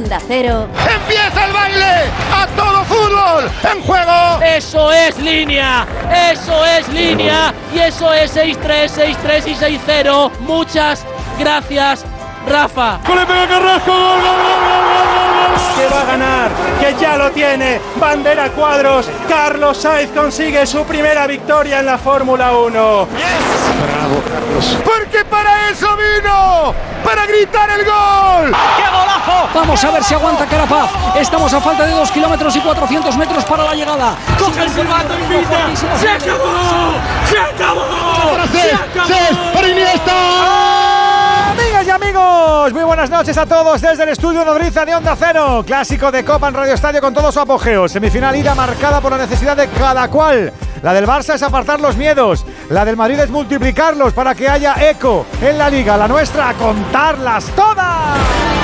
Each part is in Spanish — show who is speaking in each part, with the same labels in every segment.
Speaker 1: Onda Cero.
Speaker 2: ¡Empieza el baile! ¡A todo fútbol! ¡En juego!
Speaker 3: ¡Eso es línea! ¡Eso es línea! Y eso es 6-3, 6-3 y 6-0. Muchas gracias, Rafa.
Speaker 4: ¡Le pega Carrasco! ¡Gol, gol, gol, gol, gol! Que va a ganar, que ya lo tiene. Bandera cuadros. Carlos Sainz consigue su primera victoria en la Fórmula 1.
Speaker 2: ¡Yes! Bravo, Carlos. Porque para eso vino. ¡Para gritar el gol!
Speaker 5: ¡Qué golazo!
Speaker 6: Vamos a ver si aguanta Carapaz. Estamos a falta de 2 kilómetros y 400 metros para la llegada.
Speaker 3: ¡Coge el silbato y grita! ¡Se acabó! ¡Se acabó!
Speaker 2: ¡Se acabó! ¡Para Iniesta!
Speaker 7: Amigas y amigos, muy buenas noches a todos desde el estudio Nodriza de Onda Cero. Clásico de Copa en Radio Estadio con todo su apogeo. Semifinal ida marcada por la necesidad de cada cual. La del Barça es apartar los miedos. La del Madrid es multiplicarlos para que haya eco en la Liga. La nuestra, contarlas todas.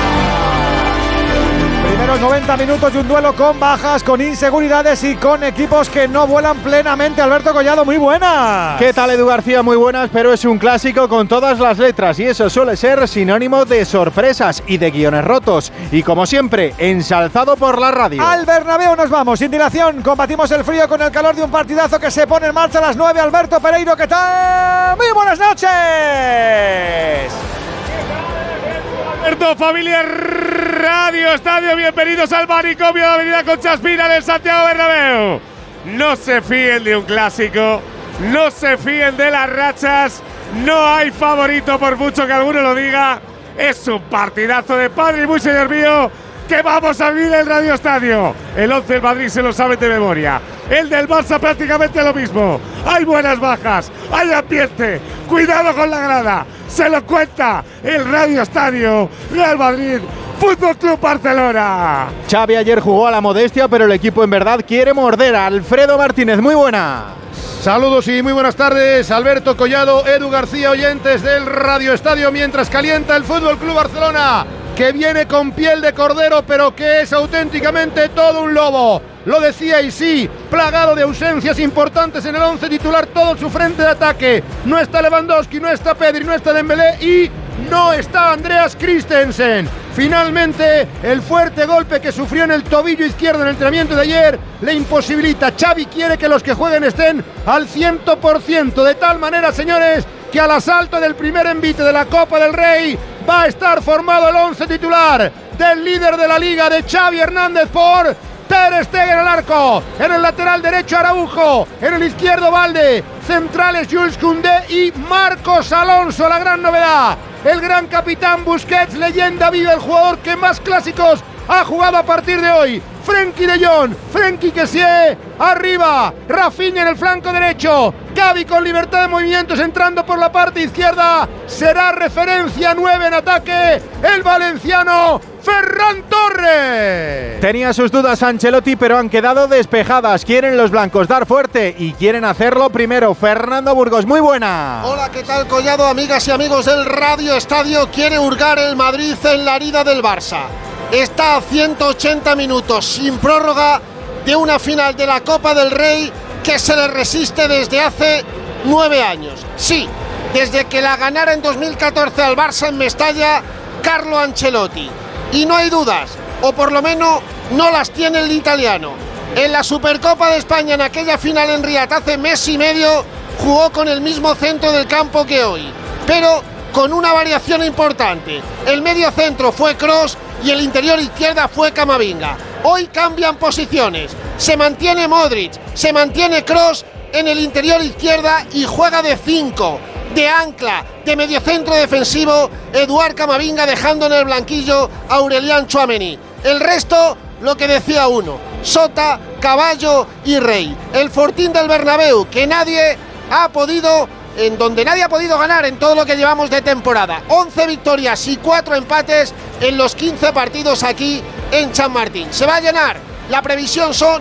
Speaker 7: Primeros 90 minutos de un duelo con bajas, con inseguridades y con equipos que no vuelan plenamente. Alberto Collado, muy buenas.
Speaker 8: ¿Qué tal, Edu García? Muy buenas, pero es un clásico con todas las letras y eso suele ser sinónimo de sorpresas y de guiones rotos. Y como siempre, ensalzado por la radio.
Speaker 7: Al Bernabéu nos vamos, sin dilación. Combatimos el frío con el calor de un partidazo que se pone en marcha a las 9. Alberto Pereiro, ¿qué tal? Muy buenas noches.
Speaker 4: Alberto, familia Radio Estadio, bienvenidos al manicomio de Avenida Concha Espina del Santiago Bernabéu. No se fíen de un clásico, no se fíen de las rachas, no hay favorito por mucho que alguno lo diga. Es un partidazo de padre y muy señor mío que vamos a vivir el Radio Estadio. El 11 del Madrid se lo sabe de memoria. El del Barça prácticamente lo mismo. Hay buenas bajas, hay ambiente. Cuidado con la grada. Se lo cuenta el Radio Estadio. Real Madrid, Fútbol Club Barcelona.
Speaker 8: Xavi ayer jugó a la modestia, pero el equipo en verdad quiere morder. Alfredo Martínez, muy buena.
Speaker 2: Saludos y muy buenas tardes, Alberto Collado, Edu García, oyentes del Radio Estadio, mientras calienta el Fútbol Club Barcelona, que viene con piel de cordero, pero que es auténticamente todo un lobo. Lo decía y sí, plagado de ausencias importantes en el 11 titular, todo su frente de ataque. No está Lewandowski, no está Pedri, no está Dembélé y no está Andreas Christensen. Finalmente, el fuerte golpe que sufrió en el tobillo izquierdo en el entrenamiento de ayer le imposibilita. Xavi quiere que los que jueguen estén al 100%, de tal manera, señores, que al asalto del primer envite de la Copa del Rey va a estar formado el 11 titular del líder de la Liga, de Xavi Hernández, por Ter Stegen al arco, en el lateral derecho Araujo, en el izquierdo Valde, centrales Jules Koundé y Marcos Alonso, la gran novedad. El gran capitán Busquets, leyenda viva, el jugador que más clásicos ha jugado a partir de hoy. Frenkie de Jong, Frenkie Kessie, arriba, Rafinha en el flanco derecho, Gavi con libertad de movimientos entrando por la parte izquierda, será referencia 9 en ataque, el valenciano Ferran Torres.
Speaker 8: Tenía sus dudas Ancelotti, pero han quedado despejadas. Quieren los blancos dar fuerte y quieren hacerlo primero. Fernando Burgos, muy buena.
Speaker 9: Hola, ¿qué tal, Collado? Amigas y amigos del Radio Estadio, quiere hurgar el Madrid en la herida del Barça. Está a 180 minutos sin prórroga de una final de la Copa del Rey que se le resiste desde hace 9 años. Sí, desde que la ganara en 2014 al Barça en Mestalla Carlo Ancelotti. Y no hay dudas, o por lo menos no las tiene el italiano. En la Supercopa de España, en aquella final en Riad hace mes y medio, jugó con el mismo centro del campo que hoy, pero con una variación importante. El medio centro fue Kroos y el interior izquierda fue Camavinga. Hoy cambian posiciones, se mantiene Modric, se mantiene Kroos en el interior izquierda y juega de 5, de ancla, de mediocentro defensivo Eduard Camavinga, dejando en el blanquillo a Aurelian Tchouaméni. El resto, lo que decía uno, Sota, Caballo y Rey. El fortín del Bernabéu, que nadie ha podido, en donde nadie ha podido ganar en todo lo que llevamos de temporada. 11 victorias y 4 empates en los 15 partidos aquí en Chamartín. Se va a llenar, la previsión son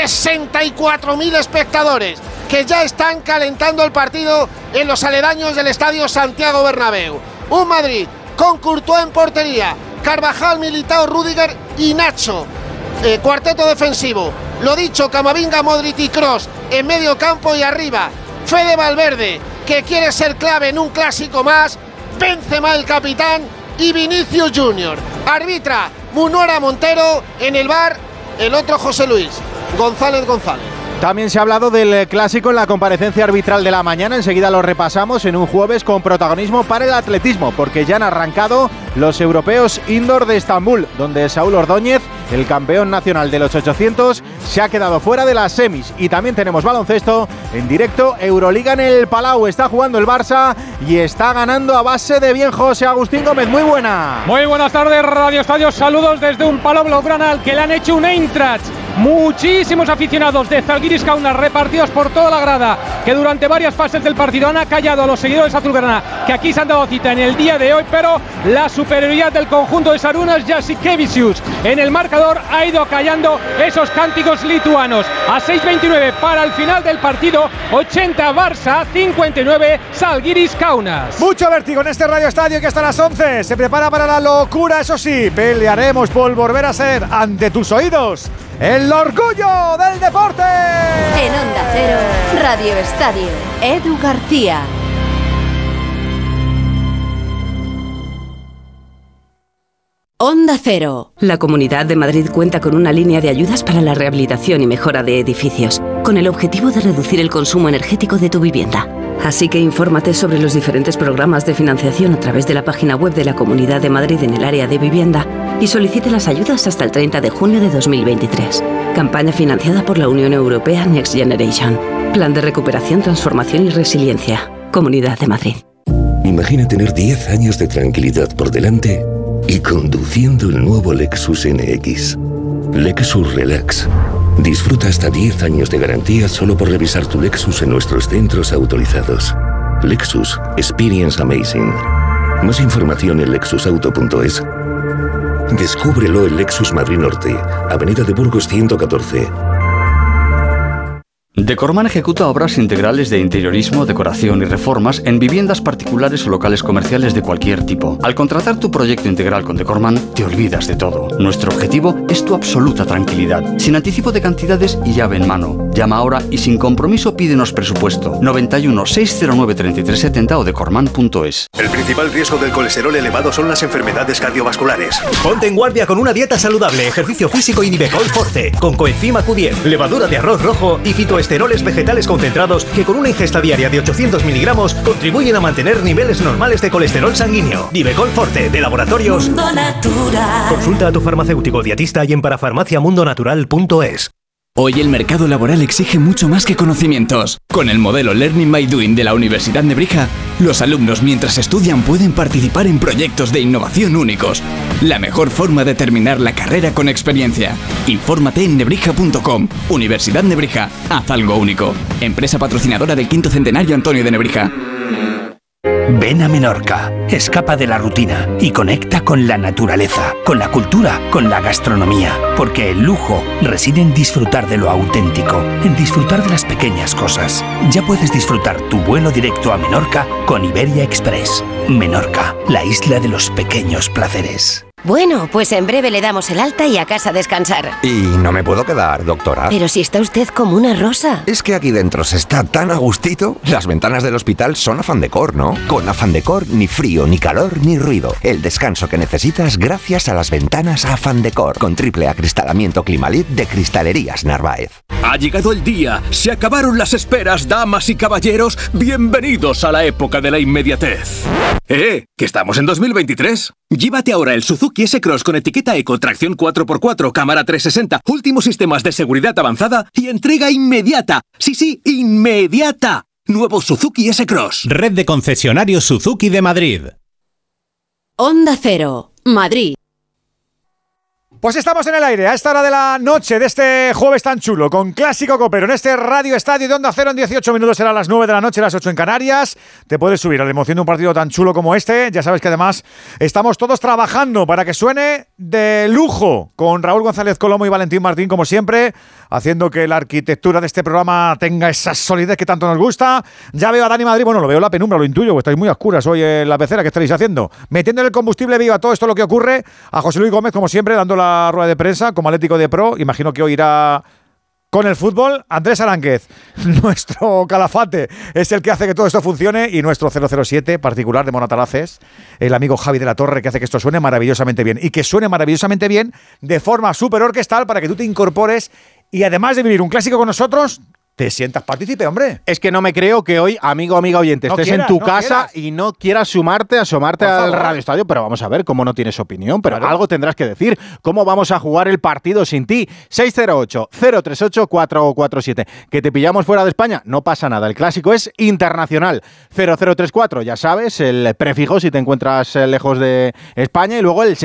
Speaker 9: 64.000 espectadores que ya están calentando el partido en los aledaños del Estadio Santiago Bernabéu. Un Madrid con Courtois en portería, Carvajal, Militao, Rüdiger y Nacho. Cuarteto defensivo, lo dicho, Camavinga, Modric y Kroos en medio campo y arriba Fede Valverde, que quiere ser clave en un clásico más, Benzema el capitán y Vinicius Junior. Arbitra Munuera Montero, en el VAR el otro José Luis González.
Speaker 8: También se ha hablado del clásico en la comparecencia arbitral de la mañana. Enseguida lo repasamos en un jueves con protagonismo para el atletismo, porque ya han arrancado los europeos indoor de Estambul, donde Saúl Ordóñez, el campeón nacional de los 800, se ha quedado fuera de las semis. Y también tenemos baloncesto en directo, Euroliga en el Palau. Está jugando el Barça y está ganando a base de bien José Agustín Gómez. Muy buena.
Speaker 6: Muy buenas tardes, Radio Estadio. Saludos desde un Palau Blaugrana al que le han hecho un Eintracht. Muchísimos aficionados de Zalgiris Kaunas repartidos por toda la grada, que durante varias fases del partido han acallado a los seguidores azulgrana, que aquí se han dado cita en el día de hoy, pero la superioridad del conjunto de Šarūnas Jasikevičius en el marcador ha ido acallando esos cánticos lituanos. A 6:29 para el final del partido, 80 Barça, 59 Zalgiris Kaunas.
Speaker 7: Mucho vértigo en este Radio Estadio que hasta las 11 se prepara para la locura, eso sí, pelearemos por volver a ser ante tus oídos el orgullo del deporte.
Speaker 1: En Onda Cero, Radio Estadio, Edu García. Onda Cero.
Speaker 5: La Comunidad de Madrid cuenta con una línea de ayudas para la rehabilitación y mejora de edificios, con el objetivo de reducir el consumo energético de tu vivienda. Así que infórmate sobre los diferentes programas de financiación a través de la página web de la Comunidad de Madrid en el área de vivienda y solicite las ayudas hasta el 30 de junio de 2023. Campaña financiada por la Unión Europea Next Generation. Plan de recuperación, transformación y resiliencia. Comunidad de Madrid.
Speaker 10: Imagina tener 10 años de tranquilidad por delante y conduciendo el nuevo Lexus NX. Lexus Relax. Disfruta hasta 10 años de garantía solo por revisar tu Lexus en nuestros centros autorizados. Lexus Experience Amazing. Más información en lexusauto.es. Descúbrelo en Lexus Madrid Norte, Avenida de Burgos 114.
Speaker 11: Decorman ejecuta obras integrales de interiorismo, decoración y reformas en viviendas particulares o locales comerciales de cualquier tipo. Al contratar tu proyecto integral con Decorman, te olvidas de todo. Nuestro objetivo es tu absoluta tranquilidad, sin anticipo de cantidades y llave en mano. Llama ahora y sin compromiso pídenos presupuesto. 91 609 3370 o decorman.es.
Speaker 12: El principal riesgo del colesterol elevado son las enfermedades cardiovasculares. Ponte en guardia con una dieta saludable, ejercicio físico y Nivecol Forte, con coenzima Q10, levadura de arroz rojo y fitoesteroles vegetales concentrados que con una ingesta diaria de 800 miligramos contribuyen a mantener niveles normales de colesterol sanguíneo. Nivecol Forte, de Laboratorios Mundo Natural. Consulta a tu farmacéutico dietista y en parafarmaciamundonatural.es.
Speaker 13: Hoy el mercado laboral exige mucho más que conocimientos. Con el modelo Learning by Doing de la Universidad Nebrija, los alumnos mientras estudian pueden participar en proyectos de innovación únicos. La mejor forma de terminar la carrera con experiencia. Infórmate en nebrija.com. Universidad Nebrija, haz algo único. Empresa patrocinadora del 5º centenario Antonio de Nebrija.
Speaker 14: Ven a Menorca, escapa de la rutina y conecta con la naturaleza, con la cultura, con la gastronomía, porque el lujo reside en disfrutar de lo auténtico, en disfrutar de las pequeñas cosas. Ya puedes disfrutar tu vuelo directo a Menorca con Iberia Express. Menorca, la isla de los pequeños placeres.
Speaker 1: Bueno, pues en breve le damos el alta y a casa a descansar.
Speaker 15: Y no me puedo quedar, doctora.
Speaker 1: Pero si está usted como una rosa.
Speaker 15: Es que aquí dentro se está tan a gustito. Las ventanas del hospital son Afan Decor, ¿no? Con Afan Decor ni frío, ni calor, ni ruido. El descanso que necesitas gracias a las ventanas Afan Decor, con triple acristalamiento Climalit de Cristalerías Narváez.
Speaker 16: Ha llegado el día, se acabaron las esperas, damas y caballeros, bienvenidos a la época de la inmediatez. Que estamos en 2023. Llévate ahora el Suzuki S-Cross con etiqueta Eco, tracción 4x4, cámara 360, últimos sistemas de seguridad avanzada y entrega inmediata. Sí, inmediata. Nuevo Suzuki S-Cross.
Speaker 17: Red de concesionarios Suzuki de Madrid.
Speaker 1: Onda Cero, Madrid.
Speaker 7: Pues estamos en el aire a esta hora de la noche de este jueves tan chulo, con Clásico Copero en este Radio Estadio de Onda Cero. En 18 minutos será las 9 de la noche, las 8 en Canarias. Te puedes subir a la emoción de un partido tan chulo como este. Ya sabes que además estamos todos trabajando para que suene de lujo, con Raúl González Colomo y Valentín Martín, como siempre, haciendo que la arquitectura de este programa tenga esa solidez que tanto nos gusta. Ya veo a Dani Madrid, bueno, lo veo en la penumbra, lo intuyo, porque estáis muy oscuras hoy en la pecera. ¿Qué estaréis haciendo? Metiendo el combustible vivo a todo esto lo que ocurre. A José Luis Gómez, como siempre, dando la rueda de prensa como Atlético de Pro. Imagino que hoy irá Con el fútbol, Andrés Aránguez, nuestro calafate, es el que hace que todo esto funcione, y nuestro 007 particular de Monatalaces, el amigo Javi de la Torre, que hace que esto suene maravillosamente bien. Y que suene maravillosamente bien de forma súper orquestal para que tú te incorpores y, además de vivir un clásico con nosotros, te sientas partícipe, hombre.
Speaker 8: Es que no me creo que hoy, amigo, amiga oyente, estés en tu casa y no quieras asomarte al Radio Estadio, pero vamos a ver cómo no tienes opinión, pero algo tendrás que decir. ¿Cómo vamos a jugar el partido sin ti? 608-038-447. ¿Que te pillamos fuera de España? No pasa nada, el clásico es internacional. 0034, ya sabes, el prefijo si te encuentras lejos de España, y luego el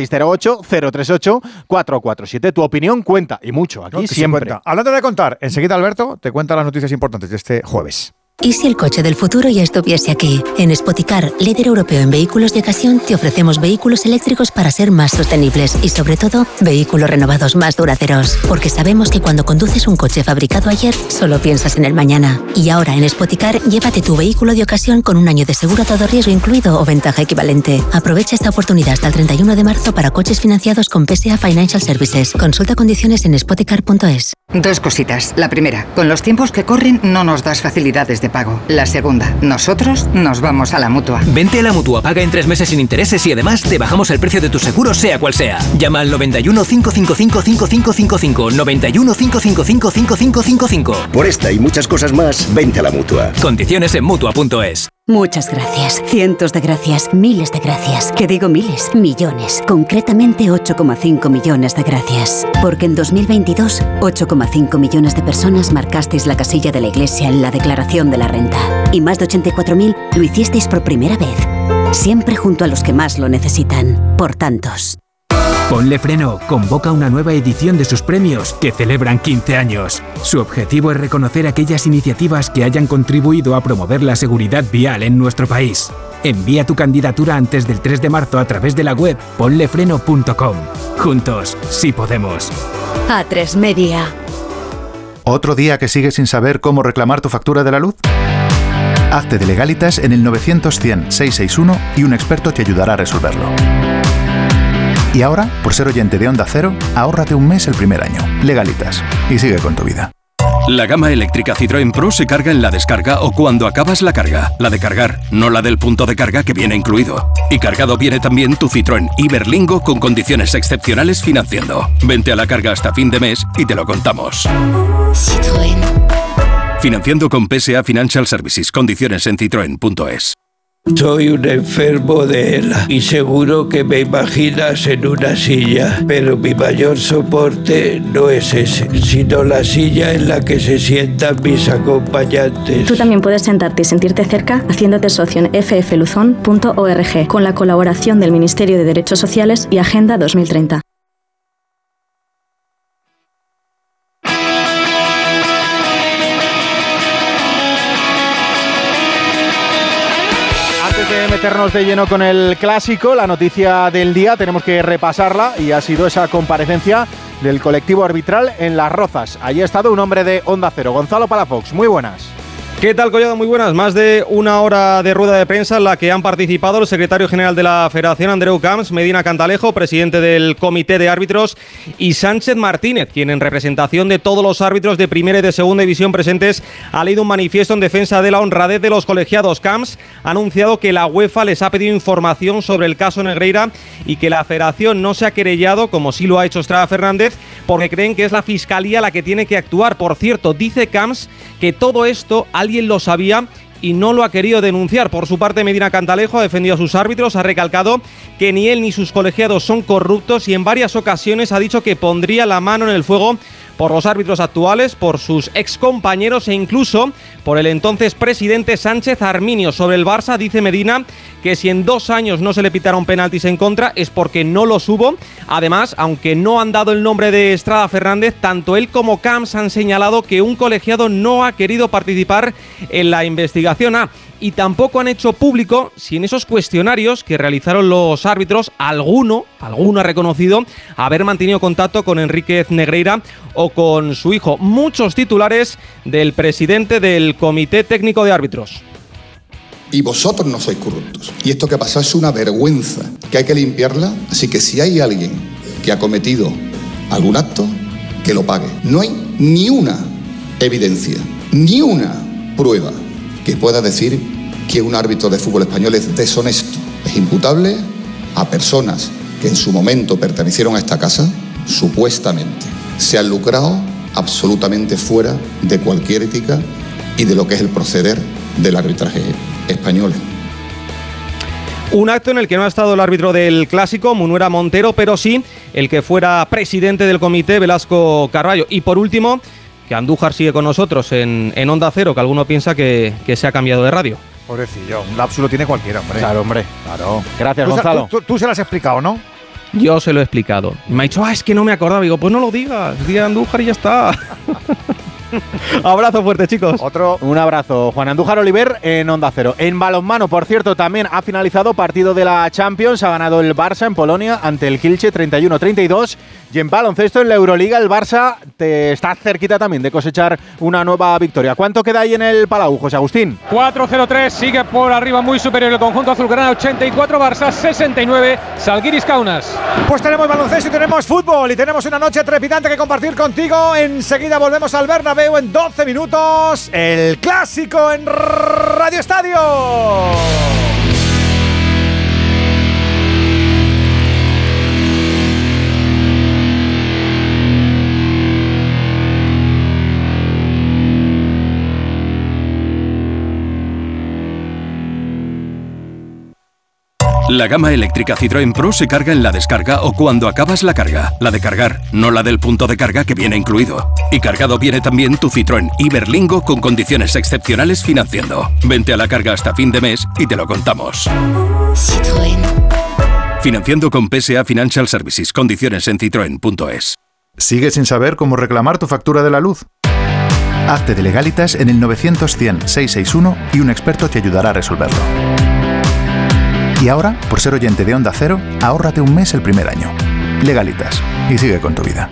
Speaker 8: 608-038-447. Tu opinión cuenta, y mucho, aquí siempre.
Speaker 7: Hablando de contar, enseguida Alberto te cuenta las noticias importantes de este jueves.
Speaker 18: ¿Y si el coche del futuro ya estuviese aquí? En Spoticar, líder europeo en vehículos de ocasión, te ofrecemos vehículos eléctricos para ser más sostenibles y, sobre todo, vehículos renovados más duraderos. Porque sabemos que cuando conduces un coche fabricado ayer, solo piensas en el mañana. Y ahora en Spoticar, llévate tu vehículo de ocasión con un año de seguro a todo riesgo incluido o ventaja equivalente. Aprovecha esta oportunidad hasta el 31 de marzo para coches financiados con PSA Financial Services. Consulta condiciones en spoticar.es.
Speaker 19: Dos cositas. La primera, con los tiempos que corren no nos das facilidades de pago. La segunda, nosotros nos vamos a la Mutua.
Speaker 20: Vente a la Mutua, paga en 3 meses sin intereses y además te bajamos el precio de tu seguro sea cual sea. Llama al 91 555 5555, 91 555 5555.
Speaker 10: Por esta y muchas cosas más, vente a la Mutua.
Speaker 20: Condiciones en Mutua.es.
Speaker 18: Muchas gracias, cientos de gracias, miles de gracias. Que digo miles, millones. Concretamente 8,5 millones de gracias. Porque en 2022, 8,5 millones de personas marcasteis la casilla de la Iglesia en la declaración de la renta. Y más de 84.000 lo hicisteis por primera vez. Siempre junto a los que más lo necesitan. Por tantos.
Speaker 21: Ponle Freno convoca una nueva edición de sus premios que celebran 15 años. Su objetivo es reconocer aquellas iniciativas que hayan contribuido a promover la seguridad vial en nuestro país. Envía tu candidatura antes del 3 de marzo a través de la web ponlefreno.com. Juntos, sí podemos.
Speaker 1: A3 Media.
Speaker 22: ¿Otro día que sigues sin saber cómo reclamar tu factura de la luz? Hazte de Legalitas en el 900-100-661 y un experto te ayudará a resolverlo. Y ahora, por ser oyente de Onda Cero, ahórrate un mes el primer año. Legalitas. Y sigue con tu vida.
Speaker 16: La gama eléctrica Citroën Pro se carga en la descarga o cuando acabas la carga. La de cargar, no la del punto de carga que viene incluido. Y cargado viene también tu Citroën Iberlingo con condiciones excepcionales financiando. Vente a la carga hasta fin de mes y te lo contamos.
Speaker 18: Citroën.
Speaker 16: Financiando con PSA Financial Services. Condiciones en citroen.es.
Speaker 23: Soy un enfermo de ELA y seguro que me imaginas en una silla, pero mi mayor soporte no es ese, sino la silla en la que se sientan mis acompañantes.
Speaker 24: Tú también puedes sentarte y sentirte cerca haciéndote socio en ffluzon.org con la colaboración del Ministerio de Derechos Sociales y Agenda 2030.
Speaker 8: Meternos de lleno con el clásico, la noticia del día, tenemos que repasarla y ha sido esa comparecencia del colectivo arbitral en Las Rozas. Allí ha estado un hombre de Onda Cero, Gonzalo Palafox. Muy buenas.
Speaker 6: ¿Qué tal, Collado? Muy buenas. Más de una hora de rueda de prensa en la que han participado el secretario general de la Federación, Andreu Camps, Medina Cantalejo, presidente del Comité de Árbitros, y Sánchez Martínez, quien en representación de todos los árbitros de primera y de segunda división presentes ha leído un manifiesto en defensa de la honradez de los colegiados. Camps ha anunciado que la UEFA les ha pedido información sobre el caso Negreira y que la Federación no se ha querellado, como sí lo ha hecho Estrada Fernández, porque creen que es la Fiscalía la que tiene que actuar. Por cierto, dice Camps que todo esto alguien lo sabía y no lo ha querido denunciar. Por su parte, Medina Cantalejo ha defendido a sus árbitros, ha recalcado que ni él ni sus colegiados son corruptos y en varias ocasiones ha dicho que pondría la mano en el fuego por los árbitros actuales, por sus excompañeros e incluso por el entonces presidente Sánchez Arminio. Sobre el Barça, dice Medina que si en 2 años no se le pitaron penaltis en contra es porque no los hubo. Además, aunque no han dado el nombre de Estrada Fernández, tanto él como Camps han señalado que un colegiado no ha querido participar en la investigación. Y tampoco han hecho público si en esos cuestionarios que realizaron los árbitros, alguno ha reconocido haber mantenido contacto con Enríquez Negreira o con su hijo. Muchos titulares del presidente del Comité Técnico de Árbitros.
Speaker 25: Y vosotros no sois corruptos. Y esto que ha pasado es una vergüenza, que hay que limpiarla. Así que si hay alguien que ha cometido algún acto, que lo pague. No hay ni una evidencia, ni una prueba que pueda decir que un árbitro de fútbol español es deshonesto. Es imputable a personas que en su momento pertenecieron a esta casa, supuestamente se han lucrado absolutamente fuera de cualquier ética y de lo que es el proceder del arbitraje español.
Speaker 2: Un acto en el que no ha estado el árbitro del Clásico, Munuera Montero, pero sí el que fuera presidente del comité, Velasco Carballo. Y por último, que Andújar sigue con nosotros en Onda Cero, que alguno piensa que se ha cambiado de radio.
Speaker 7: Pobrecillo, un lapsus lo tiene cualquiera, hombre.
Speaker 8: Claro, hombre. Claro. Gracias, Gonzalo.
Speaker 7: Tú se lo has explicado, ¿no?
Speaker 2: Yo se lo he explicado. Me ha dicho, es que no me acordaba. Digo, pues no lo digas, di Andújar y ya está. Abrazo fuerte, chicos.
Speaker 8: Un abrazo. Juan Andújar Oliver en Onda Cero. En balonmano, por cierto, también ha finalizado partido de la Champions. Ha ganado el Barça en Polonia ante el Kielce 31-32. Y en baloncesto, en la Euroliga, el Barça está cerquita también de cosechar una nueva victoria. ¿Cuánto queda ahí en el Palau, José Agustín?
Speaker 6: 4-0-3, sigue por arriba muy superior el conjunto azulgrana, 84 Barça, 69 Žalgiris Kaunas.
Speaker 7: Pues tenemos baloncesto y tenemos fútbol y tenemos una noche trepidante que compartir contigo. Enseguida volvemos al Bernabéu en 12 minutos. El Clásico en Radio Estadio.
Speaker 16: La gama eléctrica Citroën Pro se carga en la descarga o cuando acabas la carga. La de cargar, no la del punto de carga que viene incluido. Y cargado viene también tu Citroën Iberlingo con condiciones excepcionales financiando. Vente a la carga hasta fin de mes y te lo contamos.
Speaker 3: Citroën.
Speaker 16: Financiando con PSA Financial Services. Condiciones en citroen.es.
Speaker 22: ¿Sigues sin saber cómo reclamar tu factura de la luz? Hazte de Legalitas en el 900-100-661 y un experto te ayudará a resolverlo. Y ahora, por ser oyente de Onda Cero, ahórrate un mes el primer año. Legalitas. Y sigue con tu vida.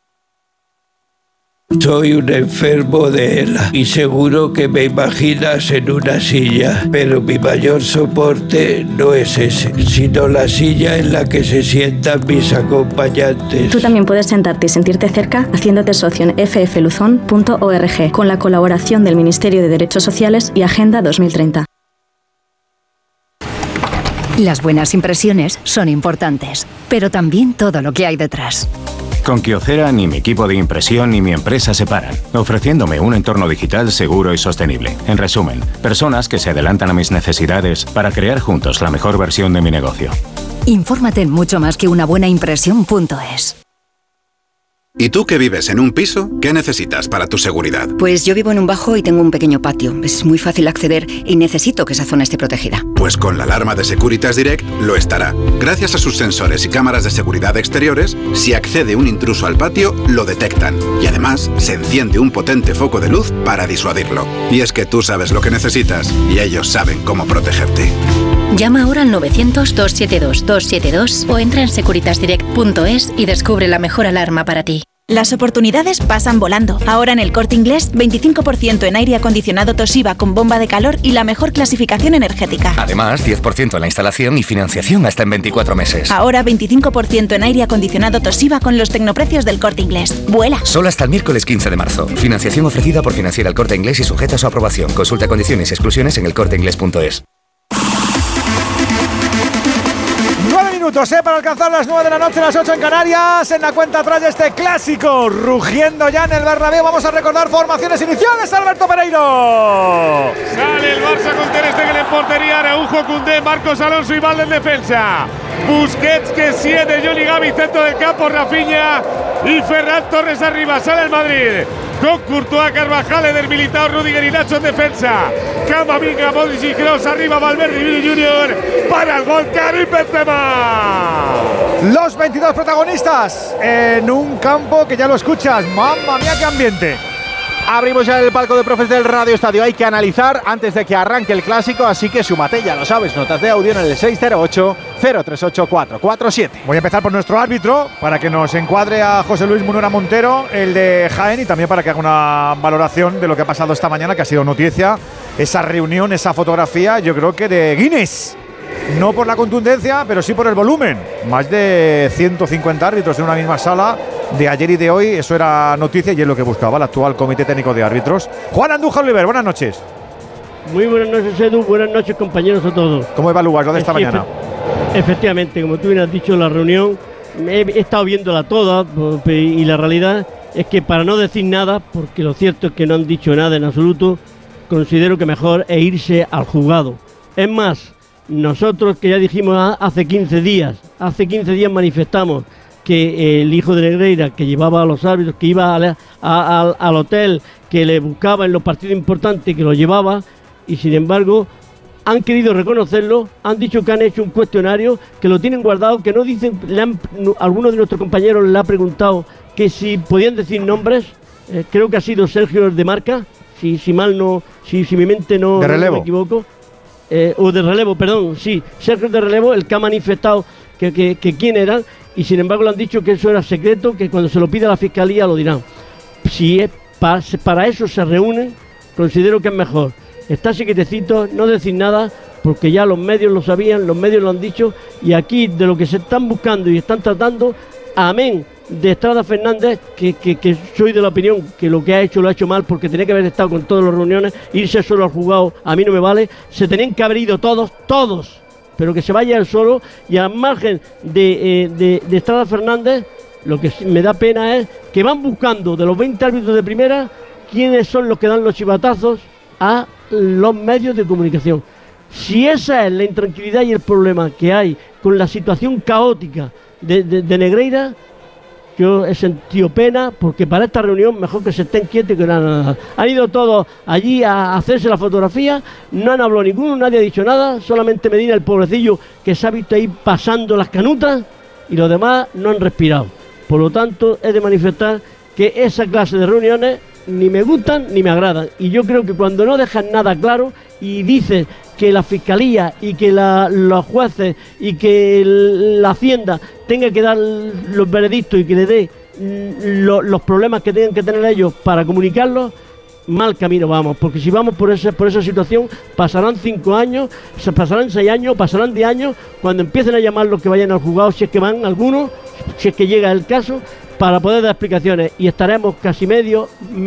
Speaker 23: Soy un enfermo de ELA y seguro que me imaginas en una silla, pero mi mayor soporte no es ese, sino la silla en la que se sientan mis acompañantes.
Speaker 24: Tú también puedes sentarte y sentirte cerca haciéndote socio en ffluzon.org con la colaboración del Ministerio de Derechos Sociales y Agenda 2030.
Speaker 4: Las buenas impresiones son importantes, pero también todo lo que hay detrás.
Speaker 5: Con Kyocera ni mi equipo de impresión ni mi empresa se paran, ofreciéndome un entorno digital seguro y sostenible. En resumen, personas que se adelantan a mis necesidades para crear juntos la mejor versión de mi negocio.
Speaker 4: Infórmate en mucho más que una buena impresión.es.
Speaker 9: ¿Y tú que vives en un piso? ¿Qué necesitas para tu seguridad?
Speaker 4: Pues yo vivo en un bajo y tengo un pequeño patio. Es muy fácil acceder y necesito que esa zona esté protegida.
Speaker 9: Pues con la alarma de Securitas Direct lo estará. Gracias a sus sensores y cámaras de seguridad exteriores, si accede un intruso al patio, lo detectan. Y además, se enciende un potente foco de luz para disuadirlo. Y es que tú sabes lo que necesitas y ellos saben cómo protegerte.
Speaker 4: Llama ahora al 900-272-272 o entra en securitasdirect.es y descubre la mejor alarma para ti.
Speaker 26: Las oportunidades pasan volando. Ahora en el Corte Inglés, 25% en aire acondicionado Toshiba con bomba de calor y la mejor clasificación energética.
Speaker 27: Además, 10% en la instalación y financiación hasta en 24 meses.
Speaker 26: Ahora 25% en aire acondicionado Toshiba con los tecnoprecios del Corte Inglés. ¡Vuela!
Speaker 27: Solo hasta el miércoles 15 de marzo. Financiación ofrecida por Financiera El Corte Inglés y sujeta a su aprobación. Consulta condiciones y exclusiones en elcorteinglés.es.
Speaker 7: 9 minutos para alcanzar las 9 de la noche, las 8 en Canarias, en la cuenta atrás de este Clásico, rugiendo ya en el Bernabéu. Vamos a recordar formaciones iniciales, Alberto Pereiro.
Speaker 28: Sale el Barça con Ter Stegen en portería, Araujo, Koundé, Marcos Alonso y Valde en defensa. Busquets, Kessié, Johnny Gavi, centro del campo, Rafinha y Ferran Torres arriba. Sale el Madrid con Courtois, Carvajal, Eder Militao, Rudiger y Nacho en defensa. Camavinga, Modric y Kroos arriba, Valverde y Vini Junior para el gol, Karim Benzema.
Speaker 7: Los 22 protagonistas en un campo que ya lo escuchas. ¡Mamma mía, qué ambiente!
Speaker 8: Abrimos ya el palco de profes del Radio Estadio. Hay que analizar antes de que arranque el Clásico, así que súmate, ya lo sabes, notas de audio en el 608-038-447.
Speaker 7: Voy a empezar por nuestro árbitro, para que nos encuadre a José Luis Munuera Montero, el de Jaén, y también para que haga una valoración de lo que ha pasado esta mañana, que ha sido noticia, esa reunión, esa fotografía, yo creo que de Guinness. No por la contundencia, pero sí por el volumen. Más de 150 árbitros en una misma sala de ayer y de hoy. Eso era noticia y es lo que buscaba el actual Comité Técnico de Árbitros. Juan Andújar Oliver, buenas noches.
Speaker 3: Muy buenas noches, Edu. Buenas noches, compañeros, a todos.
Speaker 7: ¿Cómo evalúas lo de esta mañana?
Speaker 3: Efectivamente, como tú bien has dicho, la reunión he estado viéndola toda y la realidad es que, para no decir nada, porque lo cierto es que no han dicho nada en absoluto, considero que mejor es irse al juzgado. Es más, nosotros, que ya dijimos hace 15 días manifestamos que el hijo de Negreira, que llevaba a los árbitros, que iba al hotel, que le buscaba en los partidos importantes, que lo llevaba, y sin embargo han querido reconocerlo, han dicho que han hecho un cuestionario, que lo tienen guardado, que no dicen, algunos de nuestros compañeros le ha preguntado que si podían decir nombres, creo que ha sido Sergio de Marca, si mi mente no me equivoco, o de relevo, perdón, sí, Sergio de relevo, el que ha manifestado que quién eran, y sin embargo le han dicho que eso era secreto, que cuando se lo pida la Fiscalía lo dirán. Si es para eso se reúnen, considero que es mejor estar quietecitos, no decir nada, porque ya los medios lo sabían, los medios lo han dicho, y aquí de lo que se están buscando y están tratando, amén de Estrada Fernández, que soy de la opinión que lo que ha hecho lo ha hecho mal, porque tenía que haber estado con todas las reuniones, irse solo al juzgado a mí no me vale, se tenían que haber ido todos, pero que se vaya él solo, y al margen de Estrada Fernández, lo que me da pena es que van buscando de los 20 árbitros de primera quiénes son los que dan los chivatazos a los medios de comunicación. Si esa es la intranquilidad y el problema que hay con la situación caótica de Negreira, yo he sentido pena, porque para esta reunión mejor que se estén quietos y que nada. Han ido todos allí a hacerse la fotografía, no han hablado ninguno, nadie ha dicho nada, solamente Medina, el pobrecillo, que se ha visto ahí pasando las canutas, y los demás no han respirado. Por lo tanto, he de manifestar que esa clase de reuniones ni me gustan ni me agradan, y yo creo que cuando no dejan nada claro y dicen que la Fiscalía y que los jueces y que la Hacienda tenga que dar los veredictos y que le dé los problemas que tengan que tener ellos para comunicarlos, mal camino vamos, porque si vamos por esa situación pasarán 5 años, pasarán 6 años, pasarán 10 años, cuando empiecen a llamar los que vayan al juzgado, si es que van algunos, si es que llega el caso, para poder dar explicaciones, y estaremos casi media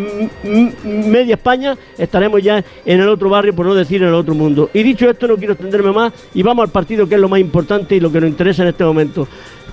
Speaker 3: España, estaremos ya en el otro barrio, por no decir en el otro mundo. Y dicho esto, no quiero extenderme más, y vamos al partido, que es lo más importante y lo que nos interesa en este momento.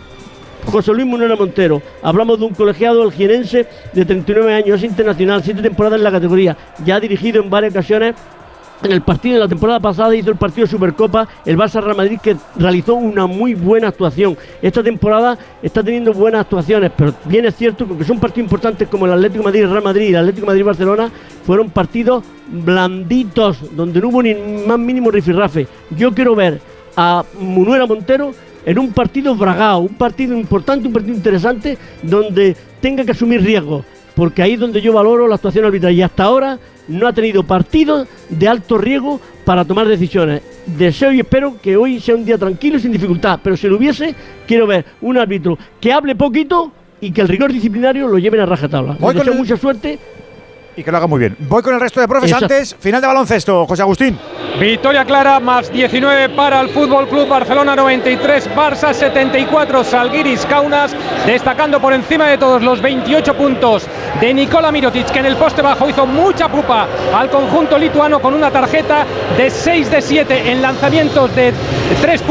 Speaker 3: José Luis Munera Montero, hablamos de un colegiado algienense de 39 años, es internacional, 7 temporadas en la categoría, ya ha dirigido en varias ocasiones. En el partido de la temporada pasada hizo el partido de Supercopa, el Barça Real Madrid, que realizó una muy buena actuación. Esta temporada está teniendo buenas actuaciones, pero bien es cierto que son partidos importantes como el Atlético de Madrid, el Real Madrid y el Atlético de Madrid-Barcelona, fueron partidos blanditos, donde no hubo ni más mínimo rifirrafe. Yo quiero ver a Munera Montero en un partido bragado, un partido importante, un partido interesante, donde tenga que asumir riesgos, porque ahí es donde yo valoro la actuación arbitral, y hasta ahora no ha tenido partidos de alto riesgo para tomar decisiones. Deseo y espero que hoy sea un día tranquilo y sin dificultad, pero si lo hubiese, quiero ver un árbitro que hable poquito y que el rigor disciplinario lo lleven a rajatabla. Les deseo mucha suerte
Speaker 7: y que lo haga muy bien. Voy con el resto de profes.
Speaker 3: Exacto.
Speaker 7: Antes, final de baloncesto, José Agustín.
Speaker 6: Victoria clara, más 19 para el Fútbol Club Barcelona, 93, Barça 74, Žalgiris Kaunas, destacando por encima de todos los 28 puntos de Nikola Mirotic, que en el poste bajo hizo mucha pupa al conjunto lituano con una tarjeta de 6 de 7 en lanzamientos de 2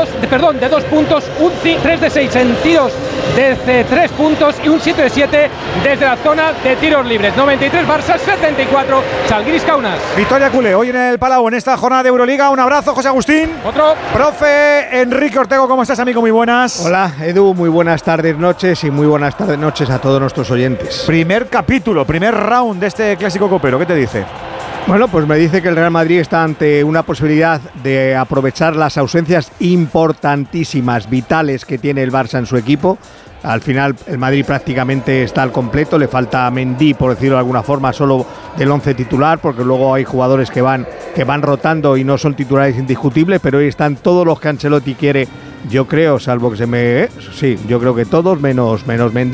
Speaker 6: puntos, un 3 de 6 en tiros desde 3 puntos y un 7 de 7 desde la zona de tiros libres. 93 Barça, 74 Žalgiris Kaunas.
Speaker 7: Victoria culé, hoy en el Palau, en esta jornada de Euroliga. Un abrazo, José Agustín.
Speaker 6: Otro.
Speaker 7: Profe Enrique Ortego, ¿cómo estás, amigo? Muy buenas.
Speaker 11: Hola, Edu, muy buenas tardes, noches, y muy buenas tardes, noches a todos nuestros oyentes.
Speaker 7: Primer capítulo, primer round de este clásico copero, ¿qué te dice?
Speaker 11: Bueno, pues me dice que el Real Madrid está ante una posibilidad de aprovechar las ausencias importantísimas, vitales que tiene el Barça en su equipo. Al final el Madrid prácticamente está al completo, le falta Mendy, por decirlo de alguna forma, solo del 11 titular, porque luego hay jugadores que van rotando y no son titulares indiscutibles, pero hoy están todos los que Ancelotti quiere, yo creo, salvo que yo creo que todos, menos Mendy.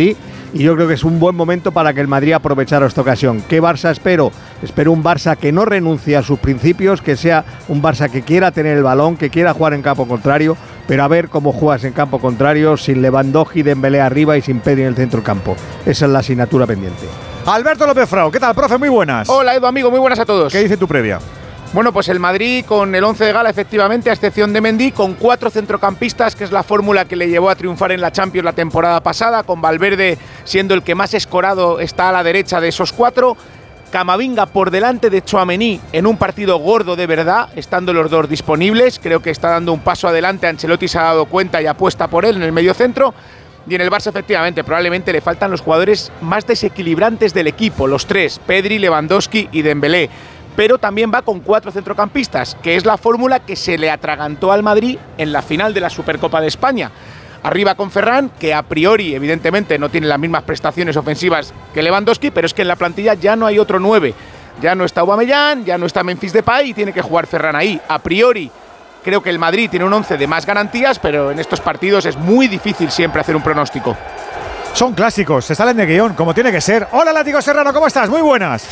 Speaker 11: y yo creo que es un buen momento para que el Madrid aprovechara esta ocasión. ¿Qué Barça espero? Espero un Barça que no renuncie a sus principios, que sea un Barça que quiera tener el balón, que quiera jugar en campo contrario, pero a ver cómo juegas en campo contrario sin Lewandowski, Dembélé arriba y sin Pedri en el centro del campo. Esa es la asignatura pendiente.
Speaker 7: Alberto López Frau, ¿qué tal, profe? Muy buenas.
Speaker 10: Hola, Edu, amigo, muy buenas a todos.
Speaker 7: ¿Qué dice tu previa?
Speaker 10: Bueno, pues el Madrid con el 11 de gala, efectivamente, a excepción de Mendy, con 4 centrocampistas, que es la fórmula que le llevó a triunfar en la Champions la temporada pasada, con Valverde siendo el que más escorado está a la derecha de esos 4. Camavinga por delante de Tchouaméni en un partido gordo de verdad, estando los dos disponibles. Creo que está dando un paso adelante. Ancelotti se ha dado cuenta y apuesta por él en el mediocentro. Y en el Barça, efectivamente, probablemente le faltan los jugadores más desequilibrantes del equipo, los 3, Pedri, Lewandowski y Dembélé. Pero también va con 4 centrocampistas, que es la fórmula que se le atragantó al Madrid en la final de la Supercopa de España. Arriba con Ferran, que a priori, evidentemente, no tiene las mismas prestaciones ofensivas que Lewandowski, pero es que en la plantilla ya no hay otro 9. Ya no está Aubameyang, ya no está Memphis Depay y tiene que jugar Ferran ahí. A priori, creo que el Madrid tiene un 11 de más garantías, pero en estos partidos es muy difícil siempre hacer un pronóstico.
Speaker 7: Son clásicos, se salen de guión, como tiene que ser. Hola, Látigo Serrano, ¿cómo estás? Muy buenas.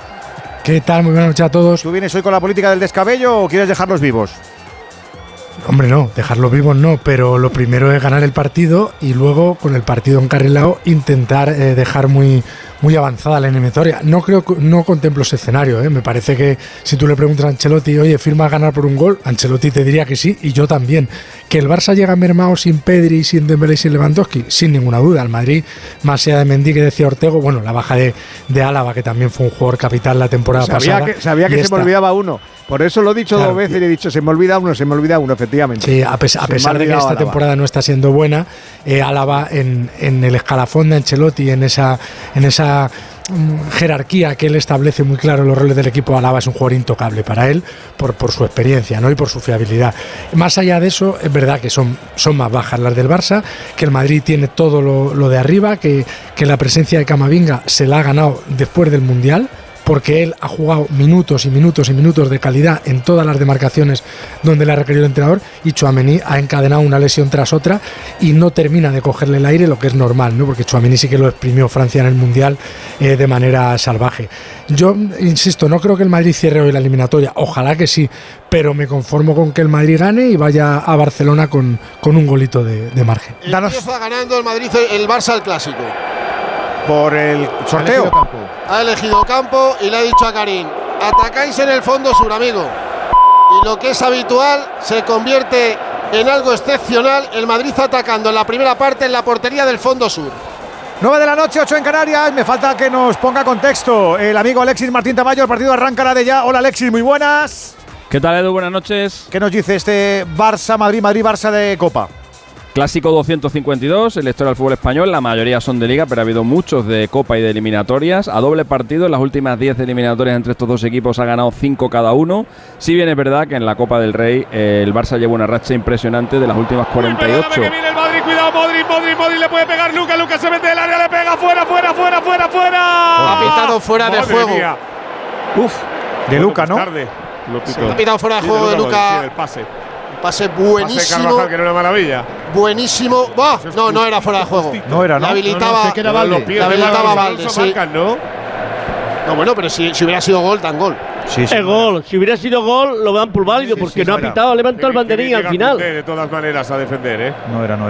Speaker 12: ¿Qué tal? Muy buenas noches a todos.
Speaker 7: ¿Tú vienes hoy con la política del descabello o quieres dejarlos vivos?
Speaker 12: Hombre, no, dejarlos vivos no, pero lo primero es ganar el partido y luego, con el partido encarrilado, intentar dejar muy avanzada la eliminatoria. No contemplo ese escenario, me parece que si tú le preguntas a Ancelotti, oye, ¿firmas ganar por un gol? Ancelotti te diría que sí, y yo también. ¿Que el Barça llega mermado sin Pedri, sin Dembélé y sin Lewandowski? Sin ninguna duda. El Madrid, más allá de Mendy, que decía Ortego, bueno, la baja de Álava, que también fue un jugador capital la temporada pasada.
Speaker 11: Sabía que se me olvidaba uno. Por eso lo he dicho dos veces y he dicho, se me olvida uno, efectivamente.
Speaker 12: Sí, a pesar de que esta temporada no está siendo buena, Álava en el escalafón de Ancelotti, en esa jerarquía que él establece muy claro los roles del equipo, Álava es un jugador intocable para él por su experiencia, ¿no? Y por su fiabilidad. Más allá de eso, es verdad que son más bajas las del Barça, que el Madrid tiene todo lo de arriba, que la presencia de Camavinga se la ha ganado después del Mundial, porque él ha jugado minutos y minutos y minutos de calidad en todas las demarcaciones donde le ha requerido el entrenador, y Tchouaméni ha encadenado una lesión tras otra y no termina de cogerle el aire, lo que es normal, ¿no? Porque Tchouaméni sí que lo exprimió Francia en el Mundial de manera salvaje. Yo insisto, no creo que el Madrid cierre hoy la eliminatoria, ojalá que sí, pero me conformo con que el Madrid gane y vaya a Barcelona con un golito de margen.
Speaker 13: Empieza ganando el Madrid, el Barça el clásico.
Speaker 7: Por el sorteo.
Speaker 13: Ha elegido campo y le ha dicho a Karim, atacáis en el fondo sur, amigo. Y lo que es habitual se convierte en algo excepcional. El Madrid atacando en la primera parte en la portería del fondo sur.
Speaker 7: 9 de la noche, 8 en Canarias. Me falta que nos ponga contexto el amigo Alexis Martín Tamayo. El partido arrancará de ya. Hola, Alexis, muy buenas.
Speaker 14: ¿Qué tal, Edu? Buenas noches.
Speaker 7: ¿Qué nos dice este Barça-Madrid-Barça de Copa?
Speaker 14: Clásico 252 en la historia del fútbol español, la mayoría son de Liga, pero ha habido muchos de Copa y de eliminatorias. A doble partido, en las últimas 10 eliminatorias entre estos dos equipos ha ganado 5 cada uno. Si bien es verdad que en la Copa del Rey el Barça lleva una racha impresionante de las últimas 48.
Speaker 28: Uy, que viene el Madrid, cuidado, Modric, le puede pegar Lucas se mete del área, le pega, fuera.
Speaker 13: Ha pitado fuera de juego.
Speaker 28: Mía.
Speaker 7: Uf, de Luca, ¿no?
Speaker 13: Ha pitado fuera de juego de Luca.
Speaker 28: El pase.
Speaker 13: Pase buenísimo.
Speaker 28: Pase Carvajal, que era una maravilla.
Speaker 13: Buenísimo. No era fuera de juego.
Speaker 7: No era, ¿no?
Speaker 13: La habilitaba,
Speaker 28: la
Speaker 13: habilitaba Valde, sí.
Speaker 28: Marcan, ¿no?
Speaker 13: No, bueno, pero si hubiera sido gol, dan gol.
Speaker 3: Sí, es gol. Si hubiera sido gol, lo dan por válido, porque no ha pitado, ha levantado el banderín al final.
Speaker 28: De todas maneras, a defender, ¿eh?
Speaker 7: No era.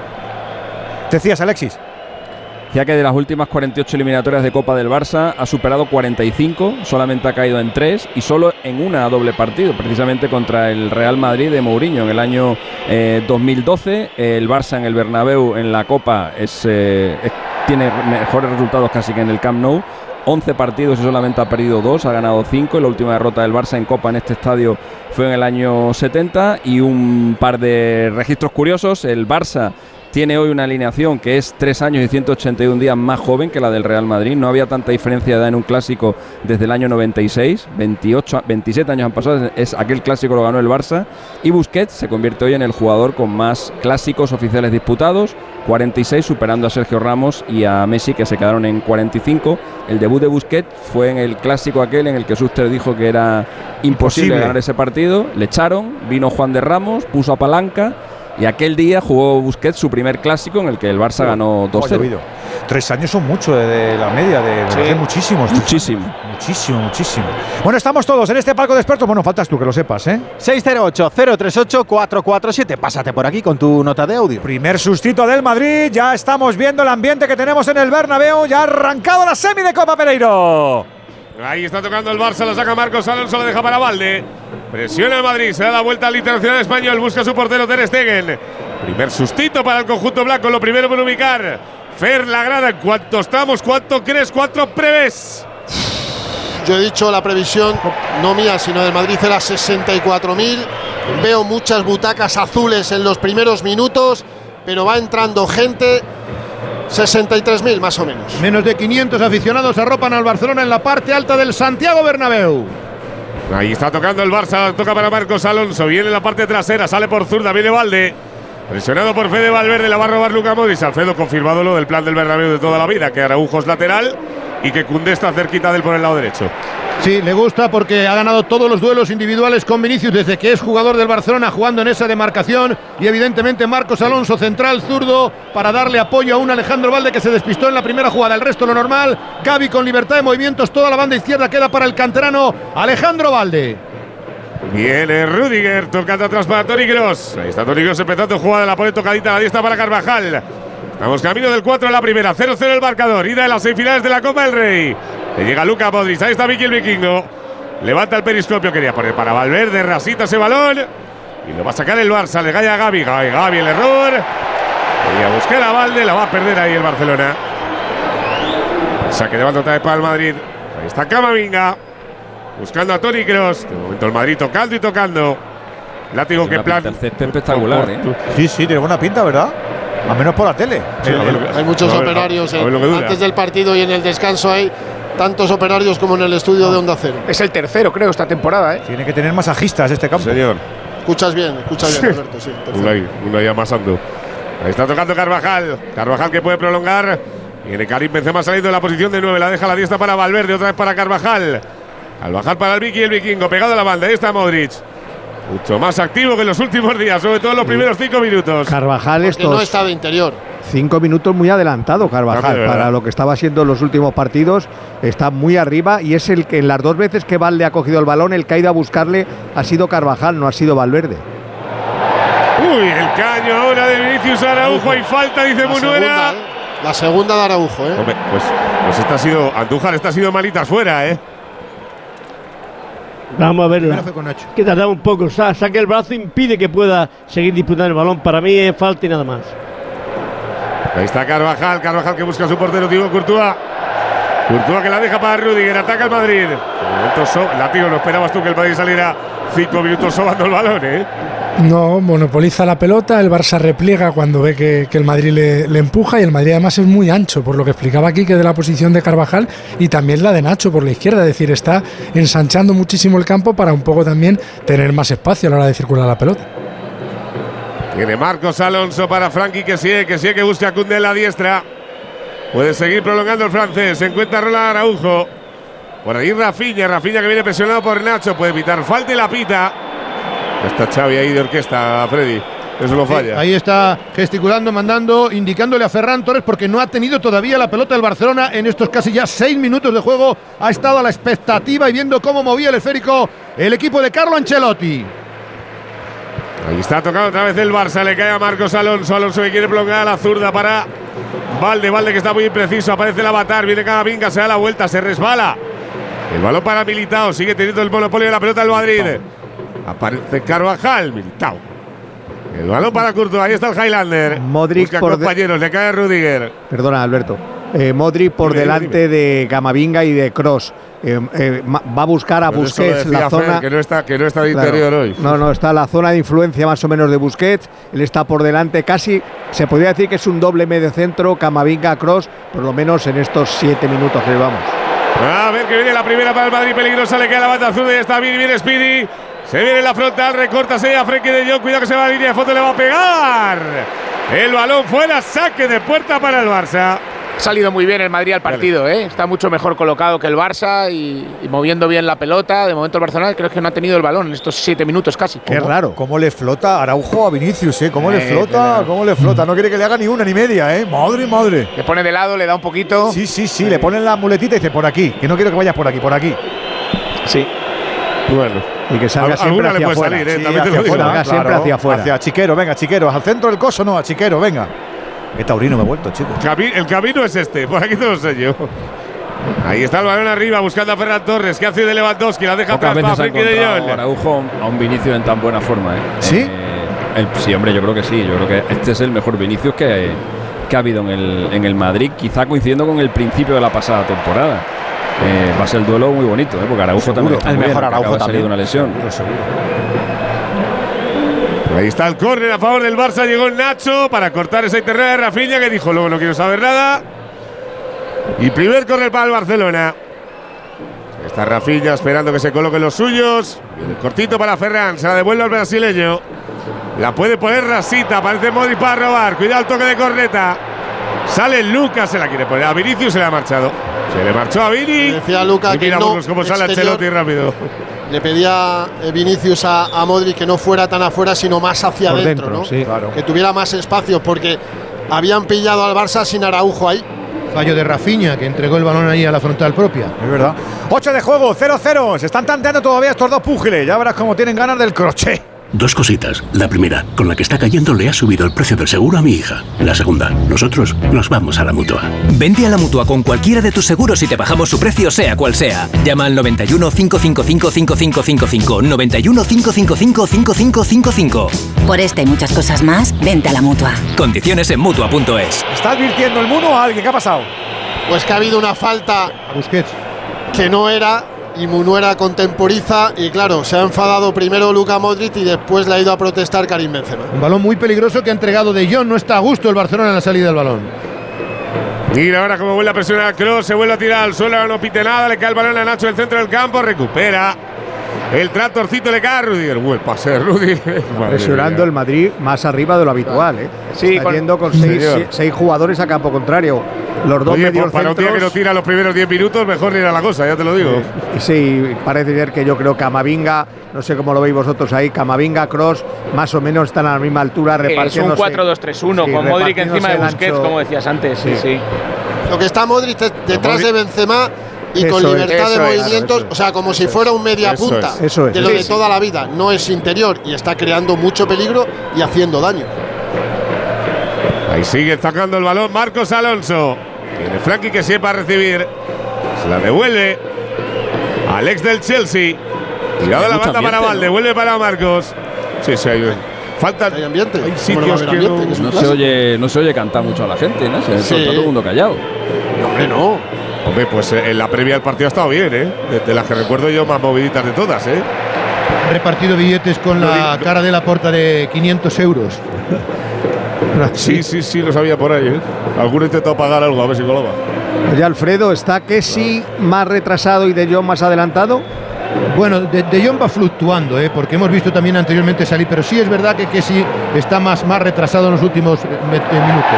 Speaker 7: ¿Te decías, Alexis?
Speaker 14: Ya que de las últimas 48 eliminatorias de Copa del Barça ha superado 45, solamente ha caído en 3 y solo en una a doble partido, precisamente contra el Real Madrid de Mourinho en el año 2012. El Barça en el Bernabéu en la Copa tiene mejores resultados casi que en el Camp Nou. 11 partidos y solamente ha perdido 2, ha ganado 5. La última derrota del Barça en Copa en este estadio fue en el año 70. Y un par de registros curiosos: el Barça tiene hoy una alineación que es 3 años y 181 días más joven que la del Real Madrid. No había tanta diferencia de edad en un clásico desde el año 96. 27 años han pasado, es aquel clásico lo ganó el Barça. Y Busquets se convierte hoy en el jugador con más clásicos oficiales disputados, 46, superando a Sergio Ramos y a Messi, que se quedaron en 45. El debut de Busquets fue en el clásico aquel en el que Schuster dijo que era imposible ganar ese partido. Le echaron, vino Juan de Ramos, puso a palanca Y aquel día jugó Busquets su primer clásico en el que el Barça ganó 2-0.
Speaker 7: 3 años son mucho de la media, de muchísimos. Muchísimo. Bueno, estamos todos en este palco de expertos. Bueno, faltas tú, que lo sepas, ¿eh?
Speaker 8: 608-038-447. Pásate por aquí con tu nota de audio.
Speaker 7: Primer sustito del Madrid. Ya estamos viendo el ambiente que tenemos en el Bernabéu. Ya ha arrancado la semi de Copa Pereiro.
Speaker 28: Ahí está tocando el Barça, lo saca Marcos Alonso, lo deja para Valde. Presiona el Madrid, se da la vuelta al internacional español, busca a su portero Ter Stegen. Primer sustito para el conjunto blanco, lo primero por ubicar. Fer, la grada, ¿cuánto estamos? ¿Cuánto crees? ¿Cuánto prevés?
Speaker 13: Yo he dicho la previsión, no mía, sino del Madrid, era 64.000. Veo muchas butacas azules en los primeros minutos, pero va entrando gente. 63.000 más o menos.
Speaker 1: Menos de 500 aficionados arropan al Barcelona en la parte alta del Santiago Bernabéu.
Speaker 28: Ahí está tocando el Barça, toca para Marcos Alonso, viene en la parte trasera, sale por zurda, viene Valde. Presionado por Fede Valverde, la va a robar Luka Modric. Alfredo confirmado lo del plan del Bernabéu de toda la vida, que Araujo es lateral y que Koundé está cerquita de él por el lado derecho.
Speaker 1: Sí, le gusta porque ha ganado todos los duelos individuales con Vinicius desde que es jugador del Barcelona, jugando en esa demarcación, y evidentemente Marcos Alonso, central zurdo, para darle apoyo a un Alejandro Valde que se despistó en la primera jugada. El resto lo normal. Gavi con libertad de movimientos, toda la banda izquierda queda para el canterano Alejandro Valde.
Speaker 28: Viene Rüdiger, tocando atrás para Toni Kroos. Ahí está Toni Kroos empezando jugada, la pone tocadita a la diestra para Carvajal. Estamos camino del 4 en la primera, 0-0 el marcador, ida de las semifinales de la Copa del Rey. Le llega Luka Modric, ahí está Miki el Vikingo. Levanta el periscopio, quería poner para Valverde, rasita ese balón. Y lo va a sacar el Barça, le cae a Gavi, Gavi el error. Y a buscar a Valde, la va a perder ahí el Barcelona. Saque de banda otra vez para el Madrid. Ahí está Camavinga, buscando a Toni Kroos. De momento el Madrid tocando y tocando. Látigo, que plan.
Speaker 14: Espectacular,
Speaker 7: Sí, tiene buena pinta, ¿verdad? Al menos por la tele.
Speaker 13: Sí, hay muchos operarios antes del partido y en el descanso hay tantos operarios como en el estudio de Onda Cero.
Speaker 10: Es el tercero, creo, esta temporada, ¿eh?
Speaker 7: Tiene que tener masajistas este campo.
Speaker 28: Señor.
Speaker 13: Escuchas bien, Alberto, sí.
Speaker 28: Uno ahí amasando. Ahí está tocando Carvajal. Carvajal que puede prolongar. Viene Karim Benzema saliendo de la posición de 9. La deja a la diestra para Valverde, otra vez para Carvajal. Al bajar para el Vicky, el Vikingo, pegado a la banda. Ahí está Modric. Mucho más activo que en los últimos días, sobre todo en los primeros 5 minutos.
Speaker 11: Carvajal
Speaker 13: no está de interior.
Speaker 11: 5 minutos muy adelantado Carvajal para lo que estaba siendo en los últimos partidos. Está muy arriba y es el que en las 2 veces que Valde ha cogido el balón, el que ha ido a buscarle ha sido Carvajal, no ha sido Valverde.
Speaker 28: Uy, el caño ahora de Vinicius Araujo. Hay falta, dice Munuera.
Speaker 13: La segunda de Araujo, ¿eh?
Speaker 28: Hombre, pues esta ha sido, Andújar, esta ha sido malitas fuera, ¿eh?
Speaker 3: Vamos a verla. Que tarda un poco. Saca el brazo, impide que pueda seguir disputando el balón. Para mí es falta y nada más.
Speaker 28: Ahí está Carvajal que busca a su portero Thibaut Courtois. Courtois que la deja para Rüdiger, ataca el Madrid. Látigo, no esperabas tú que el Madrid saliera 5 minutos sobando el balón, ¿eh?
Speaker 12: No, monopoliza la pelota, el Barça repliega cuando ve que el Madrid le empuja, y el Madrid además es muy ancho, por lo que explicaba aquí, que de la posición de Carvajal y también la de Nacho por la izquierda, es decir, está ensanchando muchísimo el campo para un poco también tener más espacio a la hora de circular la pelota.
Speaker 28: Tiene Marcos Alonso para Frankie que busca a Koundé en la diestra. Puede seguir prolongando el francés, se encuentra Roland Araujo. Por ahí Rafinha que viene presionado por Nacho, puede evitar falta y la pita. Está Xavi ahí de orquesta, Freddy. Eso lo falla.
Speaker 1: Ahí está gesticulando, mandando, indicándole a Ferran Torres, porque no ha tenido todavía la pelota del Barcelona en estos casi ya 6 minutos de juego. Ha estado a la expectativa y viendo cómo movía el esférico el equipo de Carlo Ancelotti.
Speaker 28: Ahí está tocando otra vez el Barça, le cae a Marcos Alonso. Alonso que quiere prolongar a la zurda para Valde que está muy impreciso. Aparece el Avatar, viene Camavinga, se da la vuelta, se resbala. El balón para Militao, sigue teniendo el monopolio de la pelota del Madrid. Aparece Carvajal, Militao. El balón para Courtois, ahí está el Highlander.
Speaker 11: Modric
Speaker 28: busca compañeros, le cae a Rüdiger.
Speaker 11: Perdona, Alberto. Modric por delante de Camavinga y de Kroos. Va a buscar a Busquets la zona.
Speaker 28: Que no está de interior hoy.
Speaker 11: No, está la zona de influencia más o menos de Busquets. Él está por delante, casi se podría decir que es un doble medio centro. Camavinga, Kroos, por lo menos en estos 7 minutos que llevamos.
Speaker 28: A ver que viene la primera para el Madrid, peligrosa, le queda la banda azul y está bien, viene Speedy. Se viene la frontal, recorta a Frenkie de Jong, cuidado que se va a la línea de fondo, le va a pegar. El balón fuera, saque de puerta para el Barça.
Speaker 10: salido muy bien el Madrid al partido, ¿eh? Está mucho mejor colocado que el Barça y moviendo bien la pelota. De momento el Barcelona creo que no ha tenido el balón en estos 7 minutos casi.
Speaker 7: Qué raro. ¿Cómo le flota Araujo a Vinicius, ¿Cómo le flota? ¿Cómo le flota? No quiere que le haga ni una ni media, Madre.
Speaker 10: Le pone de lado, le da un poquito.
Speaker 7: Sí, le ponen la muletita y dice por aquí, que no quiero que vayas por aquí.
Speaker 10: Sí.
Speaker 28: Bueno.
Speaker 11: Y que salga siempre hacia afuera. Siempre hacia afuera.
Speaker 7: Hacia Chiquero, venga, Chiquero. Al centro del coso, no, a Chiquero, venga. Qué taurino me he vuelto, chico.
Speaker 28: El camino es este, por aquí te lo sé yo. Ahí está el balón arriba, buscando a Ferran Torres. ¿Qué hace de Lewandowski? La deja atrás para Frenkie de Jong.
Speaker 14: Araujo a un Vinicius en tan buena forma,
Speaker 7: ¿Sí?
Speaker 14: Sí, hombre, yo creo que sí. Yo creo que este es el mejor Vinicius que ha habido en el Madrid, quizá coincidiendo con el principio de la pasada temporada. Va a ser el duelo muy bonito, porque Araujo también está muy bien, acaba de salir de una lesión.
Speaker 7: Seguro.
Speaker 28: Ahí está el córner a favor del Barça. Llegó el Nacho para cortar esa interna de Rafinha, que dijo luego no quiero saber nada. Y primer córner para el Barcelona. Está Rafinha esperando que se coloquen los suyos. El cortito para Ferran, se la devuelve al brasileño. La puede poner Rasita, parece Modric para robar. Cuidado el toque de corneta. Sale Lucas, se la quiere poner a Vinicius, se le ha marchado. Se le marchó a Vini.
Speaker 13: Decía Lucas que no.
Speaker 28: Cómo sale Ancelotti rápido.
Speaker 13: Le pedía Vinicius a Modric que no fuera tan afuera, sino más hacia adentro, ¿no?
Speaker 11: Sí, claro.
Speaker 13: Que tuviera más espacio, porque habían pillado al Barça sin Araujo ahí.
Speaker 1: Fallo de Rafinha, que entregó el balón ahí a la frontal propia.
Speaker 7: Es verdad. 8 de juego, 0-0. Se están tanteando todavía estos dos púgiles. Ya verás cómo tienen ganas del crochet.
Speaker 2: Dos cositas. La primera, con la que está cayendo le ha subido el precio del seguro a mi hija. La segunda, nosotros nos vamos a la Mutua.
Speaker 15: Vente a la Mutua con cualquiera de tus seguros y te bajamos su precio sea cual sea. Llama al 91 555 5555. 91 555 5555.
Speaker 17: Por esta y muchas cosas más, vente a la Mutua.
Speaker 15: Condiciones en Mutua.es.
Speaker 7: ¿Está advirtiendo el Muno a alguien? ¿Qué ha pasado?
Speaker 13: Pues que ha habido una falta
Speaker 1: a Busquets
Speaker 13: que no era, y Munuera contemporiza, y claro, se ha enfadado primero Luka Modric y después le ha ido a protestar Karim Benzema.
Speaker 1: Un balón muy peligroso que ha entregado De Jong. No está a gusto el Barcelona en la salida del balón.
Speaker 28: Mira ahora cómo vuelve a presionar a Kroos, se vuelve a tirar al suelo, no pite nada, le cae el balón a Nacho del centro del campo, recupera. El tractorcito le cae a Rudiger. Buen pase de Rudiger.
Speaker 11: Presionando el Madrid más arriba de lo habitual,
Speaker 10: Sí,
Speaker 11: está yendo con seis jugadores a campo contrario. Los dos medios
Speaker 28: para un día que no tira los primeros 10 minutos, mejor ir a la cosa, ya te lo digo.
Speaker 11: Sí, parece ser que yo creo que Camavinga, no sé cómo lo veis vosotros ahí, Camavinga, Kroos, más o menos están a la misma altura repartiéndose.
Speaker 10: Es un 4-2-3-1 con Modric encima de Busquets, como decías antes. Sí.
Speaker 13: Lo que está Modric detrás de Benzema y con libertad de movimientos, o sea, como si fuera un media punta de lo de toda la vida. No es interior y está creando mucho peligro y haciendo daño.
Speaker 28: Ahí sigue sacando el balón Marcos Alonso. Tiene Frankie que siempre a recibir. Se la devuelve Alex del Chelsea. Tirado a la banda para Valde. Vuelve para Marcos. Sí, hay falta.
Speaker 13: Hay ambiente.
Speaker 28: Hay sitios que
Speaker 14: no se oye cantar mucho a la gente, ¿no? Está todo el mundo callado.
Speaker 13: No, hombre, no.
Speaker 28: Hombre, pues en la previa del partido ha estado bien, de las que recuerdo yo más moviditas de todas,
Speaker 1: Han repartido billetes con la cara de Laporta de 500 euros.
Speaker 28: Sí, lo sabía por ahí, Alguno intentó pagar algo, a ver si colaba.
Speaker 11: Oye, Alfredo, ¿está Kessi más retrasado y De Jong más adelantado?
Speaker 1: Bueno, De Jong va fluctuando, porque hemos visto también anteriormente salir, pero sí es verdad que Kessi está más retrasado en los últimos minutos.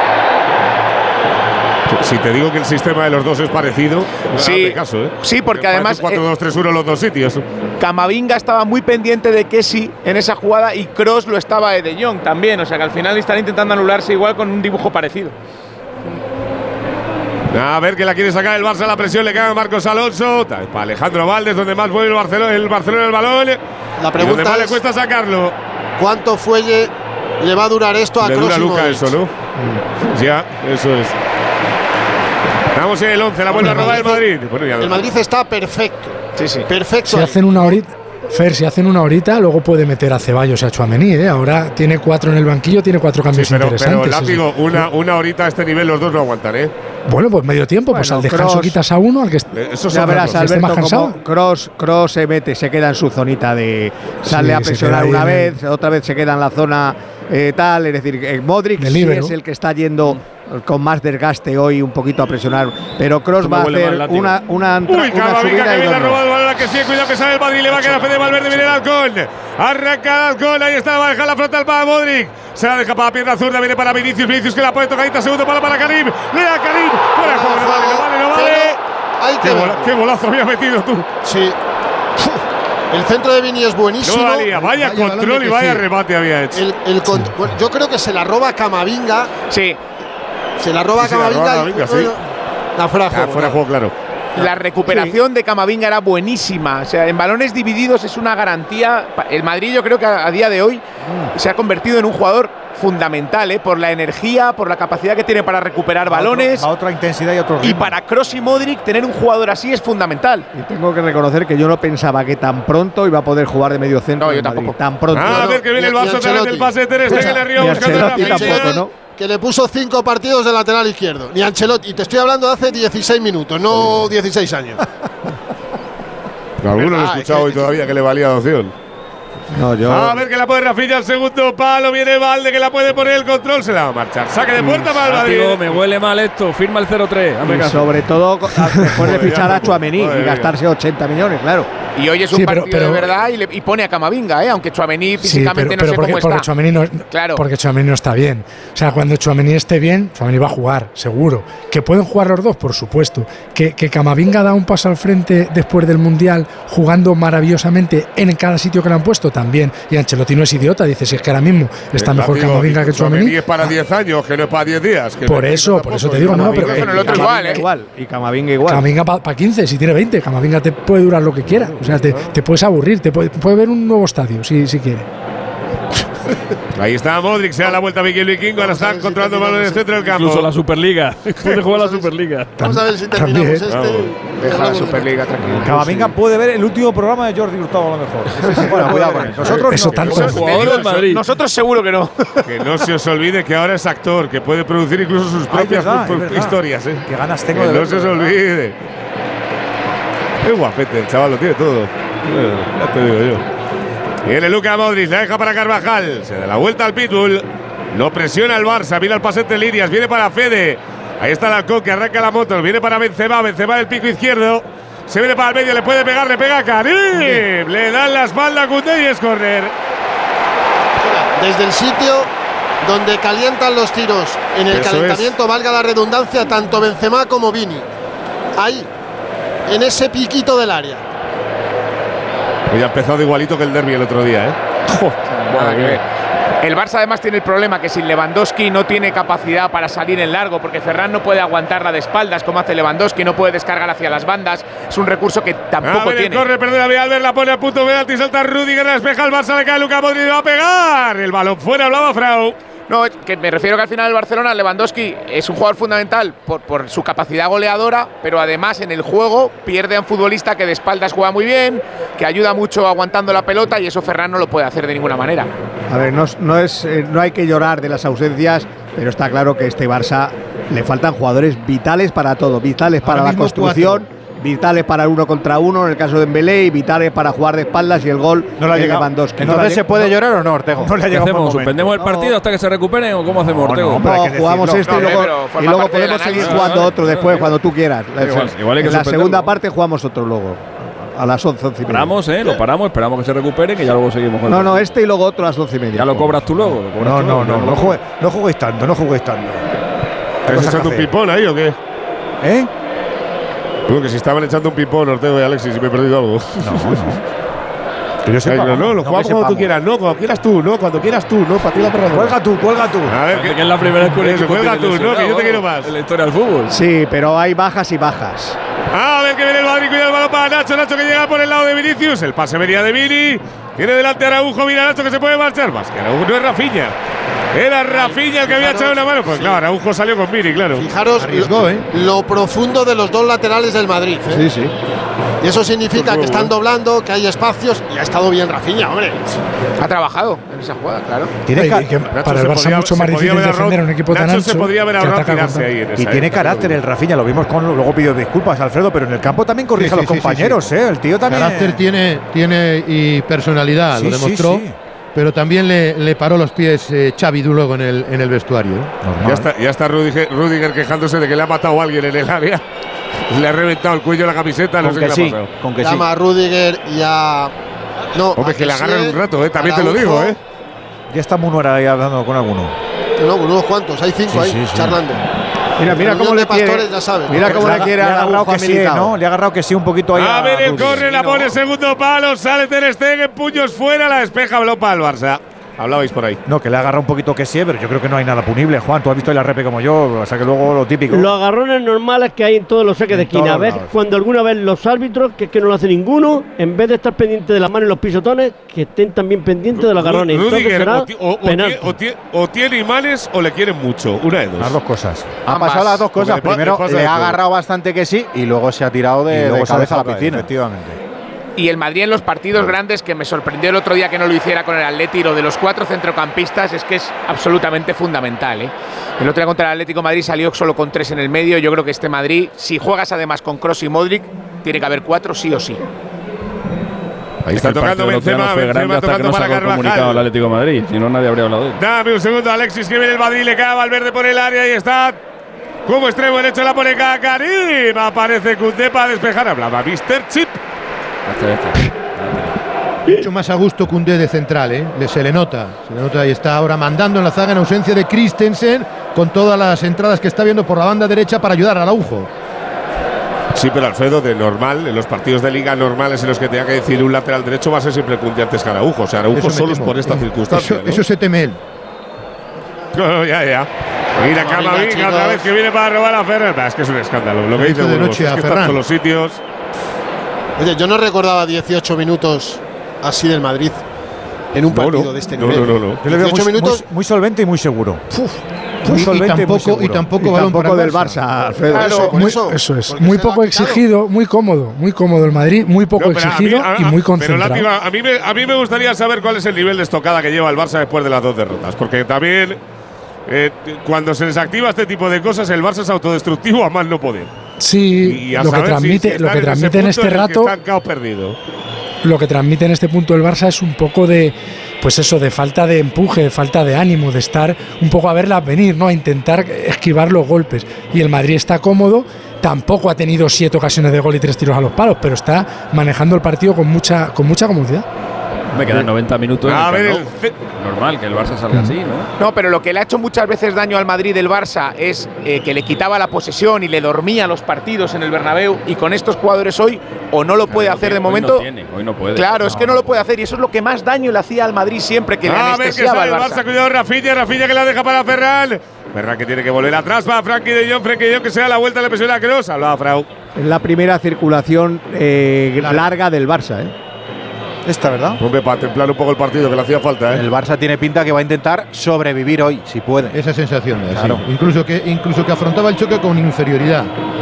Speaker 28: Si te digo que el sistema de los dos es parecido,
Speaker 10: sí,
Speaker 28: caso,
Speaker 10: sí, porque además
Speaker 28: 4-2-3-1 los dos sitios.
Speaker 10: Camavinga estaba muy pendiente de Kessi en esa jugada y Kroos lo estaba de De Jong también, o sea que al final están intentando anularse igual con un dibujo parecido.
Speaker 28: A ver que la quiere sacar el Barça, la presión le cae a Marcos Alonso, para Alejandro Valdes, donde más vuelve el Barcelona el balón.
Speaker 13: La pregunta
Speaker 28: donde más
Speaker 13: es,
Speaker 28: le cuesta sacarlo.
Speaker 13: ¿Cuánto fuelle le va a durar esto a Kroos?
Speaker 28: Le dura Luka eso, ¿no? Ya, eso es. Vamos en el 11, la vuelve a robar el Madrid.
Speaker 13: El Madrid está perfecto.
Speaker 10: Sí.
Speaker 13: Perfecto.
Speaker 12: Si hacen una horita, luego puede meter a Ceballos y a Tchouaméni, Ahora tiene 4 en el banquillo, tiene 4 cambios interesantes.
Speaker 28: Pero látigo, una horita a este nivel los dos no aguantan,
Speaker 12: Bueno, pues medio tiempo, pues al descanso quitas a uno, al que
Speaker 11: ya verás, Alberto, como Kroos se mete, se queda en su zonita de sale a presionar una vez, otra vez se queda en la zona tal, es decir, Modric sí es el que está yendo con más desgaste hoy un poquito a presionar, pero Kroos va a hacer una subida y
Speaker 28: la roba el balón, que sí, cuidado que sale el Madrid, le va a quedar Fede Valverde, viene el Halcón, arranca el Halcón, ahí está, va a dejar la frontal para Modric, Se la deja para la pierna zurda, viene para Vinicius. Vinicius que la pone tocadita, segundo palo para Karim. Le da Karim. Fuera de juego, no vale. Qué golazo había metido tú.
Speaker 13: Sí. El centro de Vini es buenísimo.
Speaker 28: No valía, vaya control y vaya remate había hecho.
Speaker 13: Bueno, yo creo que se la roba Camavinga.
Speaker 10: Sí.
Speaker 13: Se la roba Camavinga.
Speaker 28: Sí.
Speaker 13: Fuera de
Speaker 28: juego, claro.
Speaker 10: La recuperación de Camavinga era buenísima. O sea, en balones divididos es una garantía. El Madrid, yo creo que a día de hoy se ha convertido en un jugador fundamental, por la energía, por la capacidad que tiene para recuperar balones.
Speaker 7: A otra intensidad y otro ritmo.
Speaker 10: Y para Kroos y Modric, tener un jugador así es fundamental.
Speaker 11: Y tengo que reconocer que yo no pensaba que tan pronto iba a poder jugar de medio centro.
Speaker 10: No, yo tampoco.
Speaker 11: Tan pronto.
Speaker 28: A ver que viene el Barça otra vez del pase de Ter Stegen arriba buscando la
Speaker 11: tampoco, ¿no?
Speaker 13: Que le puso 5 partidos de lateral izquierdo. Ni Ancelotti. Y te estoy hablando de hace 16 minutos, no 16 años.
Speaker 28: Algunos he escuchado hoy todavía que le valía la opción.
Speaker 11: No, yo.
Speaker 28: A ver que la puede Rafinha al segundo palo. Viene Valde que la puede poner el control. Se la va a marchar. Saque de puerta para el Madrid.
Speaker 14: Me huele mal esto. Firma el 0-3.
Speaker 11: Y sobre todo después de fichar a Tchouaméni y gastarse 80 millones, claro.
Speaker 10: Y hoy es un partido de verdad y pone a Camavinga, aunque Tchouaméni físicamente no sé cómo está.
Speaker 12: Porque Tchouaméni no está bien. O sea, cuando Tchouaméni esté bien, Tchouaméni va a jugar, seguro. ¿Que pueden jugar los dos? Por supuesto. ¿Que Camavinga da un paso al frente después del Mundial jugando maravillosamente en cada sitio que le han puesto? También. Y Ancelotti no es idiota, dice, si es que ahora mismo está mejor Camavinga que Tchouaméni.
Speaker 28: Es para 10 años, que no es para 10 días.
Speaker 12: Por eso te digo, no, pero
Speaker 10: el otro igual,
Speaker 11: Y Camavinga igual.
Speaker 12: Camavinga para 15, si tiene 20. Camavinga te puede durar lo que quiera. O sea, te puedes aburrir, te puede ver un nuevo estadio si quiere.
Speaker 28: Ahí está Modric, se da la vuelta a Miguel Vikingo, ahora están controlando el balón en el centro del campo.
Speaker 14: Incluso la Superliga. Puede jugar la Superliga.
Speaker 13: Vamos a ver si terminamos
Speaker 10: Deja la Superliga tranquilo.
Speaker 7: Camavinga puede ver el último programa de Jordi Hurtado a lo mejor. Bueno, cuidado con él. Nosotros
Speaker 12: eso
Speaker 7: no.
Speaker 10: Nosotros seguro que no.
Speaker 28: Que no se os olvide que ahora es actor, que puede producir incluso sus propias historias.
Speaker 7: Qué ganas tengo
Speaker 28: que
Speaker 7: de
Speaker 28: no se os olvide. Es guapete, el chaval lo tiene todo. Ya te digo yo. Viene Luka Modric, la deja para Carvajal. Se da la vuelta al Pitbull. No presiona el Barça. Mira el pase entre líneas. Viene para Fede. Ahí está el Alcón que arranca la moto. Viene para Benzema. Benzema del pico izquierdo. Se viene para el medio. Le puede pegar. Le pega a Karim. Le dan la espalda a Koundé y es correr.
Speaker 13: Desde el sitio donde calientan los tiros. En el calentamiento, valga la redundancia, tanto Benzema como Vini. Ahí. En ese piquito del área.
Speaker 28: Hoy ha empezado igualito que el derbi el otro día, ¿eh?
Speaker 10: Nada que ver. El Barça además tiene el problema que sin Lewandowski no tiene capacidad para salir en largo, porque Ferran no puede aguantarla de espaldas como hace Lewandowski, no puede descargar hacia las bandas. Es un recurso que tampoco tiene.
Speaker 28: Corre, perdona, Albert la pone a punto penalti, salta Rudiger, la despeja el Barça, le cae Luka Modric, va a pegar. El balón fuera, hablaba Frau.
Speaker 10: No, que me refiero que al final el Barcelona, Lewandowski es un jugador fundamental por su capacidad goleadora, pero además en el juego pierde a un futbolista que de espaldas juega muy bien, que ayuda mucho aguantando la pelota y eso Ferran no lo puede hacer de ninguna manera.
Speaker 11: A ver, no hay que llorar de las ausencias, pero está claro que a este Barça le faltan jugadores vitales para todo, vitales para la construcción. Vitales para el 1 contra 1 en el caso de Dembélé y vitales para jugar de espaldas y el gol de Lewandowski.
Speaker 8: Entonces se puede llorar o no, Ortego.
Speaker 14: ¿Qué hacemos? ¿Suspendemos el partido hasta que se recuperen o cómo hacemos, Ortego?
Speaker 11: No, jugamos esto y luego podemos seguir jugando otro después cuando tú quieras.
Speaker 14: Igual
Speaker 11: en la segunda parte jugamos otro luego. A las 11:30.
Speaker 14: Paramos, lo paramos, esperamos que se recuperen y ya luego seguimos con
Speaker 11: No, este y luego otro a las 12:30.
Speaker 14: ¿Ya lo cobras tú luego?
Speaker 7: No juguéis tanto.
Speaker 28: ¿Estás echando un pipón ahí o qué? Que si estaban echando un pipón, Ortego y Alexis, y me he perdido algo.
Speaker 7: Que yo sepa,
Speaker 28: lo jugamos cuando tú quieras, cuando quieras tú, para ti la perra.
Speaker 7: Cuelga tú.
Speaker 28: A ver,
Speaker 14: que es la primera vez que
Speaker 28: cuelga tú, que yo te quiero más.
Speaker 14: En la historia del fútbol.
Speaker 11: Sí, pero hay bajas y bajas.
Speaker 28: A ver que viene el Madrid, cuida el balón para Nacho que llega por el lado de Vinicius. El pase venía de Vini. Tiene delante a Araujo, mira Nacho que se puede marchar más. Que Araujo no es Rafinha. Era Rafinha el que había echado una mano. Pues claro, Araujo salió con Vini, claro.
Speaker 13: Fijaros lo profundo de los dos laterales del Madrid.
Speaker 11: Sí.
Speaker 13: Y eso significa que están doblando, que hay espacios y ha estado bien Rafinha, hombre.
Speaker 10: Ha trabajado en esa jugada, claro.
Speaker 12: Para el Barça mucho más difícil defender a un equipo tan ancho.
Speaker 28: Se podría haber ahorrado tirarse ahí.
Speaker 7: Y tiene carácter el Rafinha, lo vimos luego pidió disculpas Alfredo, pero en el campo también corrige a los compañeros, el tío también.
Speaker 1: Carácter tiene y personalidad, lo demostró. Sí. Pero también le paró los pies Xavi luego en el vestuario.
Speaker 28: Ya está Rudiger quejándose de que le ha matado a alguien en el área. Le ha reventado el cuello de la camiseta, no sé qué le ha pasado.
Speaker 13: Con que llama a Rudiger y a…
Speaker 28: Hombre, que le agarran un rato, también te lo digo,
Speaker 7: Ya está Munuera ahí hablando con alguno.
Speaker 13: No, con unos cuantos, hay 5 ahí, charlando.
Speaker 11: Mira cómo le quiere.
Speaker 13: Pastores, ya saben.
Speaker 11: Mira cómo le quiere
Speaker 7: ha
Speaker 11: agarrado
Speaker 7: que sí, ¿no? Le ha agarrado que sí un poquito ahí.
Speaker 28: A ver, el
Speaker 7: Rudy.
Speaker 28: corre, la pone segundo palo, sale Ter Stegen, puños fuera, la despeja, balón para el Barça. Hablabais por ahí.
Speaker 7: No, que le ha agarrado un poquito que sí, pero yo creo que no hay nada punible. Juan, tú has visto la repe como yo, o sea que luego lo típico.
Speaker 3: Los agarrones normales que hay en todos los saques de esquina. A ver, cuando alguna vez los árbitros, que es que no lo hace ninguno, en vez de estar pendientes de las manos y los pisotones, que estén también pendientes de los agarrones.
Speaker 28: Rudiger, o tiene imanes o le quieren mucho. Una de dos.
Speaker 7: Las dos cosas.
Speaker 8: Han pasado las dos cosas. Primero le ha agarrado bastante que sí y luego se ha tirado de cabeza a la piscina.
Speaker 7: Efectivamente.
Speaker 10: Y el Madrid en los partidos grandes, que me sorprendió el otro día que no lo hiciera con el Atleti, lo de los 4 centrocampistas es que es absolutamente fundamental, ¿eh? El otro día contra el Atlético de Madrid salió solo con 3 en el medio. Yo creo que este Madrid, si juegas además con Kroos y Modric, tiene que haber 4 sí o sí.
Speaker 28: Ahí está tocando Benzema,
Speaker 14: Benzema tocando para Carvajal. Comunicado al Atlético de Madrid, si no nadie habría hablado de él.
Speaker 28: Dame un segundo, Alexis, que viene el Madrid, le cae a Valverde por el área y está como extremo derecho, la pone Karim. Aparece Koundé para despejar. Hablaba Mr. Chip.
Speaker 1: Mucho más a gusto Koundé de central, se le nota y está ahora mandando en la zaga en ausencia de Christensen, con todas las entradas que está viendo por la banda derecha para ayudar a Araujo.
Speaker 28: Sí, pero Alfredo, de normal, en los partidos de liga normales en los que tenga que decir un lateral derecho va a ser siempre Koundé antes que Araujo. O sea, Araujo solo es por esta circunstancia.
Speaker 1: Eso se teme él.
Speaker 28: No, ya. Mira Camavinga otra vez que viene para robar a Ferran. Es que es un escándalo. Lo que dice
Speaker 1: de noche
Speaker 28: es
Speaker 1: a
Speaker 28: que
Speaker 1: Ferran.
Speaker 28: están todos los sitios.
Speaker 13: Oye, yo no recordaba 18 minutos así del Madrid en un partido de este nivel.
Speaker 28: No.
Speaker 7: Yo le veo muy solvente y muy seguro.
Speaker 1: Muy solvente y tampoco balón para
Speaker 11: del Barça, Alfredo.
Speaker 13: Claro,
Speaker 12: eso es. Muy poco exigido, muy cómodo el Madrid, muy poco exigido y muy concentrado.
Speaker 28: Pero a mí me gustaría saber cuál es el nivel de estocada que lleva el Barça después de las 2 derrotas, porque también cuando se les activa este tipo de cosas el Barça es autodestructivo a más no poder.
Speaker 12: Sí, lo que transmite en este rato, lo que transmite en este punto el Barça es un poco de, pues eso, de falta de empuje, de falta de ánimo, de estar un poco a verlas venir, ¿no? A intentar esquivar los golpes. Y el Madrid está cómodo, tampoco ha tenido 7 ocasiones de gol y 3 tiros a los palos, pero está manejando el partido con mucha comodidad.
Speaker 14: Me quedan 90 minutos. Normal que el Barça salga así, ¿no?
Speaker 10: No, pero lo que le ha hecho muchas veces daño al Madrid del Barça es que le quitaba la posesión y le dormía los partidos en el Bernabéu, y con estos jugadores hoy o no lo puede hacer de momento.
Speaker 14: Hoy no puede.
Speaker 10: Claro, es que no lo puede hacer y eso es lo que más daño le hacía al Madrid siempre, que le anestesiaba al Barça.
Speaker 28: Cuidado Rafinha que la deja para Ferran. Ferran que tiene que volver atrás para Frenkie de Jong que se da la vuelta, le presiona a Kroos. Hablaba Frau.
Speaker 11: Es la primera circulación larga del Barça,
Speaker 7: Esta, ¿verdad?
Speaker 28: Hombre, para templar un poco el partido, que le hacía falta,
Speaker 8: El Barça tiene pinta que va a intentar sobrevivir hoy, si puede.
Speaker 1: Esa sensación,
Speaker 8: claro.
Speaker 1: Sí. Incluso que afrontaba el choque con inferioridad.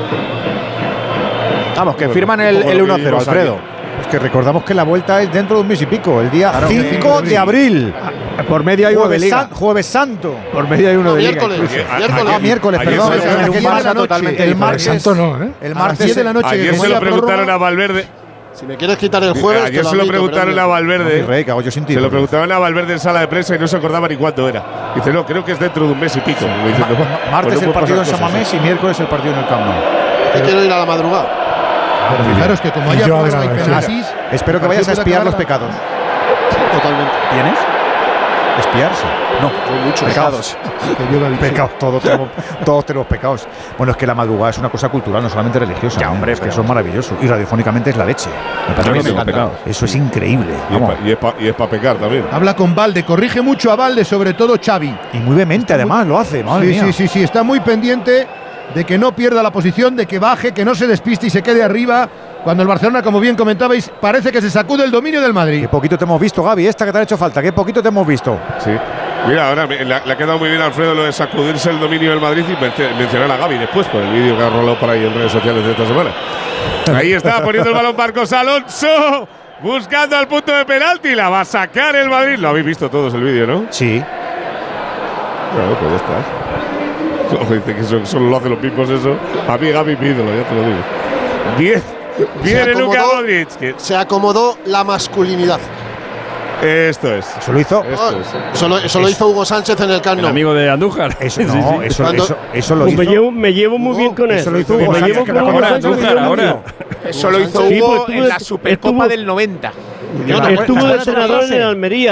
Speaker 8: Vamos, que firman el 1-0, Alfredo.
Speaker 7: Es que recordamos que la vuelta es dentro de un mes y pico, el día 5 de abril.
Speaker 11: Por medio hay uno de Liga.
Speaker 7: Jueves Santo.
Speaker 11: Por medio hay uno de Liga.
Speaker 7: Miércoles, perdón.
Speaker 11: El martes Santo no,
Speaker 7: El martes
Speaker 1: de la noche.
Speaker 28: Ayer se lo preguntaron a Valverde.
Speaker 13: Si me quieres quitar el jueves.
Speaker 28: Ayer se lo preguntaron a Valverde.
Speaker 7: Se
Speaker 28: lo preguntaban a Valverde en sala de prensa y no se acordaba ni cuándo era. Dice, no, creo que es dentro de un mes y pico.
Speaker 7: Martes el partido en San Mamés y miércoles el partido en el Camp Nou.
Speaker 13: Te quiero ir a la madrugada.
Speaker 1: Pero fijaros que como haya prueba y penaltis,
Speaker 7: espero que vayas a espiar los pecados.
Speaker 13: Totalmente.
Speaker 7: ¿Tienes? ¿Espiarse? No,
Speaker 13: muchos
Speaker 7: pecados. Pecados, todos tenemos pecados. Bueno, es que la madrugada es una cosa cultural, no solamente religiosa. Ya, hombre, es que eso es maravilloso. Y radiofónicamente es la leche. Me parece que me encanta. Eso es increíble.
Speaker 28: Y es para pecar también.
Speaker 1: Habla con Valde, corrige mucho a Valde, sobre todo Xavi.
Speaker 7: Y muy vehemente, además, lo hace. Madre mía.
Speaker 1: Sí, está muy pendiente de que no pierda la posición, de que baje, que no se despiste y se quede arriba. Cuando el Barcelona, como bien comentabais, parece que se sacude el dominio del Madrid.
Speaker 7: Qué poquito te hemos visto, Gaby, esta que te ha hecho falta, qué poquito te hemos visto.
Speaker 28: Sí. Mira, ahora le ha quedado muy bien a Alfredo lo de sacudirse el dominio del Madrid y mencionar a Gaby después por el vídeo que ha rolado por ahí en redes sociales de esta semana. Ahí está poniendo el balón Marcos Alonso, buscando al punto de penalti, la va a sacar el Madrid. Lo habéis visto todos el vídeo, ¿no?
Speaker 7: Sí.
Speaker 28: Claro, pues ya está. Dice que solo lo hacen los mismos eso. A mí Gaby mi ídolo, ya te lo digo. Viene Luka Modric.
Speaker 13: Se acomodó la masculinidad.
Speaker 28: Esto es.
Speaker 7: ¿Eso lo hizo?
Speaker 13: Eso lo hizo Hugo Sánchez en el Camp Nou.
Speaker 14: El amigo de Andújar.
Speaker 7: Eso lo hizo.
Speaker 3: Me llevo muy bien con él.
Speaker 7: Eso lo hizo Hugo Sánchez.
Speaker 10: Eso lo hizo Hugo en la Supercopa del 90.
Speaker 3: Estuvo de entrenador en Almería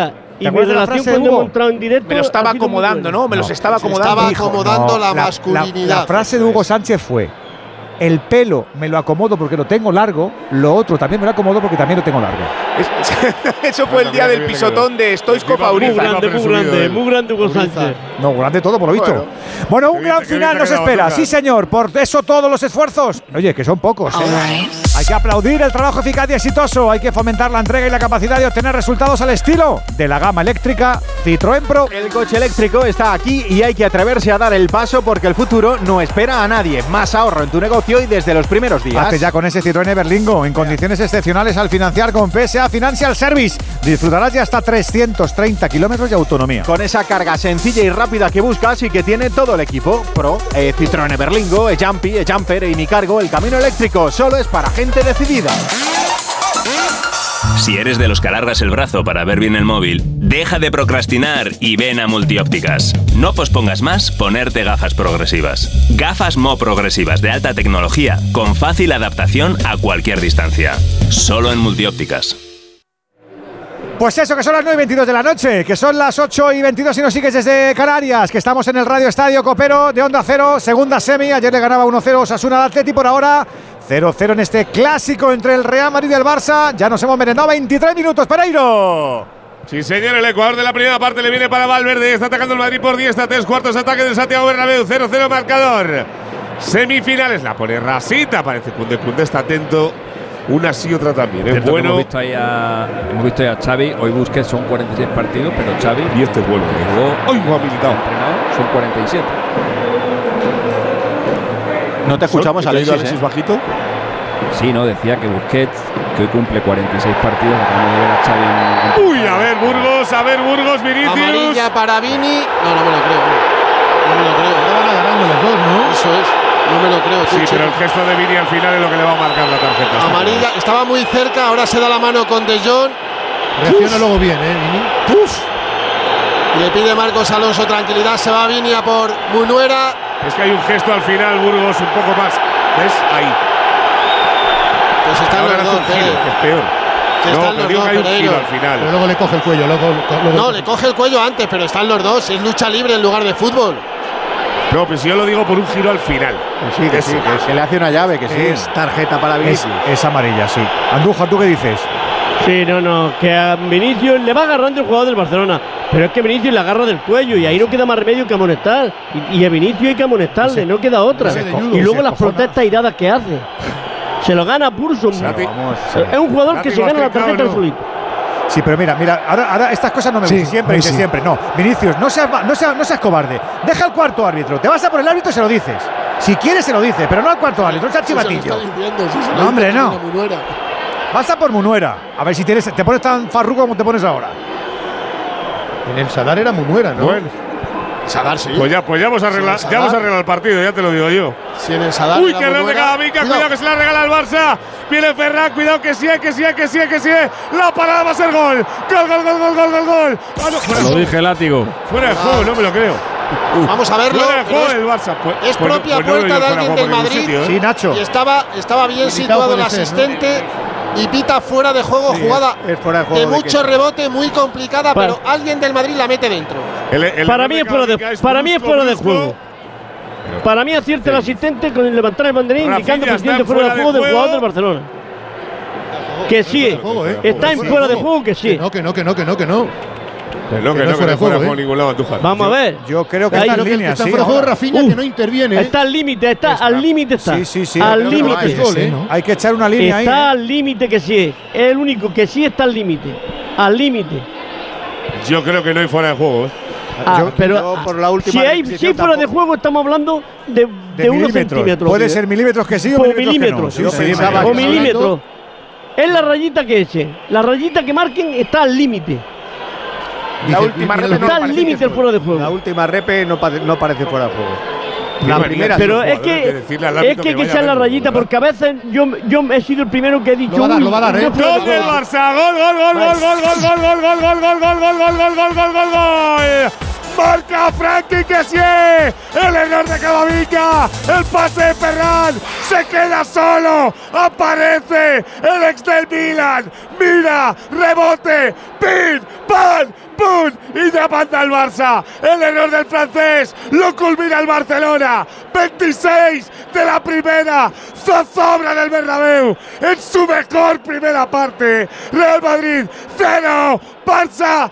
Speaker 3: Y mi relación cuando hemos entrado en directo.
Speaker 10: Me lo estaba acomodando, ¿no? Me los estaba acomodando.
Speaker 13: Estaba acomodando la masculinidad.
Speaker 7: La frase de Hugo Sánchez fue: el pelo me lo acomodo porque lo tengo largo, lo otro también me lo acomodo porque también lo tengo largo.
Speaker 10: Eso fue el día del pisotón de Stoichkov a Urizar.
Speaker 3: Muy grande Hugo Sánchez.
Speaker 7: No, grande todo por lo visto. Bueno, un gran final nos espera. Sí, señor. Por eso todos los esfuerzos. Oye, que son pocos. Hay que aplaudir el trabajo eficaz y exitoso. Hay que fomentar la entrega y la capacidad de obtener resultados al estilo de la gama eléctrica Citroën Pro.
Speaker 8: El coche eléctrico está aquí y hay que atreverse a dar el paso porque el futuro no espera a nadie. Más ahorro en tu negocio y desde los primeros días.
Speaker 7: Hazte ya con ese Citroën Everlingo en condiciones excepcionales al financiar con PSA Financial Service. Disfrutarás de hasta 330 kilómetros de autonomía.
Speaker 8: Con esa carga sencilla y rápida que buscas y que tiene todo el equipo. Pro, Citroën Everlingo, Jumpy, Jumper y Mi Cargo, el camino eléctrico solo es para gente decidida.
Speaker 16: Si eres de los que alargas el brazo para ver bien el móvil, deja de procrastinar y ven a Multiópticas. No pospongas más ponerte gafas progresivas. Gafas Mo progresivas de alta tecnología con fácil adaptación a cualquier distancia. Solo en Multiópticas.
Speaker 7: Pues eso, que son las 9:22 de la noche, que son las 8:22 si nos sigues desde Canarias, que estamos en el Radio Estadio Copero de Onda Cero, segunda semi. Ayer le ganaba 1-0 Osasuna al Atleti, por ahora 0-0 en este clásico entre el Real Madrid y el Barça. Ya nos hemos merendado 23 minutos, Pereiro.
Speaker 28: Sí, señor, el Ecuador de la primera parte le viene para Valverde. Está atacando el Madrid por 10, está 3/4 ataque del Santiago Bernabéu. 0-0 marcador. Semifinales, la pone rasita, parece Koundé está atento. Una sí, otra también. Es bueno.
Speaker 14: Hemos visto ahí a Xavi. Hoy Busquets son 46 partidos, pero Xavi.
Speaker 28: Y este es bueno.
Speaker 14: Hoy ha militado. Son 47.
Speaker 8: No te escuchamos, Alexis.
Speaker 28: Bajito.
Speaker 14: Sí, no, decía que Busquets, que hoy cumple 46 partidos, acabamos de ver a Xavi
Speaker 28: Uy, a ver Burgos, Vinicius.
Speaker 13: Amarilla para Vini. No me lo creo. No me lo creo.
Speaker 1: Estaban agarrando los dos, ¿no?
Speaker 13: Eso es. No me lo creo.
Speaker 28: Sí, pero el gesto de Vini al final es lo que le va a marcar la tarjeta.
Speaker 13: Amarilla, estaba muy cerca, ahora se da la mano con De Jong.
Speaker 1: Reacciona luego bien, Vini.
Speaker 13: Y le pide Marcos Alonso tranquilidad, se va Vini a por Munuera.
Speaker 28: Es que hay un gesto al final, Burgos, un poco más. ¿Ves? Ahí.
Speaker 13: Pues están los dos,
Speaker 28: es peor.
Speaker 13: No,
Speaker 28: digo que hay un giro al final.
Speaker 1: Pero luego le coge el cuello.
Speaker 13: No, le coge el cuello antes, pero están los dos. Es lucha libre en lugar de fútbol.
Speaker 28: No, pues yo lo digo por un giro al final.
Speaker 8: Que le hace una llave, que sí.
Speaker 11: Es tarjeta para Vinicius.
Speaker 7: Es amarilla, sí. Andújar, ¿tú qué dices?
Speaker 3: Sí, no, que a Vinicius le va agarrando el jugador del Barcelona. Pero es que Vinicius le agarra del cuello y ahí no queda más remedio que amonestar. Y a Vinicius hay que amonestarle, no queda otra. Y luego las protestas iradas que hace. Se lo gana pulso. Es un jugador que se gana la tarjeta solito.
Speaker 7: Sí, pero mira, ahora estas cosas no me gustan. Siempre dice siempre. No, Vinicius, no seas cobarde. Deja al cuarto árbitro. Te vas a por el árbitro y se lo dices. Si quieres se lo dice, pero no al cuarto árbitro, no seas chivatillo. No, hombre, no. Vas a por Munuera. A ver si te pones tan farruco como te pones ahora.
Speaker 1: En el Sadar era Munuera, ¿no?
Speaker 28: Bueno.
Speaker 13: Sadar, sí.
Speaker 28: Pues ya hemos arreglado el partido, ya te lo digo yo.
Speaker 13: Si en el Sadar.
Speaker 28: Uy, que grande Camavinga, cuidado que se la regala al Barça. Viene Ferran, cuidado que sí. La parada va a ser gol. Gol.
Speaker 14: Lo dije, látigo.
Speaker 28: Fuera de juego, no me lo creo.
Speaker 13: Vamos a verlo.
Speaker 28: Fuera de juego el Barça.
Speaker 13: Es propia puerta de alguien del Madrid.
Speaker 7: Sí, Nacho.
Speaker 13: Y estaba bien situado el asistente. Y pita fuera de juego, jugada de mucho rebote, muy complicada, pero alguien del Madrid la mete dentro.
Speaker 3: Para mí es fuera de juego. Para mí acierta el asistente con el levantar el banderín indicando presidente fuera de juego del jugador del Barcelona. Que sí, está en fuera de juego, que sí.
Speaker 1: Que no.
Speaker 28: Que no fuera de juego ningún lado, Andújar.
Speaker 3: Vamos a ver.
Speaker 7: Yo creo que está en línea,
Speaker 1: sí. Está fuera de juego Rafinha, que no interviene.
Speaker 3: Está al límite, al límite está.
Speaker 7: Sí.
Speaker 3: Al límite.
Speaker 7: Hay que echar una línea ahí.
Speaker 3: Está al límite que sí. Es el único que sí está al límite. Al límite.
Speaker 28: Yo creo que no hay fuera de juego,
Speaker 3: pero
Speaker 8: por la última
Speaker 3: si hay fuera de juego, estamos hablando de unos centímetros.
Speaker 7: Puede ser milímetros que sí o milímetros que no.
Speaker 3: O milímetros. Es la rayita que eche. La rayita que marquen está al límite.
Speaker 8: La última repe
Speaker 3: está al límite fuera de juego.
Speaker 11: La última repe no parece fuera de juego.
Speaker 28: La primera.
Speaker 3: Pero es que echar la rayita porque a veces yo he sido el primero que he dicho.
Speaker 1: Lo va a dar,
Speaker 28: Gol del Barça. Gol. Marca Frankie Kessié. El error de Camavinga. El pase de Ferran. Se queda solo. Aparece el ex del Milan. Mira. Rebote. Pin. Pan. ¡Pum! Y ya manda el Barça. El error del francés lo culmina el Barcelona. 26 de la primera. Zozobra del Bernabéu en su mejor primera parte. Real Madrid 0, Barça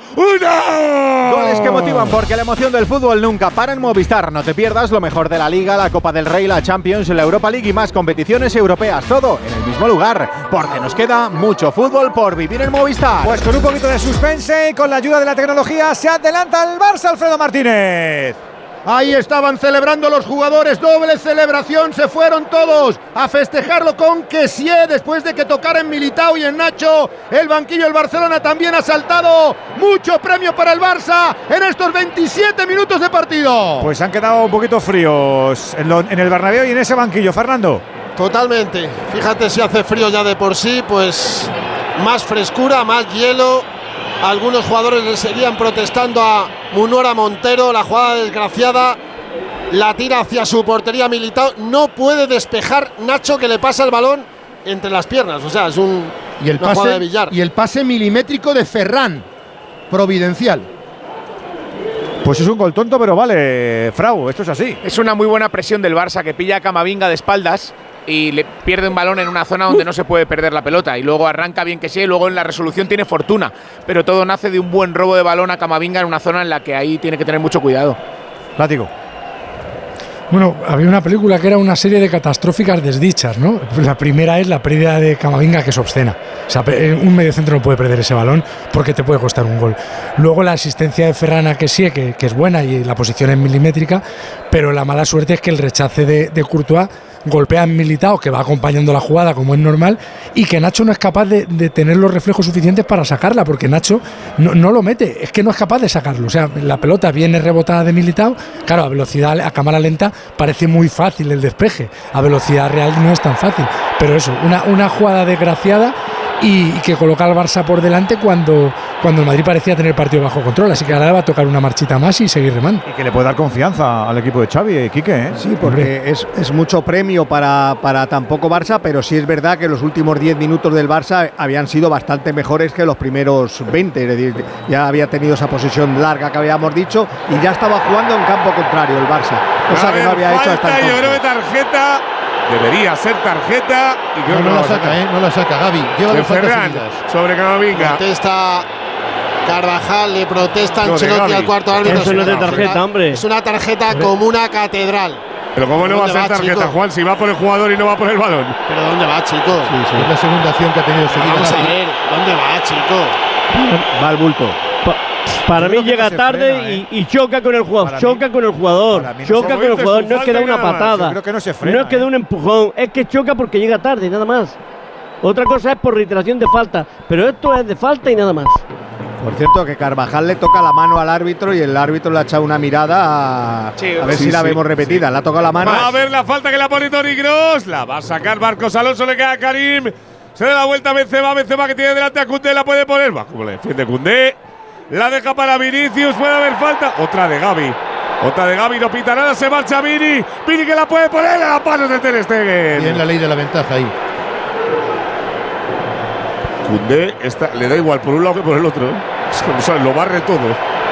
Speaker 28: 1.
Speaker 8: Goles que motivan porque la emoción del fútbol nunca para en Movistar. No te pierdas lo mejor de la Liga, la Copa del Rey, la Champions, la Europa League y más competiciones europeas. Todo en el mismo lugar, porque nos queda mucho fútbol por vivir en Movistar.
Speaker 7: Pues con un poquito de suspense y con la ayuda de la tecnología se adelanta el Barça, Alfredo Martínez.
Speaker 1: Ahí estaban celebrando los jugadores, doble celebración, se fueron todos a festejarlo con Kessie después de que tocaran Militao y en Nacho. El banquillo del Barcelona también ha saltado. Mucho premio para el Barça en estos 27 minutos de partido.
Speaker 7: Pues han quedado un poquito fríos en el Bernabéu y en ese banquillo, Fernando.
Speaker 13: Totalmente. Fíjate si hace frío ya de por sí, pues más frescura, más hielo. Algunos jugadores le seguían protestando a Munora Montero. La jugada desgraciada la tira hacia su portería Militao. No puede despejar Nacho, que le pasa el balón entre las piernas. O sea, es una jugada de billar.
Speaker 1: Y el pase milimétrico de Ferran, providencial.
Speaker 7: Pues es un gol tonto, pero vale, Frau, esto es así.
Speaker 10: Es una muy buena presión del Barça, que pilla a Camavinga de espaldas y le pierde un balón en una zona donde no se puede perder la pelota, y luego arranca bien Kessie, y luego en la resolución tiene fortuna, pero todo nace de un buen robo de balón a Camavinga en una zona en la que ahí tiene que tener mucho cuidado.
Speaker 7: Látigo.
Speaker 12: Bueno, había una película que era una serie de catastróficas desdichas, ¿no? La primera es la pérdida de Camavinga, que es obscena. O sea, un mediocentro no puede perder ese balón porque te puede costar un gol. Luego la asistencia de Ferran a Kessie, que es buena y la posición es milimétrica, pero la mala suerte es que el rechace de Courtois golpea en Militao, que va acompañando la jugada como es normal, y que Nacho no es capaz de tener los reflejos suficientes para sacarla, porque Nacho no lo mete, es que no es capaz de sacarlo. O sea, la pelota viene rebotada de Militao, claro, a velocidad, a cámara lenta parece muy fácil el despeje, a velocidad real no es tan fácil, pero eso, una jugada desgraciada y que coloca al Barça por delante cuando el Madrid parecía tener el partido bajo control, así que ahora le va a tocar una marchita más y seguir remando.
Speaker 7: Y que le puede dar confianza al equipo de Xavi, Quique, ¿eh?
Speaker 11: Sí, porque es mucho premio para tan poco Barça, pero sí es verdad que los últimos 10 minutos del Barça habían sido bastante mejores que los primeros 20, es decir, ya había tenido esa posesión larga que habíamos dicho y ya estaba jugando en campo contrario el Barça, cosa que no había hecho hasta entonces.
Speaker 28: Yo creo que tarjeta. Debería ser tarjeta. Y creo
Speaker 1: no la saca, no la saca, Gavi. Lleva
Speaker 28: de Ferran sobre Camavinga.
Speaker 13: Protesta Carvajal, le protesta Ancelotti al cuarto árbitro.
Speaker 3: Eso no es de tarjeta, hombre.
Speaker 13: Es una tarjeta como una catedral.
Speaker 28: Pero ¿cómo no va a ser tarjeta, chico? Juan, si va por el jugador y no va por el balón?
Speaker 13: ¿Pero dónde va, chico?
Speaker 1: Sí, es la segunda acción que ha tenido seguida.
Speaker 13: Vamos a ver, ¿dónde va, chico?
Speaker 11: Va al bulto.
Speaker 3: Para mí llega tarde y choca con el jugador. Choca con el jugador. Choca con el jugador. No es que da una patada.
Speaker 7: Creo que no se frena.
Speaker 3: No es que da un empujón. Es que choca porque llega tarde, nada más. Otra cosa es por reiteración de falta. Pero esto es de falta y nada más.
Speaker 11: Por cierto, que Carvajal le toca la mano al árbitro y el árbitro le ha echado una mirada a ver si la vemos repetida. Le ha tocado la mano.
Speaker 28: Va a ver la falta que le ha ponido Toni Kroos. La va a sacar Marcos Alonso. Le queda a Karim. Se da la vuelta a Benzema que tiene delante a Koundé. La puede poner. Va, como le defiende Koundé. La deja para Vinicius, puede haber falta. Otra de Gavi, no pita nada, se marcha Vini. Vini que la puede poner a las manos de Ter Stegen.
Speaker 1: Bien la ley de la ventaja ahí.
Speaker 28: Koundé le da igual por un lado que por el otro. O sea, lo barre todo.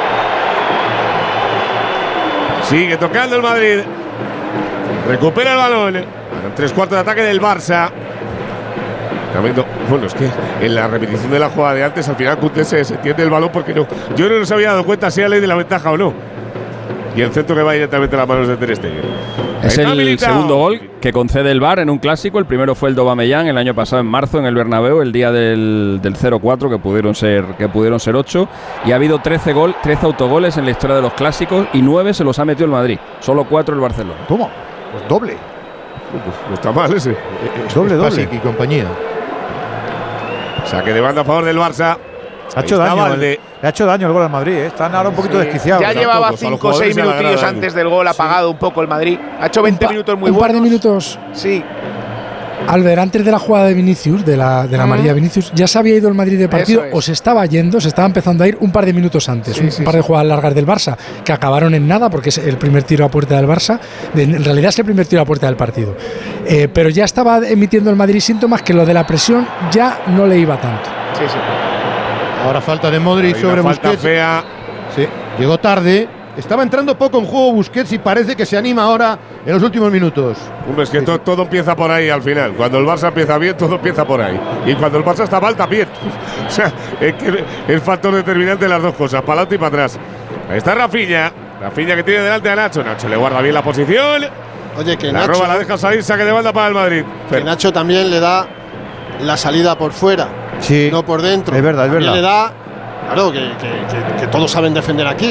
Speaker 28: Sigue tocando el Madrid. Recupera el balón. En 3/4 de ataque del Barça. Bueno, es que en la repetición de la jugada de antes, al final Koundé se entiende el balón porque no. Yo no se había dado cuenta si era ley de la ventaja o no. Y el centro que va directamente a las manos de Ter Stegen.
Speaker 14: Es el segundo gol que concede el VAR en un clásico. El primero fue el de Aubameyang el año pasado en marzo en el Bernabéu, el día del 0-4, que pudieron ser 8. Y ha habido 13 autogoles en la historia de los clásicos y 9 se los ha metido el Madrid. Solo 4 el Barcelona.
Speaker 7: ¿Cómo? Pues doble.
Speaker 28: No está mal ese.
Speaker 7: Doble.
Speaker 1: Y compañía.
Speaker 28: Saque de banda a favor del Barça.
Speaker 7: Le ha hecho daño el gol al Madrid, ¿eh? Están ahora un poquito desquiciados.
Speaker 10: Ya llevaba 5 o 6 minutillos antes del gol apagado un poco el Madrid. Ha hecho 20 minutos muy buenos.
Speaker 12: Un par de minutos.
Speaker 10: Sí.
Speaker 12: Albert, antes de la jugada de Vinicius, de la amarilla Vinicius, ¿ya se había ido el Madrid de partido o se estaba yendo, se estaba empezando a ir un par de minutos antes? Un par de jugadas largas del Barça que acabaron en nada porque es el primer tiro a puerta del Barça. En realidad es el primer tiro a puerta del partido. Pero ya estaba emitiendo el Madrid síntomas que lo de la presión ya no le iba tanto.
Speaker 10: Sí.
Speaker 1: Ahora falta de Modric
Speaker 28: Hay
Speaker 1: sobre
Speaker 28: una falta
Speaker 1: Busquets.
Speaker 28: fea.
Speaker 1: Sí, llegó tarde. Estaba entrando poco en juego Busquets y parece que se anima ahora en los últimos minutos.
Speaker 28: Hombre, es que todo empieza por ahí al final. Cuando el Barça empieza bien, todo empieza por ahí. Y cuando el Barça está mal, también. O sea, es que es factor determinante de las dos cosas, para adelante y para atrás. Ahí está Rafinha. Rafinha que tiene delante a Nacho. Nacho le guarda bien la posición.
Speaker 13: Oye, que
Speaker 28: la
Speaker 13: Nacho,
Speaker 28: roba, la deja salir, saque de banda para el Madrid.
Speaker 13: que Nacho también le da la salida por fuera,
Speaker 11: Sí.
Speaker 13: no por dentro.
Speaker 11: Es verdad, es
Speaker 13: También
Speaker 11: verdad.
Speaker 13: le da, claro, que todos saben defender aquí.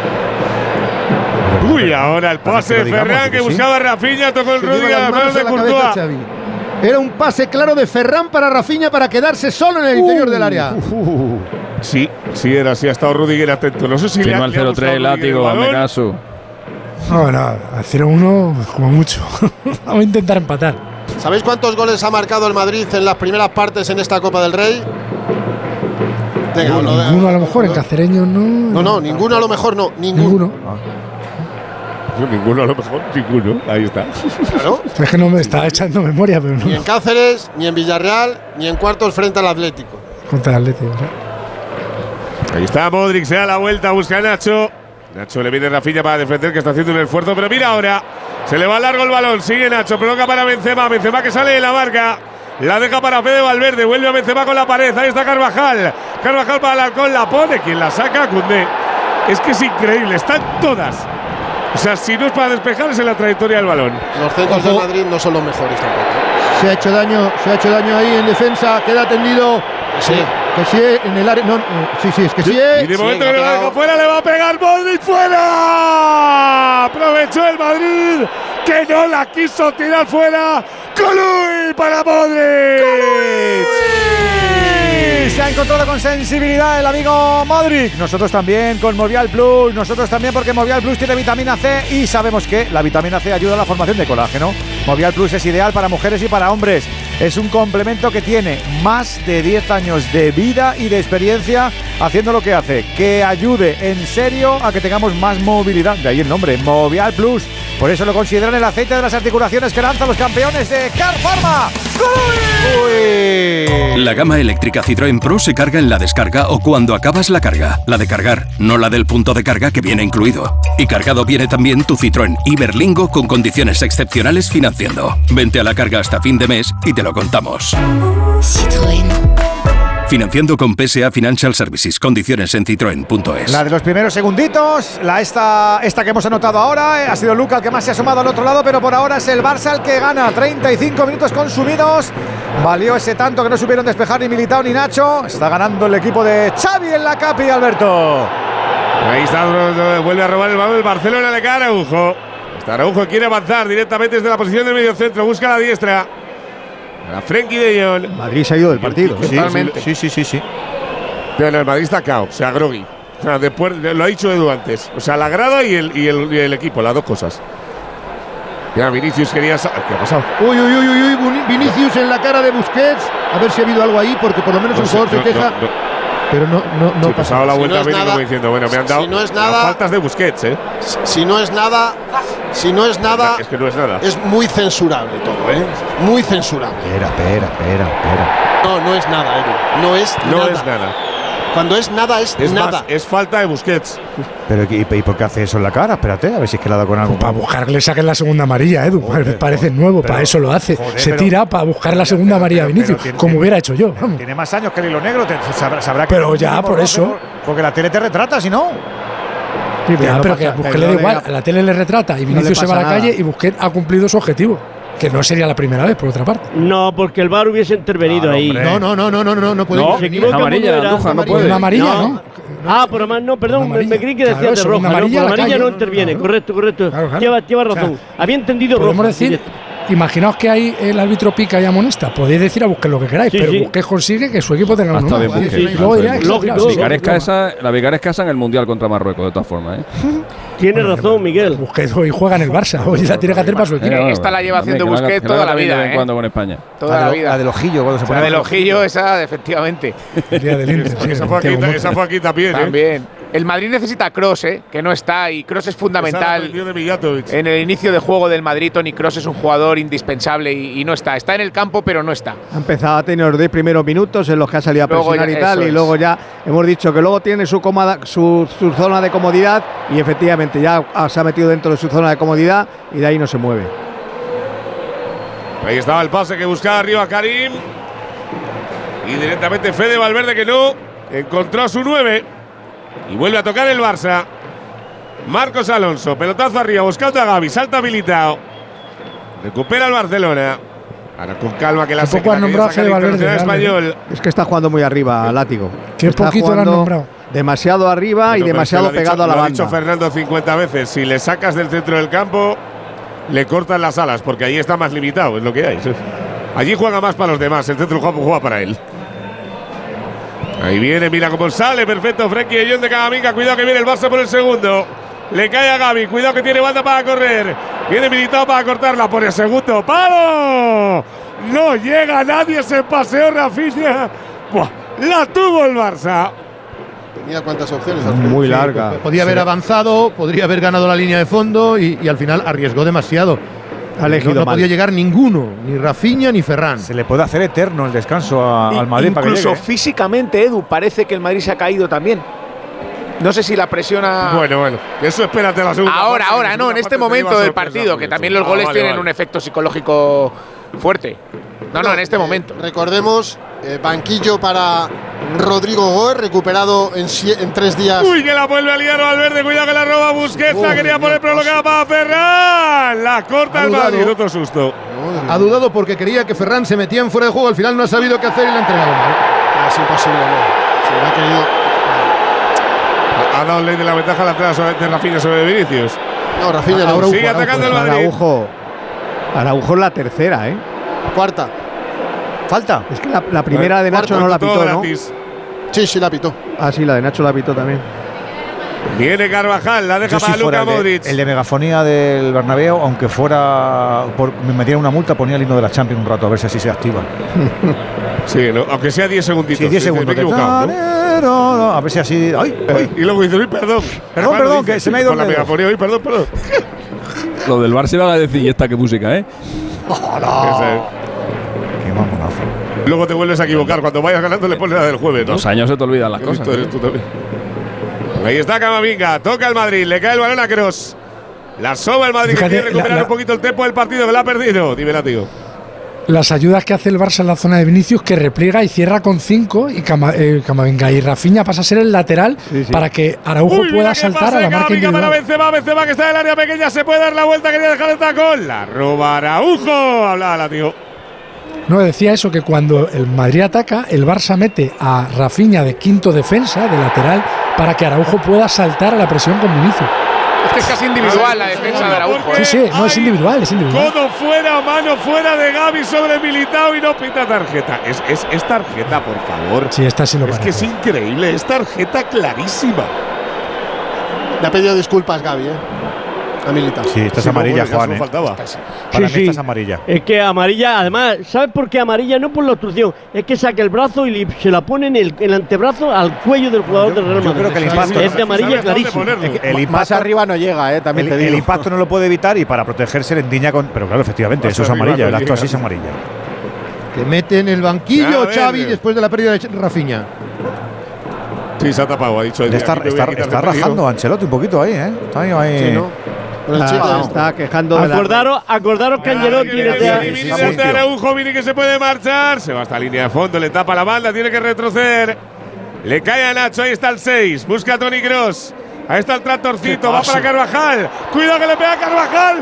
Speaker 28: Uy, ahora el pase de Ferran que buscaba a Rafinha, tocó el Rudiger a las manos de Courtois.
Speaker 1: Era un pase claro de Ferran para Rafinha para quedarse solo en el interior del área.
Speaker 28: Sí, era así, ha estado Rudiger atento. No sé si
Speaker 14: Firma el
Speaker 28: le ha
Speaker 14: 0-3 el látigo, hazme caso.
Speaker 12: No, al 0-1 como mucho. Vamos a intentar empatar.
Speaker 13: ¿Sabéis cuántos goles ha marcado el Madrid en las primeras partes en esta Copa del Rey? Venga,
Speaker 12: Ninguno a lo mejor, en Cacereño no.
Speaker 13: No, ninguno a lo mejor no. Ninguno.
Speaker 28: Ninguno a lo mejor, ninguno. Ahí está.
Speaker 13: Claro.
Speaker 12: Es que no me está echando memoria, pero no.
Speaker 13: Ni en Cáceres, ni en Villarreal, ni en cuartos frente al Atlético.
Speaker 12: Contra el Atlético.
Speaker 28: Ahí está Modric, se da la vuelta, busca a Nacho. Nacho le viene Rafinha para defender, que está haciendo un esfuerzo, pero mira ahora. Se le va largo el balón, sigue Nacho, provoca para Benzema. Benzema que sale de la marca. La deja para Fede Valverde, vuelve a Benzema con la pared. Ahí está Carvajal. Carvajal para Alarcón, la pone. Quien la saca, Koundé. Es que es increíble, están todas. O sea, si no es para despejar, es en la trayectoria del balón.
Speaker 13: Los centros de Madrid no son los mejores tampoco.
Speaker 1: Se ha hecho daño ahí en defensa, queda tendido.
Speaker 13: Sí.
Speaker 1: Que sí, en el área. No, sí, es que sí.
Speaker 28: Y de momento que lo deja fuera, le va a pegar Modric fuera. Aprovechó el Madrid, que no la quiso tirar fuera. Colui para Modric.
Speaker 7: Se ha encontrado con sensibilidad el amigo Modric. Nosotros también con Movial Plus. Nosotros también porque Movial Plus tiene vitamina C y sabemos que la vitamina C ayuda a la formación de colágeno. Movial Plus es ideal para mujeres y para hombres. Es un complemento que tiene más de 10 años de vida y de experiencia haciendo lo que hace. Que ayude en serio a que tengamos más movilidad. De ahí el nombre, Movial Plus. Por eso lo consideran el aceite de las articulaciones que lanzan los campeones de Car Pharma. ¡Uy!
Speaker 18: La gama eléctrica Citroën Pro se carga en la descarga o cuando acabas la carga. La de cargar, no la del punto de carga que viene incluido. Y cargado viene también tu Citroën Iberlingo con condiciones excepcionales financiando. Vente a la carga hasta fin de mes y te lo contamos.
Speaker 17: Citroën.
Speaker 18: Financiando con PSA Financial Services. Condiciones en citroen.es.
Speaker 7: La de los primeros segunditos, esta que hemos anotado ahora, ha sido Luka el que más se ha sumado al otro lado, pero por ahora es el Barça el que gana. 35 minutos consumidos. Valió ese tanto que no supieron despejar ni Militao ni Nacho. Está ganando el equipo de Xavi en la Capi, Alberto.
Speaker 28: Ahí está, vuelve a robar el balón el Barcelona de cara a Araujo. Araujo quiere avanzar directamente desde la posición del mediocentro, busca la diestra. A Frenkie de Jong.
Speaker 11: Madrid se ha ido del partido.
Speaker 28: Totalmente.
Speaker 11: Sí.
Speaker 28: Pero el Madrid está cao, o sea, groggy. O sea, después, lo ha dicho Edu antes. O sea, la grada y el equipo, las dos cosas. Ya, Vinicius quería… ¿Qué ha pasado?
Speaker 1: Uy, Vinicius en la cara de Busquets. A ver si ha habido algo ahí, porque por lo menos el jugador se queja. Pero no
Speaker 28: sí,
Speaker 1: pasa.
Speaker 28: Pasado la vuelta
Speaker 13: si no
Speaker 28: a como diciendo, bueno, me han dado
Speaker 13: si no es nada,
Speaker 28: faltas de Busquets, ¿eh?
Speaker 13: Si no es nada,
Speaker 28: es que no es nada.
Speaker 13: Es muy censurable todo, ¿eh? Muy censurable.
Speaker 11: Espera.
Speaker 13: No es nada, Edu. No es nada. Cuando es nada, es nada.
Speaker 28: Más, es falta de Busquets.
Speaker 11: Pero ¿y por qué hace eso en la cara? Espérate, a ver si es que le ha dado con algo.
Speaker 12: Para buscar que le saquen la segunda amarilla, Edu. Parece nuevo, para eso lo hace. Se tira para buscar la segunda amarilla a Vinicius, como hubiera hecho yo. Vamos.
Speaker 7: Tiene más años que el hilo negro, sabrá que…
Speaker 12: Pero ya, por eso.
Speaker 7: Porque la tele te retrata, si no…
Speaker 12: Sí, pero que a Busquets le da igual, a la tele le retrata y Vinicius se va a la calle y Busquets ha cumplido su objetivo. Que no sería la primera vez, por otra parte.
Speaker 3: No, porque el VAR hubiese intervenido ahí.
Speaker 1: No puede.
Speaker 3: Se equivoca
Speaker 14: amarilla, Andújar, no puede.
Speaker 12: Una amarilla, ¿no?
Speaker 3: Pero además no, perdón, me creí que decía
Speaker 12: Claro,
Speaker 3: de
Speaker 12: eso,
Speaker 3: roja.
Speaker 12: una amarilla,
Speaker 3: Por amarilla
Speaker 12: la
Speaker 3: no
Speaker 12: calle,
Speaker 3: interviene,
Speaker 12: no.
Speaker 3: correcto.
Speaker 12: Claro.
Speaker 3: Lleva razón.
Speaker 12: O sea,
Speaker 3: había entendido
Speaker 12: podemos
Speaker 3: roja.
Speaker 12: decir, imaginaos que ahí el árbitro pica y amonesta. Podéis decir a Busquets lo que queráis, pero Busquets consigue que su equipo tenga
Speaker 14: hasta
Speaker 12: uno.
Speaker 14: de Busquets.
Speaker 12: Y luego dirá,
Speaker 14: La Vicaresca esa en el Mundial contra Marruecos, de todas formas, ¿eh?
Speaker 3: Tienes razón, Miguel.
Speaker 12: Busquets hoy juega en el Barça, hoy la tiene que hacer para su equipo.
Speaker 10: Esta la lleva haciendo Busquets toda la vida, ¿eh?
Speaker 14: Cuando con España.
Speaker 10: Toda la vida.
Speaker 11: La del ojillo, cuando se pone.
Speaker 10: La del ojillo, esa, efectivamente.
Speaker 12: El día del Inter,
Speaker 28: Esa fue aquí también, ¿eh?
Speaker 10: También. El Madrid necesita a Kroos, que no está, y Kroos es fundamental. En el inicio de juego del Madrid, Toni Kroos es un jugador indispensable y no está. Está en el campo, pero no está.
Speaker 11: Ha empezado a tener los 10 primeros minutos en los que ha salido a presionar y tal, y luego ya hemos dicho que luego tiene su zona de comodidad, y efectivamente ya se ha metido dentro de su zona de comodidad y de ahí no se mueve.
Speaker 28: Ahí estaba el pase que buscaba arriba Karim. Y directamente Fede Valverde, que no encontró a su 9. Y vuelve a tocar el Barça. Marcos Alonso, pelotazo arriba, buscando a Gavi, salta Militao. Recupera el Barcelona. Ahora con calma que la
Speaker 12: seca, ha nombrado a Fede Valverde,
Speaker 28: español.
Speaker 11: Es que está jugando muy arriba, Látigo.
Speaker 12: Qué poquito lo han nombrado.
Speaker 11: Demasiado arriba y demasiado pegado a la banda.
Speaker 28: Lo ha dicho Fernando 50 veces. Si le sacas del centro del campo, le cortan las alas, porque ahí está más limitado, es lo que hay. Allí juega más para los demás, el centro del campo juega para él. Ahí viene, mira cómo sale, perfecto, Frenkie de Jong de Camavinga, cuidado que viene el Barça por el segundo. Le cae a Gavi, cuidado que tiene banda para correr. Viene Militao para cortarla por el segundo palo. No llega nadie, se paseó Rafinha. Buah, la tuvo el Barça.
Speaker 13: Tenía cuántas opciones.
Speaker 11: Muy larga.
Speaker 1: Podía haber avanzado, podría haber ganado la línea de fondo y al final arriesgó demasiado. No podía llegar ninguno, ni Rafinha ni Ferran.
Speaker 7: Se le puede hacer eterno el descanso al Madrid para que llegue.
Speaker 10: Incluso físicamente, Edu, parece que el Madrid se ha caído también. No sé si la presiona.
Speaker 28: Bueno, eso espérate la segunda.
Speaker 10: Ahora, no, en este momento del partido, que también los goles tienen un efecto psicológico fuerte. No, en este momento.
Speaker 13: Recordemos, banquillo para Rodrigo Goes, recuperado en 3 días.
Speaker 28: Uy, que la vuelve a liar Valverde, cuidado que la roba Busquets, la quería poner prolongada para Ferran. La corta el Madrid, otro susto.
Speaker 1: Ha dudado porque creía que Ferran se metía en fuera de juego, al final no ha sabido qué hacer y la ha entregado mal.
Speaker 13: Es imposible, no. Se lo ha querido.
Speaker 28: Ha dado ley de la ventaja lateral de Rafinha sobre Vinicius.
Speaker 13: No, Rafinha
Speaker 28: no. Sigue atacando el Madrid.
Speaker 11: Araujo es la tercera,
Speaker 13: Cuarta.
Speaker 11: ¿Falta? Es que la primera de Nacho no la pitó, ¿no?
Speaker 13: Sí, la pitó.
Speaker 11: Ah, sí, la de Nacho la pitó también.
Speaker 28: Viene Carvajal, la deja para Luka Modric.
Speaker 7: El de megafonía del Bernabéu, aunque fuera me metiera una multa, ponía el himno de la Champions un rato, a ver si así se activa.
Speaker 28: Sí, aunque sea 10 segunditos.
Speaker 7: Sí, 10 segundos. A ver si así. ¡Ay!
Speaker 28: Y luego dice, perdón.
Speaker 7: Perdón, que se me ha ido
Speaker 28: con la megafonía. Perdón.
Speaker 14: Lo del Barça iba a decir, ¿y esta qué música,
Speaker 7: ¡Oh, no! ¡Qué mamonazo!
Speaker 28: Luego te vuelves a equivocar. Cuando vayas ganando le pones la del jueves, ¿no?
Speaker 14: 2 años se te olvidan las cosas.
Speaker 28: Eres tú también. Ahí está Camavinga, toca el Madrid, le cae el balón a Kroos. La soba el Madrid, que quiere recuperar un poquito el tempo del partido, que lo ha perdido. Dime, Látigo.
Speaker 12: Las ayudas que hace el Barça en la zona de Vinicius, que repliega y cierra con 5, y Camavinga y Rafinha pasa a ser el lateral para que Araujo pueda saltar a la marca individual.
Speaker 28: Para Benzema, que está en el área pequeña, se puede dar la vuelta, quería dejar el tacón. La roba Araujo, hablaba Látigo.
Speaker 12: No, decía eso, que cuando el Madrid ataca, el Barça mete a Rafinha de quinto defensa, de lateral, para que Araujo pueda saltar a la presión con Vinicius.
Speaker 10: Es que es casi individual la defensa de Araujo.
Speaker 12: Sí, no, es individual,
Speaker 28: Codo fuera, mano fuera de Gavi sobre Militao y no pita tarjeta. Es tarjeta, por favor.
Speaker 12: Sí, esta sí lo parece.
Speaker 28: Que es increíble, es tarjeta clarísima.
Speaker 13: Le ha pedido disculpas Gavi, a Militao.
Speaker 7: Sí, esta es amarilla, Juan.
Speaker 28: Faltaba.
Speaker 7: Para mí esta es amarilla.
Speaker 3: Es que amarilla, además, ¿sabes por qué amarilla? No por la obstrucción, es que saca el brazo y se la pone en el antebrazo al cuello del jugador del Real Madrid.
Speaker 7: Yo creo que el impacto
Speaker 3: es de amarilla clarísimo.
Speaker 7: El impacto
Speaker 11: arriba no llega, también te digo.
Speaker 7: El impacto no lo puede evitar y para protegerse le endiña con. Pero claro, efectivamente, eso es amarilla. El acto así es amarilla.
Speaker 1: Que mete en el banquillo Xavi después de la pérdida de Rafinha.
Speaker 28: Sí, se ha tapado, ha dicho.
Speaker 7: Está rajando a Ancelotti un poquito ahí, Está ahí.
Speaker 13: Sí, ¿no?
Speaker 11: Está quejando de
Speaker 3: acordaros que Ancelotti
Speaker 28: tiene Araujo, Vini que se puede marchar. Se va hasta línea de fondo, le tapa la banda, tiene que retroceder. Le cae a Nacho, ahí está el 6. Busca a Toni Kroos. Ahí está el tractorcito, va para Carvajal. Cuidado que le pega a Carvajal.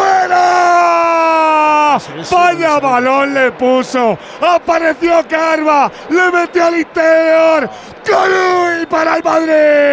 Speaker 28: ¡Fuera! Vaya balón le puso. Apareció Carva. Le metió al interior. ¡Colui para el Madrid!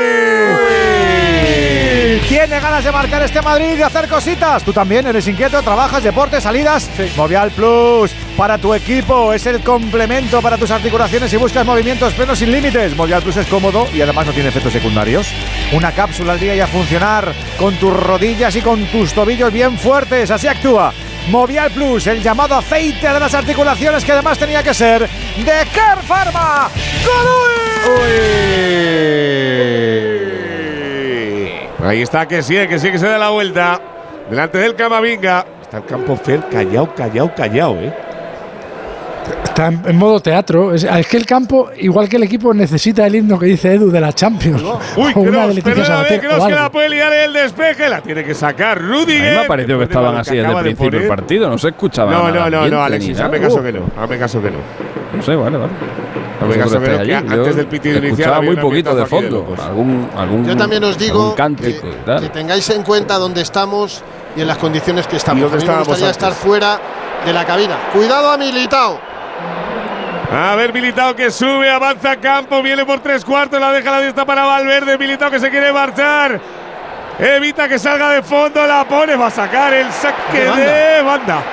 Speaker 7: ¿Tiene ganas de marcar este Madrid y de hacer cositas? Tú también eres inquieto, trabajas, deportes, salidas. Movial Plus para tu equipo es el complemento para tus articulaciones y buscas movimientos plenos sin límites. Movial Plus es cómodo y además no tiene efectos secundarios. Una cápsula al día y a funcionar con tus rodillas y con tus tobillos bien fuertes. Así actúa Movial Plus, el llamado aceite de las articulaciones que además tenía que ser de Care Pharma. ¡Colui!
Speaker 28: Ahí está que sí que se da la vuelta. Delante del Camavinga. Está el campo Fer callao,
Speaker 12: Está en modo teatro. Es que el campo, igual que el equipo, necesita el himno que dice Edu de la Champions.
Speaker 28: Uy,
Speaker 12: Kroos,
Speaker 28: que la puede liar el despeje. La tiene que sacar Rudiger.
Speaker 14: A mí me ha parecido que estaban así desde el principio del partido. No se escuchaba nada.
Speaker 28: No, Alexis, hazme caso que no.
Speaker 14: No sé, vale.
Speaker 28: Hazme caso que no, que antes del pitido inicial
Speaker 14: escuchaba muy poquito de fondo.
Speaker 13: Yo también os digo
Speaker 14: cántico
Speaker 13: que tengáis en cuenta dónde estamos y en las condiciones que estamos. A mí me gustaría estar fuera de la cabina. Cuidado a Militao.
Speaker 28: A ver, Militao que sube, avanza a campo, viene por 3/4, la deja la diestra para Valverde. Militao que se quiere marchar. Evita que salga de fondo, la pone, va a sacar el saque de banda.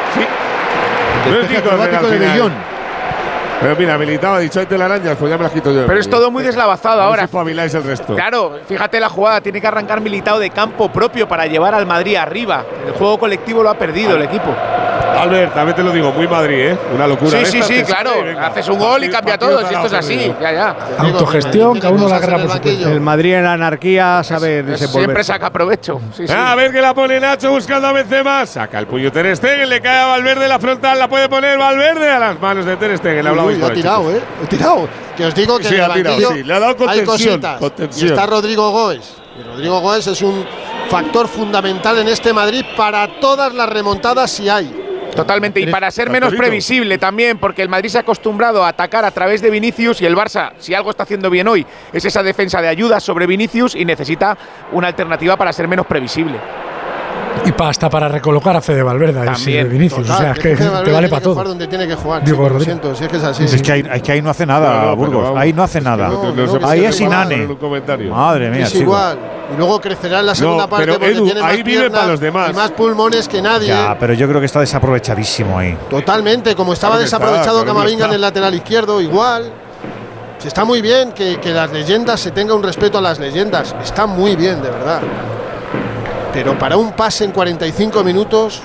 Speaker 28: Sí.
Speaker 1: Despeje acrobático de De Jong.
Speaker 28: Pero mira, Militao ha dicho, hay telarañas, pues ya me las quito yo.
Speaker 10: Pero es todo muy deslavazado ahora.
Speaker 28: Si espabiláis el resto.
Speaker 10: Claro, fíjate la jugada, tiene que arrancar Militao de campo propio para llevar al Madrid arriba. El juego colectivo lo ha perdido el equipo.
Speaker 28: Albert, también te lo digo, muy Madrid, ¿eh? Una locura.
Speaker 10: Sí, claro. Haces un gol y cambia todo, si esto es así, ya.
Speaker 12: Autogestión, cada uno la guerra por su cuenta.
Speaker 11: El Madrid en la anarquía sabe desenvolverse.
Speaker 10: Siempre saca provecho.
Speaker 28: A ver que la pone Nacho buscando a Benzema. Saca el puño Ter Stegen, le cae a Valverde la frontal, la puede poner Valverde a las manos de Ter Stegen.
Speaker 13: Lo ha tirado, He tirado. Que os digo que en el banquillo
Speaker 28: le ha dado
Speaker 13: hay cositas. Y está Rodrigo Goes. Y Rodrigo Goes es un factor fundamental en este Madrid para todas las remontadas si hay.
Speaker 10: Totalmente, y para ser menos previsible también, porque el Madrid se ha acostumbrado a atacar a través de Vinicius y el Barça, si algo está haciendo bien hoy, es esa defensa de ayuda sobre Vinicius y necesita una alternativa para ser menos previsible.
Speaker 12: Y hasta para recolocar a Fede Valverde de Vinicius.
Speaker 13: Total,
Speaker 12: o sea, es que te vale para todo.
Speaker 13: Jugar donde tiene que jugar.
Speaker 12: Digo,
Speaker 13: lo siento, si es que es así.
Speaker 11: Es que ahí no hace nada, Burgos. Ahí no hace nada. Ahí es inane. Madre mía,
Speaker 13: es igual. Y luego crecerá en la segunda parte porque
Speaker 28: Edu,
Speaker 13: tiene más
Speaker 28: ahí vive para los demás.
Speaker 13: Y más pulmones que nadie.
Speaker 11: Ya, pero yo creo que está desaprovechadísimo ahí.
Speaker 13: Totalmente, como estaba desaprovechado Camavinga en el lateral izquierdo, igual. Si está muy bien que las leyendas se tenga un respeto a las leyendas. Está muy bien, de verdad. Pero para un pase en 45 minutos…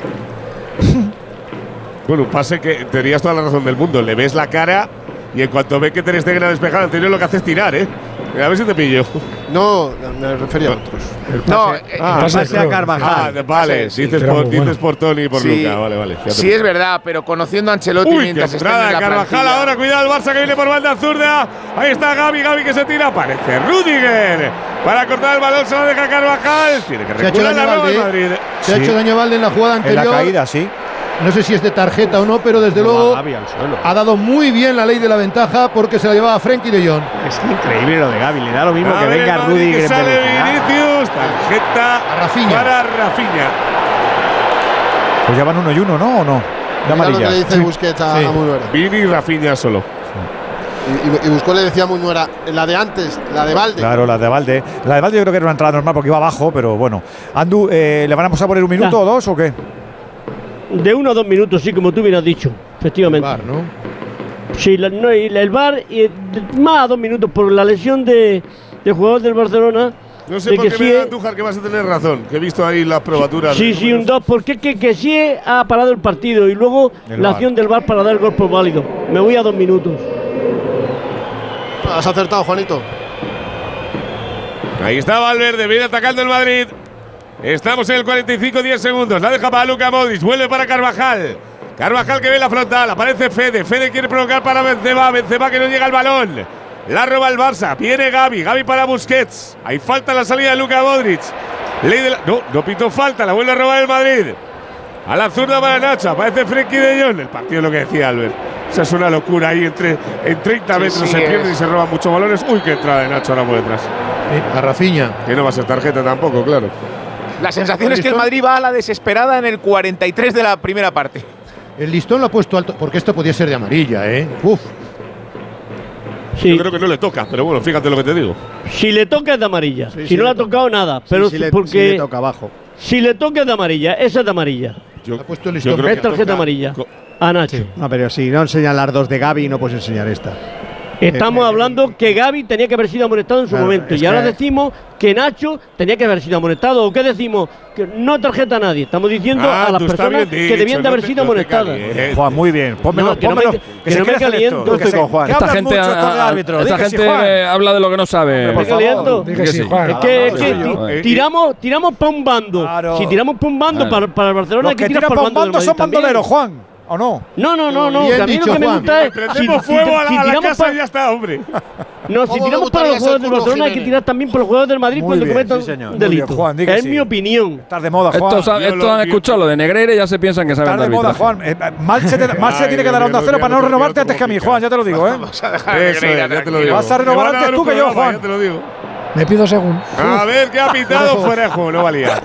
Speaker 28: Bueno, un pase que tenías toda la razón del mundo. Le ves la cara y en cuanto ve que Ter Stegen ha despejado anterior, lo que hace es tirar, A ver si te pillo.
Speaker 13: No, me refería a otros.
Speaker 28: El pase a Carvajal. Vale, dices por Toni y por Luka. Vale.
Speaker 10: Sí, es verdad, pero conociendo a Ancelotti mientras está en la
Speaker 28: Carvajal
Speaker 10: plantilla.
Speaker 28: Ahora, cuidado, el Barça que viene por banda zurda. Ahí está Gavi que se tira. Aparece Rudiger para cortar el balón, se lo deja Carvajal. Tiene que recular la Real Madrid.
Speaker 1: Se ha hecho daño Valde en la jugada anterior.
Speaker 11: En la caída, sí.
Speaker 1: No sé si es de tarjeta o no, pero desde luego ha dado muy bien la ley de la ventaja porque se la llevaba Frenkie de Jong.
Speaker 11: Es increíble lo de Gavi, le da lo mismo que venga Rudiger en
Speaker 28: Vinicius, tarjeta para Rafinha.
Speaker 11: Pues ya van 1 y 1, ¿no? ¿O no? De amarilla.
Speaker 13: Lo que le dice Busquets a Munuera.
Speaker 28: Vini y Rafinha solo.
Speaker 13: Y Busquets le decía a Munuera, la de antes, la de Valde.
Speaker 11: Claro, la de Valde. La de Valde yo creo que era una entrada normal porque iba abajo, pero bueno. Andu, ¿le vamos a poner 1 minuto o 2 o qué?
Speaker 3: De 1 a 2 minutos, sí, como tú hubieras dicho, efectivamente.
Speaker 1: El VAR, ¿no?
Speaker 3: Sí, el VAR, más a 2 minutos por la lesión de jugador del Barcelona.
Speaker 28: No sé por qué me da Andújar que vas a tener razón, que he visto ahí las probaturas.
Speaker 3: Sí, un 2, porque que sí ha parado el partido y luego la acción del VAR para dar el gol por válido. Me voy a 2 minutos.
Speaker 13: Has acertado, Juanito.
Speaker 28: Ahí está Valverde, viene atacando el Madrid. Estamos en el 45, 10 segundos. La deja para Luka Modric, vuelve para Carvajal. Carvajal que ve la frontal, aparece Fede. Fede quiere provocar para Benzema. Benzema que no llega al balón. La roba el Barça, viene Gavi para Busquets. Hay falta en la salida de Luka Modric. No pitó falta, la vuelve a robar el Madrid. A la zurda para Nacho, aparece Frenkie de Jong. El partido es lo que decía Albert. Esa es una locura ahí en 30 metros se pierde y se roban muchos balones. Uy, qué entrada de Nacho ahora por detrás.
Speaker 1: A Rafinha.
Speaker 28: Que no va a ser tarjeta tampoco, claro.
Speaker 10: La sensación es que el Madrid va a la desesperada en el 43 de la primera parte.
Speaker 1: El listón lo ha puesto alto, porque esto podía ser de amarilla, Uf.
Speaker 3: Sí.
Speaker 28: Yo creo que no le toca, pero bueno, fíjate lo que te digo.
Speaker 3: Si le toca es de amarilla, si no le ha tocado nada, pero porque
Speaker 11: si le toca abajo.
Speaker 3: Si le toca es de amarilla, esa es de amarilla.
Speaker 1: Ha puesto el listón.
Speaker 3: Es tarjeta amarilla. A Nacho.
Speaker 11: No, pero si no enseñan las 2 de Gavi, no puedes enseñar esta.
Speaker 3: Estamos hablando que Gavi tenía que haber sido amonestado en su momento. Y ahora decimos que Nacho tenía que haber sido amonestado. ¿O qué decimos? Que no tarjeta a nadie. Estamos diciendo a las personas que debían de haber sido amonestadas.
Speaker 7: Juan, muy bien. Pónmelo.
Speaker 3: Que no me caliento.
Speaker 14: Yo estoy con Juan. Esta gente habla de lo que no sabe.
Speaker 3: Es que tiramos para un bando.
Speaker 7: Claro.
Speaker 3: Si tiramos para un bando para el Barcelona, hay que tirar para el bando.
Speaker 7: Son bandoleros, Juan. ¿O no?
Speaker 3: No.
Speaker 1: Bien
Speaker 3: A mí
Speaker 1: dicho,
Speaker 3: lo que me
Speaker 1: Juan.
Speaker 3: gusta es.
Speaker 28: Prendemos fuego a la casa y ya está, hombre.
Speaker 3: No, si tiramos para los juegos del Barcelona, hay que tirar también para los juegos del Madrid cuando cometan un delito.
Speaker 7: Juan,
Speaker 3: es mi opinión.
Speaker 7: Estás de moda, Juan.
Speaker 14: Estos han escuchado lo de Negreira y ya se piensan que saben de
Speaker 7: moda, Juan. Marche tiene que dar a Onda Cero para no renovarte antes que a mí, Juan, ya te lo digo, ¿eh?
Speaker 28: Vamos a dejar a Negreira, ya te lo digo.
Speaker 7: Vas a renovar antes tú que yo, Juan.
Speaker 28: Ya te lo digo.
Speaker 12: Me pido según.
Speaker 28: A ver qué ha pitado fuera de juego. No valía.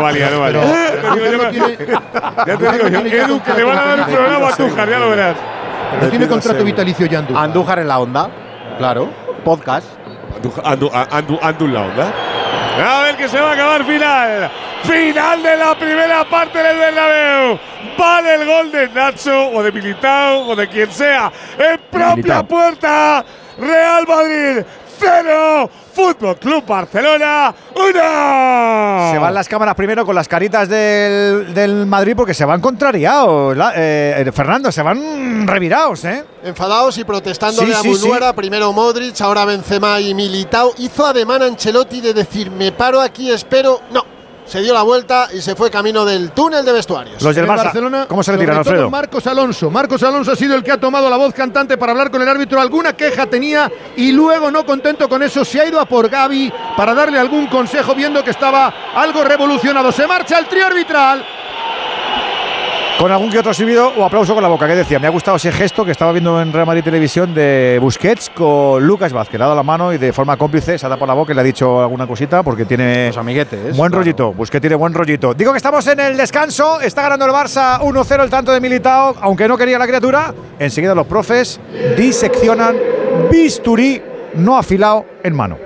Speaker 28: Ya te digo yo, Edu, que le van a dar un programa a Andújar, ya lo verás.
Speaker 1: Pero tiene contrato vitalicio ya Andújar.
Speaker 8: Andújar en la onda. Claro. Podcast.
Speaker 28: Andú la onda. A ver que se va a acabar final. Final de la primera parte del Bernabéu. Vale el gol de Nacho o de Militao o de quien sea. En propia puerta. Real Madrid 0. Fútbol Club Barcelona 1.
Speaker 7: Se van las cámaras primero con las caritas del Madrid porque se van contrariados. Fernando, se van revirados, ¿eh?
Speaker 13: Enfadados y protestándole a Munuera. Primero Modric, ahora Benzema y Militao. Hizo ademán Ancelotti de decir, me paro aquí, espero. No. Se dio la vuelta y se fue camino del túnel de vestuarios.
Speaker 7: Los del Barcelona, ¿cómo se retiran, Alfredo?
Speaker 1: Marcos Alonso. Marcos Alonso ha sido el que ha tomado la voz cantante para hablar con el árbitro. Alguna queja tenía y luego, no contento con eso, se ha ido a por Gavi para darle algún consejo, viendo que estaba algo revolucionado. Se marcha el trío arbitral.
Speaker 7: Con algún que otro silbido o aplauso con la boca. ¿Qué decía? Me ha gustado ese gesto que estaba viendo en Real Madrid Televisión de Busquets con Lucas Vázquez. Le ha dado la mano y de forma cómplice se ha dado por la boca y le ha dicho alguna cosita porque tiene
Speaker 8: los amiguetes.
Speaker 7: Buen rollito. Busquets tiene buen rollito. Digo que estamos en el descanso. Está ganando el Barça 1-0 el tanto de Militao. Aunque no quería la criatura. Enseguida los profes diseccionan bisturí no afilado en mano.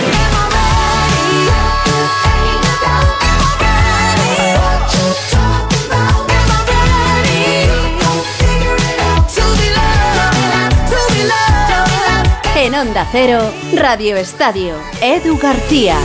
Speaker 5: En Onda Cero, Radio Estadio, Edu García.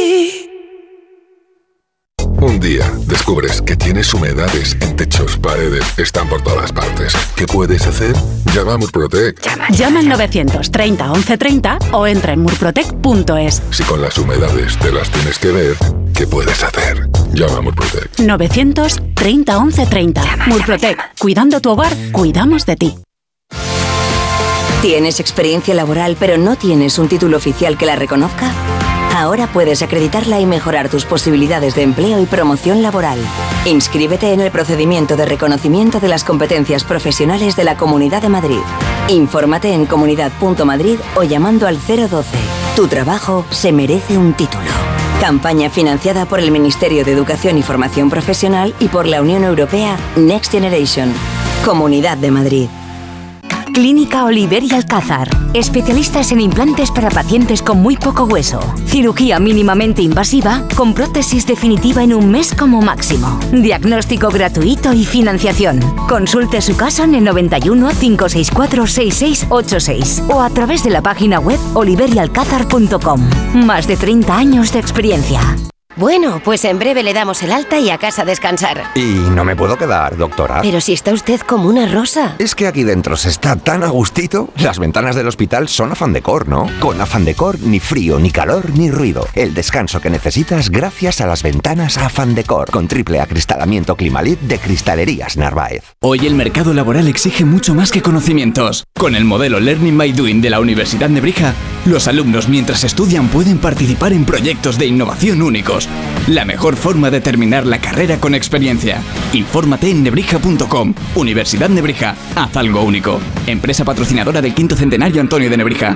Speaker 19: Un día descubres que tienes humedades en techos, paredes, están por todas partes. ¿Qué puedes hacer? Llama a Murprotec.
Speaker 20: Llama al 930 1130 o entra en murprotec.es.
Speaker 19: Si con las humedades te las tienes que ver, ¿qué puedes hacer? Llama a Murprotec.
Speaker 20: 930 1130. Murprotec. Cuidando tu hogar, cuidamos de ti.
Speaker 17: ¿Tienes experiencia laboral pero no tienes un título oficial que la reconozca? Ahora puedes acreditarla y mejorar tus posibilidades de empleo y promoción laboral. Inscríbete en el procedimiento de reconocimiento de las competencias profesionales de la Comunidad de Madrid. Infórmate en comunidad.madrid o llamando al 012. Tu trabajo se merece un título. Campaña financiada por el Ministerio de Educación y Formación Profesional y por la Unión Europea Next Generation. Comunidad de Madrid.
Speaker 21: Clínica Oliver y Alcázar. Especialistas en implantes para pacientes con muy poco hueso. Cirugía mínimamente invasiva con prótesis definitiva en un mes como máximo. Diagnóstico gratuito y financiación. Consulte su caso en el 91 564 6686 o a través de la página web oliverialcázar.com. Más de 30 años de experiencia. Bueno, pues en breve le damos el alta y a casa a descansar.
Speaker 27: Y no me puedo quedar, doctora.
Speaker 21: Pero si está usted como una rosa.
Speaker 27: Es que aquí dentro se está tan a gustito. Las ventanas del hospital son Afan Decor, ¿no? Con Afan Decor ni frío, ni calor, ni ruido. El descanso que necesitas gracias a las ventanas Afan Decor. Con triple acristalamiento Climalit de Cristalerías Narváez.
Speaker 22: Hoy el mercado laboral exige mucho más que conocimientos. Con el modelo Learning by Doing de la Universidad Nebrija, los alumnos mientras estudian pueden participar en proyectos de innovación únicos. La mejor forma de terminar la carrera con experiencia. Infórmate en nebrija.com. Universidad Nebrija. Haz algo único. Empresa patrocinadora del 5º centenario Antonio de Nebrija.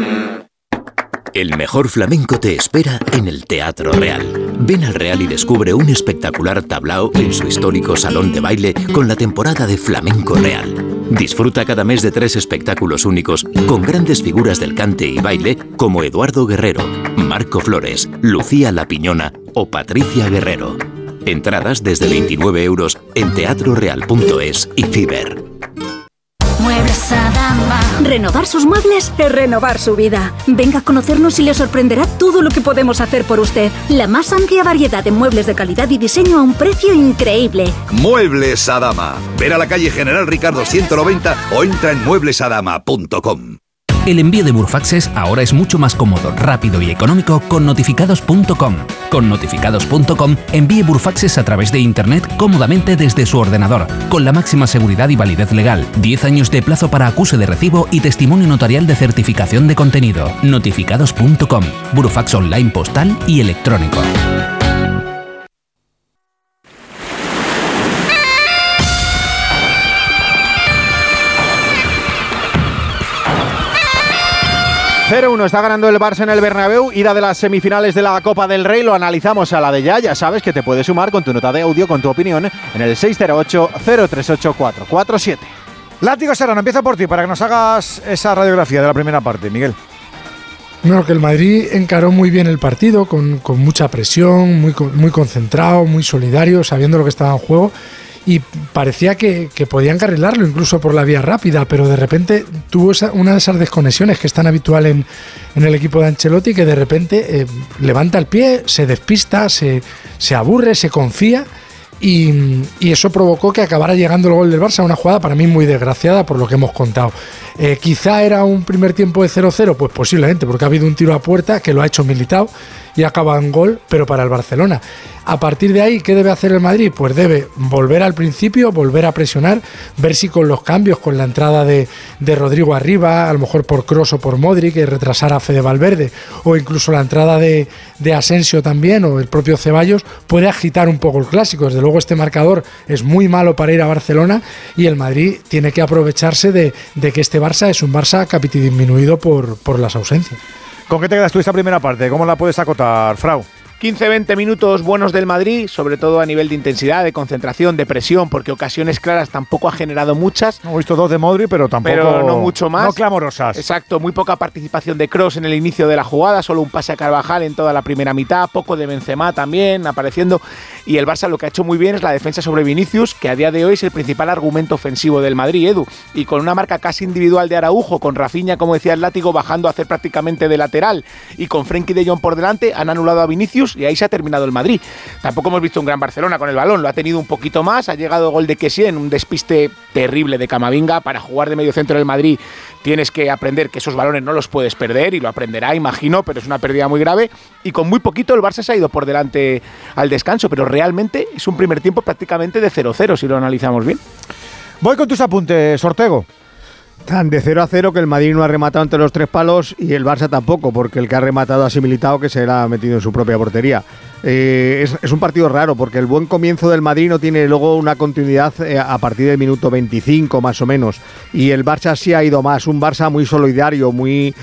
Speaker 23: El mejor flamenco te espera en el Teatro Real. Ven al Real y descubre un espectacular tablao en su histórico salón de baile con la temporada de Flamenco Real. Disfruta cada mes de 3 espectáculos únicos con grandes figuras del cante y baile como Eduardo Guerrero, Marco Flores, Lucía La Piñona o Patricia Guerrero. Entradas desde 29 € en teatroreal.es y Fiber.
Speaker 24: Muebles Adama.
Speaker 20: Renovar sus muebles es renovar su vida. Venga a conocernos y le sorprenderá todo lo que podemos hacer por usted. La más amplia variedad de muebles de calidad y diseño a un precio increíble.
Speaker 2: Muebles Adama. Ver a la calle General Ricardo 190 o entra en mueblesadama.com.
Speaker 4: El envío de Burfaxes ahora es mucho más cómodo, rápido y económico con notificados.com. Con notificados.com envíe Burfaxes a través de Internet cómodamente desde su ordenador, con la máxima seguridad y validez legal, 10 años de plazo para acuse de recibo y testimonio notarial de certificación de contenido. Notificados.com, Burfax online postal y electrónico.
Speaker 8: Está ganando el Barça en el Bernabéu, ida de las semifinales de la Copa del Rey. Lo analizamos a la de ya sabes que te puedes sumar con tu nota de audio, con tu opinión, en el 608-038-447.
Speaker 7: Látigo Serrano, empieza por ti para que nos hagas esa radiografía de la primera parte, Miguel.
Speaker 12: No, que el Madrid encaró muy bien el partido, con mucha presión, muy concentrado, muy solidario, sabiendo lo que estaba en juego. Y parecía que podían encarrilarlo incluso por la vía rápida, pero de repente tuvo una de esas desconexiones que es tan habitual en el equipo de Ancelotti, que de repente levanta el pie, se despista, se aburre, se confía, y eso provocó que acabara llegando el gol del Barça, una jugada para mí muy desgraciada por lo que hemos contado. Quizá era un primer tiempo de 0-0, pues posiblemente, porque ha habido un tiro a puerta que lo ha hecho Militao y acaba en gol, pero para el Barcelona. A partir de ahí, ¿qué debe hacer el Madrid? Pues debe volver al principio, volver a presionar, ver si con los cambios, con la entrada de Rodrigo arriba, a lo mejor por Kroos o por Modric, que retrasara a Fede Valverde, o incluso la entrada de Asensio también, o el propio Ceballos, puede agitar un poco el clásico. Desde luego este marcador es muy malo para ir a Barcelona, y el Madrid tiene que aprovecharse de que este Barça es un Barça disminuido por las ausencias.
Speaker 7: ¿Con qué te quedas tú esta primera parte? ¿Cómo la puedes acotar, Frau?
Speaker 10: 15-20 minutos buenos del Madrid, sobre todo a nivel de intensidad, de concentración, de presión, porque ocasiones claras tampoco ha generado muchas.
Speaker 7: Hemos visto 2 de Modric, pero tampoco…
Speaker 10: Pero no mucho más.
Speaker 7: No clamorosas.
Speaker 10: Exacto, muy poca participación de Kroos en el inicio de la jugada, solo un pase a Carvajal en toda la primera mitad, poco de Benzema también apareciendo. Y el Barça lo que ha hecho muy bien es la defensa sobre Vinicius, que a día de hoy es el principal argumento ofensivo del Madrid, Edu. Y con una marca casi individual de Araujo, con Rafinha, como decía el Látigo, bajando a hacer prácticamente de lateral, y con Frenkie de Jong por delante, han anulado a Vinicius y ahí se ha terminado el Madrid. Tampoco hemos visto un gran Barcelona con el balón, lo ha tenido un poquito más, ha llegado el gol de Kessie en un despiste terrible de Camavinga. Para jugar de medio centro del Madrid tienes que aprender que esos balones no los puedes perder, y lo aprenderá, imagino, pero es una pérdida muy grave, y con muy poquito el Barça se ha ido por delante al descanso, pero realmente es un primer tiempo prácticamente de 0-0 si lo analizamos bien.
Speaker 7: Voy con tus apuntes, Ortego.
Speaker 11: Tan de 0-0 que el Madrid no ha rematado entre los 3 palos y el Barça tampoco, porque el que ha rematado ha sido Militao, que se la ha metido en su propia portería. Es un partido raro, porque el buen comienzo del Madrid no tiene luego una continuidad a partir del minuto 25 más o menos, y el Barça sí ha ido más, un Barça muy solidario, muy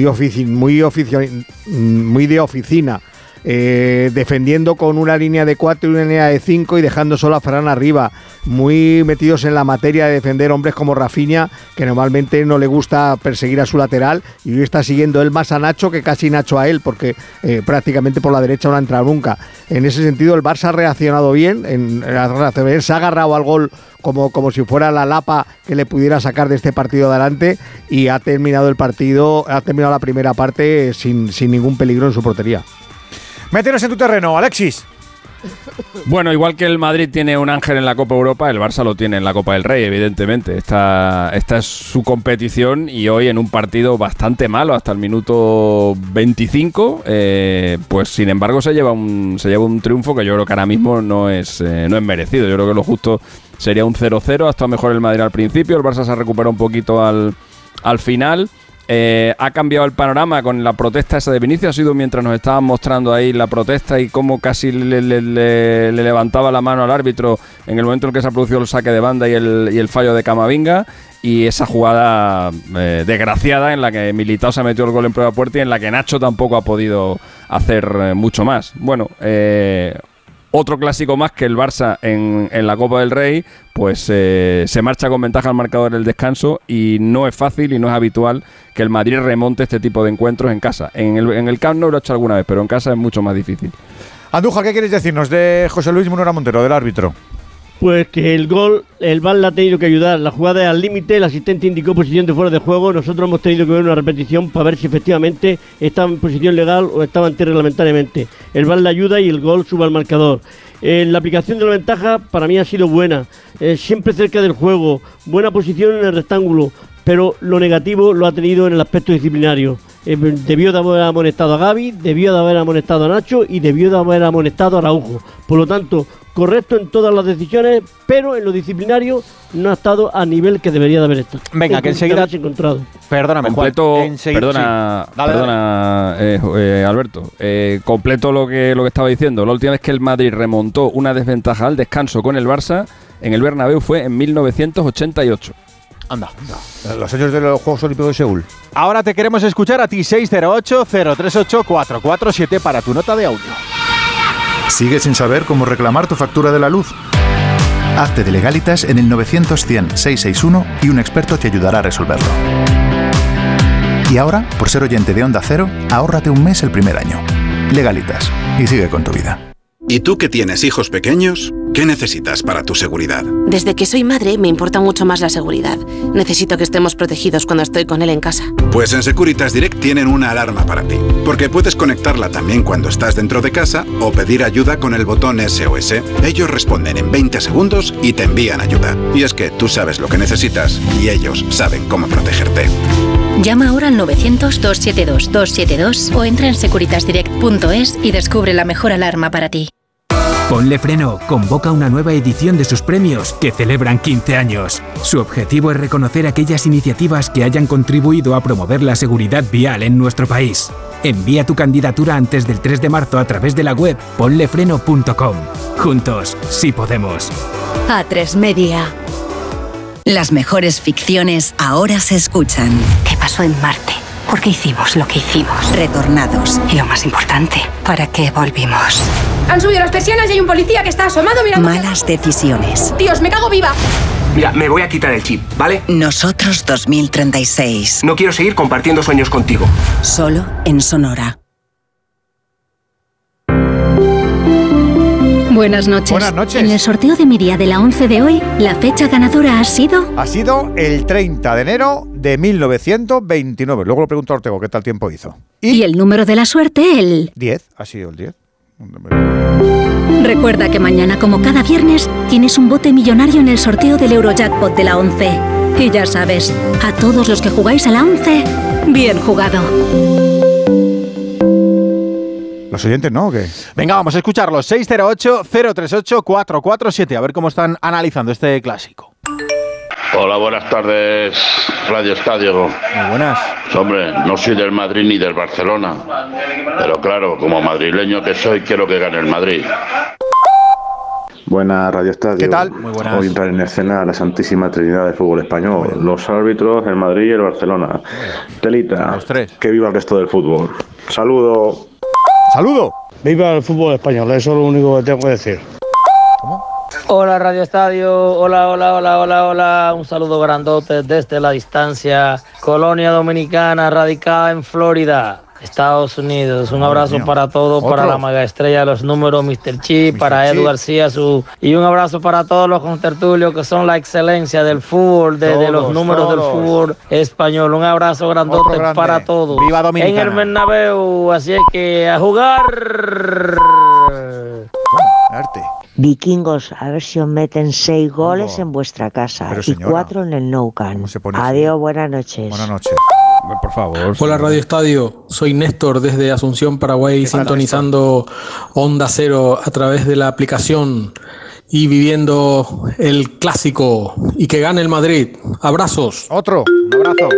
Speaker 11: de oficina. Defendiendo con una línea de 4 y una línea de 5 y dejando solo a Ferran arriba, muy metidos en la materia de defender hombres como Rafinha, que normalmente no le gusta perseguir a su lateral, y hoy está siguiendo él más a Nacho que casi Nacho a él, porque prácticamente por la derecha no ha entrado nunca. En ese sentido el Barça ha reaccionado bien, se ha agarrado al gol como si fuera la lapa que le pudiera sacar de este partido adelante, y ha terminado la primera parte sin ningún peligro en su portería.
Speaker 7: Métenos en tu terreno, Alexis.
Speaker 14: Bueno, igual que el Madrid tiene un ángel en la Copa Europa, el Barça lo tiene en la Copa del Rey, evidentemente. Esta es su competición, y hoy en un partido bastante malo hasta el minuto 25, pues sin embargo se lleva un triunfo que yo creo que ahora mismo no es merecido. Yo creo que lo justo sería un 0-0. Ha estado mejor el Madrid al principio, el Barça se ha recuperado un poquito al final. Ha cambiado el panorama con la protesta esa de Vinicius. Ha sido mientras nos estaban mostrando ahí la protesta y cómo casi le levantaba la mano al árbitro en el momento en que se ha producido el saque de banda y el fallo de Camavinga, y esa jugada desgraciada en la que Militao se ha metido el gol en propia puerta y en la que Nacho tampoco ha podido hacer mucho más. Bueno, otro clásico más que el Barça en la Copa del Rey, pues se marcha con ventaja al marcador en el descanso, y no es fácil y no es habitual que el Madrid remonte este tipo de encuentros en casa. En el Camp Nou lo ha hecho alguna vez, pero en casa es mucho más difícil.
Speaker 7: Andújar, ¿qué quieres decirnos de José Luis Munera Montero, del árbitro?
Speaker 3: Pues que el gol, el VAR le ha tenido que ayudar. La jugada es al límite, el asistente indicó posición de fuera de juego. Nosotros hemos tenido que ver una repetición para ver si efectivamente estaba en posición legal o estaba antirreglamentariamente. El VAR le ayuda y el gol sube al marcador. La aplicación de la ventaja para mí ha sido buena. Siempre cerca del juego, buena posición en el rectángulo, pero lo negativo lo ha tenido en el aspecto disciplinario. Debió de haber amonestado a Gavi, debió de haber amonestado a Nacho y debió de haber amonestado a Araujo. Por lo tanto, correcto en todas las decisiones, pero en lo disciplinario no ha estado a nivel que debería de haber estado.
Speaker 8: Venga, que enseguida
Speaker 3: encontrado.
Speaker 8: Perdóname,
Speaker 14: completo,
Speaker 8: Juan, enseguida,
Speaker 14: perdona, Alberto. Completo lo que estaba diciendo. La última vez que el Madrid remontó una desventaja al descanso con el Barça en el Bernabéu fue en 1988.
Speaker 8: Anda.
Speaker 7: Los años de los Juegos Olímpicos de Seúl.
Speaker 8: Ahora te queremos escuchar a ti, 608-038-447 para tu nota de audio.
Speaker 6: ¿Sigues sin saber cómo reclamar tu factura de la luz? Hazte de Legalitas en el 900-100-661 y un experto te ayudará a resolverlo. Y ahora, por ser oyente de Onda Cero, ahórrate un mes el primer año. Legalitas. Y sigue con tu vida.
Speaker 9: ¿Y tú que tienes hijos pequeños? ¿Qué necesitas para tu seguridad?
Speaker 15: Desde que soy madre me importa mucho más la seguridad. Necesito que estemos protegidos cuando estoy con él en casa.
Speaker 9: Pues en Securitas Direct tienen una alarma para ti, porque puedes conectarla también cuando estás dentro de casa o pedir ayuda con el botón SOS. Ellos responden en 20 segundos y te envían ayuda. Y es que tú sabes lo que necesitas y ellos saben cómo protegerte.
Speaker 15: Llama ahora al 900-272-272 o entra en securitasdirect.es y descubre la mejor alarma para ti.
Speaker 16: Ponle Freno convoca una nueva edición de sus premios que celebran 15 años. Su objetivo es reconocer aquellas iniciativas que hayan contribuido a promover la seguridad vial en nuestro país. Envía tu candidatura antes del 3 de marzo a través de la web ponlefreno.com. Juntos, sí podemos.
Speaker 21: A3 Media. Las mejores ficciones ahora se escuchan.
Speaker 18: ¿Qué pasó en Marte? ¿Por qué hicimos lo que hicimos?
Speaker 21: Retornados.
Speaker 18: Y lo más importante, ¿para qué volvimos?
Speaker 24: Han subido las persianas y hay un policía que está asomado mirando.
Speaker 21: Malas decisiones.
Speaker 24: Dios, me cago viva.
Speaker 25: Mira, me voy a quitar el chip, ¿vale?
Speaker 21: Nosotros 2036.
Speaker 25: No quiero seguir compartiendo sueños contigo.
Speaker 21: Solo en Sonora.
Speaker 20: Buenas noches.
Speaker 7: Buenas noches.
Speaker 20: En el sorteo de mi día de la 11 de hoy, la fecha ganadora ha sido...
Speaker 7: Ha sido el 30 de enero de 1929. Luego lo pregunto a Ortego qué tal tiempo hizo.
Speaker 20: Y el número de la suerte, el...
Speaker 7: 10. Ha sido el 10.
Speaker 20: Recuerda que mañana, como cada viernes, tienes un bote millonario en el sorteo del Eurojackpot de la 11. Y ya sabes, a todos los que jugáis a la 11, bien jugado.
Speaker 7: ¿Los oyentes no o qué?
Speaker 8: Venga, vamos a escucharlos. 608-038-447. A ver cómo están analizando este clásico.
Speaker 26: Hola, buenas tardes, Radio Estadio.
Speaker 8: Muy buenas.
Speaker 26: Hombre, no soy del Madrid ni del Barcelona, pero claro, como madrileño que soy, quiero que gane el Madrid.
Speaker 29: Buenas, Radio Estadio.
Speaker 7: ¿Qué tal? Muy buenas.
Speaker 29: Hoy entrar en escena la Santísima Trinidad del fútbol español. Los árbitros, el Madrid y el Barcelona. Telita,
Speaker 8: los tres.
Speaker 29: Que viva el resto del fútbol. Saludo.
Speaker 7: ¡Saludo!
Speaker 30: Viva el fútbol español, eso es lo único que tengo que decir.
Speaker 7: ¿Cómo?
Speaker 31: Hola Radio Estadio, hola, un saludo grandote desde la distancia, Colonia Dominicana, radicada en Florida, Estados Unidos. Un abrazo para todos, para la mega estrella de los números, Mr. Chi, para Edu García, y un abrazo para todos los contertulios que son la excelencia del fútbol, de los números del fútbol español. Un abrazo grandote para todos.
Speaker 8: Viva Dominicana.
Speaker 31: En el Bernabéu, así es que a jugar.
Speaker 7: Arte.
Speaker 32: Vikingos, a ver si os meten 6 goles en vuestra casa.
Speaker 7: Pero,
Speaker 32: y 4 en el Nou Camp. Adiós, buenas noches.
Speaker 7: Buenas noches.
Speaker 14: Por favor.
Speaker 33: Hola Radio Estadio, soy Néstor desde Asunción, Paraguay, sintonizando Onda Cero a través de la aplicación y viviendo el clásico y que gane el Madrid. Abrazos.
Speaker 7: Otro,
Speaker 8: un abrazo.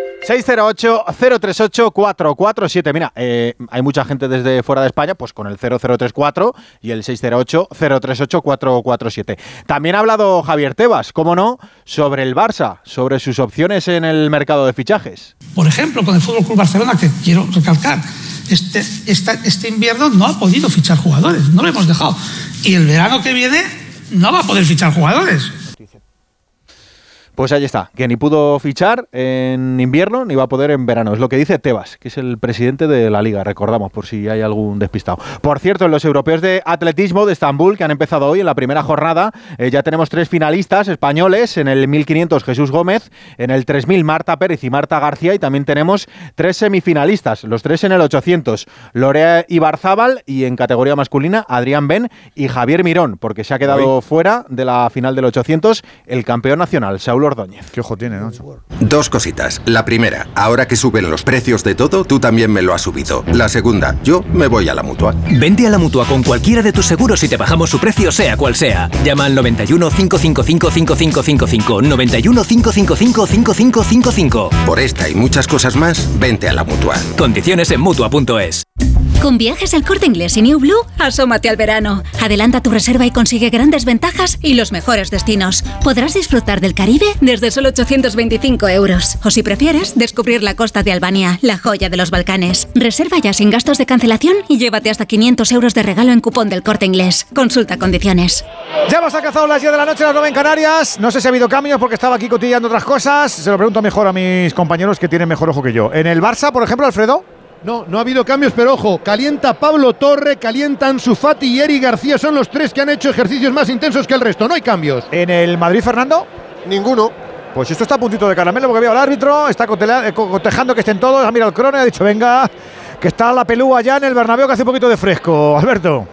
Speaker 8: 608-038-447. Mira, hay mucha gente desde fuera de España, pues con el 0034 y el 608-038-447. También ha hablado Javier Tebas, cómo no, sobre el Barça, sobre sus opciones en el mercado de fichajes.
Speaker 34: Por ejemplo, con el FC Barcelona, que quiero recalcar, este invierno no ha podido fichar jugadores, no lo hemos dejado. Y el verano que viene no va a poder fichar jugadores.
Speaker 8: Pues ahí está, que ni pudo fichar en invierno ni va a poder en verano. Es lo que dice Tebas, que es el presidente de la Liga, recordamos, por si hay algún despistado. Por cierto, en los europeos de atletismo de Estambul, que han empezado hoy en la primera jornada, ya tenemos 3 finalistas españoles. En el 1500 Jesús Gómez, en el 3000 Marta Pérez y Marta García, y también tenemos 3 semifinalistas, los 3 en el 800, Lorea Ibarzábal, y en categoría masculina Adrián Ben y Javier Mirón, porque se ha quedado fuera de la final del 800 el campeón nacional, Saúl Ordóñez.
Speaker 7: Qué ojo tiene, ¿no?
Speaker 1: 2 cositas. La primera, ahora que suben los precios de todo, tú también me lo has subido. La segunda, yo me voy a la Mutua.
Speaker 2: Vente a la Mutua con cualquiera de tus seguros y te bajamos su precio, sea cual sea. Llama al 91 555 5555. 91 555 5555.
Speaker 1: Por esta y muchas cosas más, vente a la Mutua.
Speaker 2: Condiciones en Mutua.es.
Speaker 20: Con Viajes El Corte Inglés y New Blue, asómate al verano. Adelanta tu reserva y consigue grandes ventajas y los mejores destinos. Podrás disfrutar del Caribe desde solo 825 €. O si prefieres, descubrir la costa de Albania, la joya de los Balcanes. Reserva ya sin gastos de cancelación y llévate hasta 500 € de regalo en cupón del Corte Inglés. Consulta condiciones.
Speaker 7: Ya hemos alcanzado las 10 de la noche, las 9 en Canarias. No sé si ha habido cambios porque estaba aquí cotillando otras cosas. Se lo pregunto mejor a mis compañeros que tienen mejor ojo que yo. En el Barça, por ejemplo, Alfredo.
Speaker 4: No ha habido cambios, pero ojo, calienta Pablo Torre, calienta Ansu Fati y Eric García, son los 3 que han hecho ejercicios más intensos que el resto, no hay cambios.
Speaker 7: ¿En el Madrid, Fernando?
Speaker 4: Ninguno.
Speaker 7: Pues esto está a puntito de caramelo porque veo al árbitro, está cotejando que estén todos, ha mirado el crono y ha dicho, venga, que está la pelúa ya en el Bernabéu, que hace un poquito de fresco. Alberto.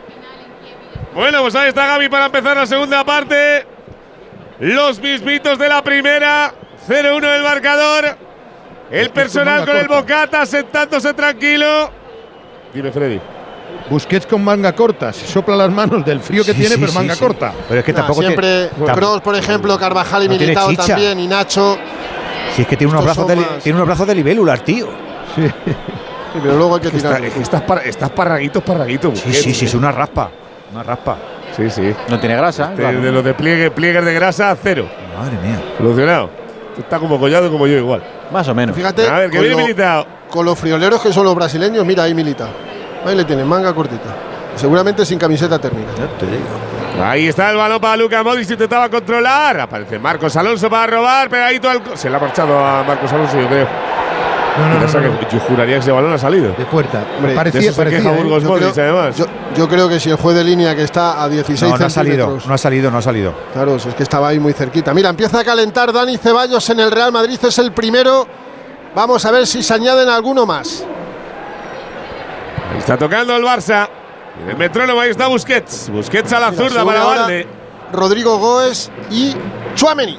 Speaker 5: Bueno, pues ahí está Gaby para empezar la segunda parte. Los mismitos de la primera, 0-1 el marcador. El personal con el bocata sentándose tranquilo. Dime, Freddy.
Speaker 4: Busquets con manga corta, se sopla las manos del frío que tiene, pero manga corta.
Speaker 7: Pero es que tampoco
Speaker 10: siempre Kroos, por ejemplo, Carvajal y
Speaker 7: no
Speaker 10: Militao también, y Nacho.
Speaker 7: Si es que tiene unos brazos de libélulas, tío.
Speaker 10: Sí. Pero luego hay que tirar.
Speaker 5: Estás parraguito.
Speaker 7: Sí, es una raspa. Una raspa.
Speaker 5: Sí.
Speaker 8: No tiene grasa.
Speaker 5: De los de pliegues de grasa, 0.
Speaker 7: Madre mía.
Speaker 5: Solucionado. Está como Collado como yo igual.
Speaker 8: Más o menos.
Speaker 10: Fíjate,
Speaker 5: a ver, que viene Militao.
Speaker 10: Con los frioleros que son los brasileños, mira ahí Militao. Ahí le tienen, manga cortita. Seguramente sin camiseta térmica.
Speaker 7: Ya te digo.
Speaker 5: Ahí está el balón para Luka Modric, intentaba controlar. Aparece Marcos Alonso para robar, pegadito al… Se le ha marchado a Marcos Alonso, yo creo. No. Yo juraría que ese balón ha salido.
Speaker 4: De puerta.
Speaker 5: Parecía Burgos Modric, además.
Speaker 10: Yo creo que si el juez de línea que está a 16 centímetros…
Speaker 7: No ha salido.
Speaker 10: Claro, es que estaba ahí muy cerquita. Mira, empieza a calentar Dani Ceballos en el Real Madrid, es el primero. Vamos a ver si se añaden alguno más.
Speaker 5: Ahí está tocando el Barça. En el metrónomo ahí está Busquets. Busquets a la zurda para Valde.
Speaker 10: Rodrigo Goes y Tchouaméni.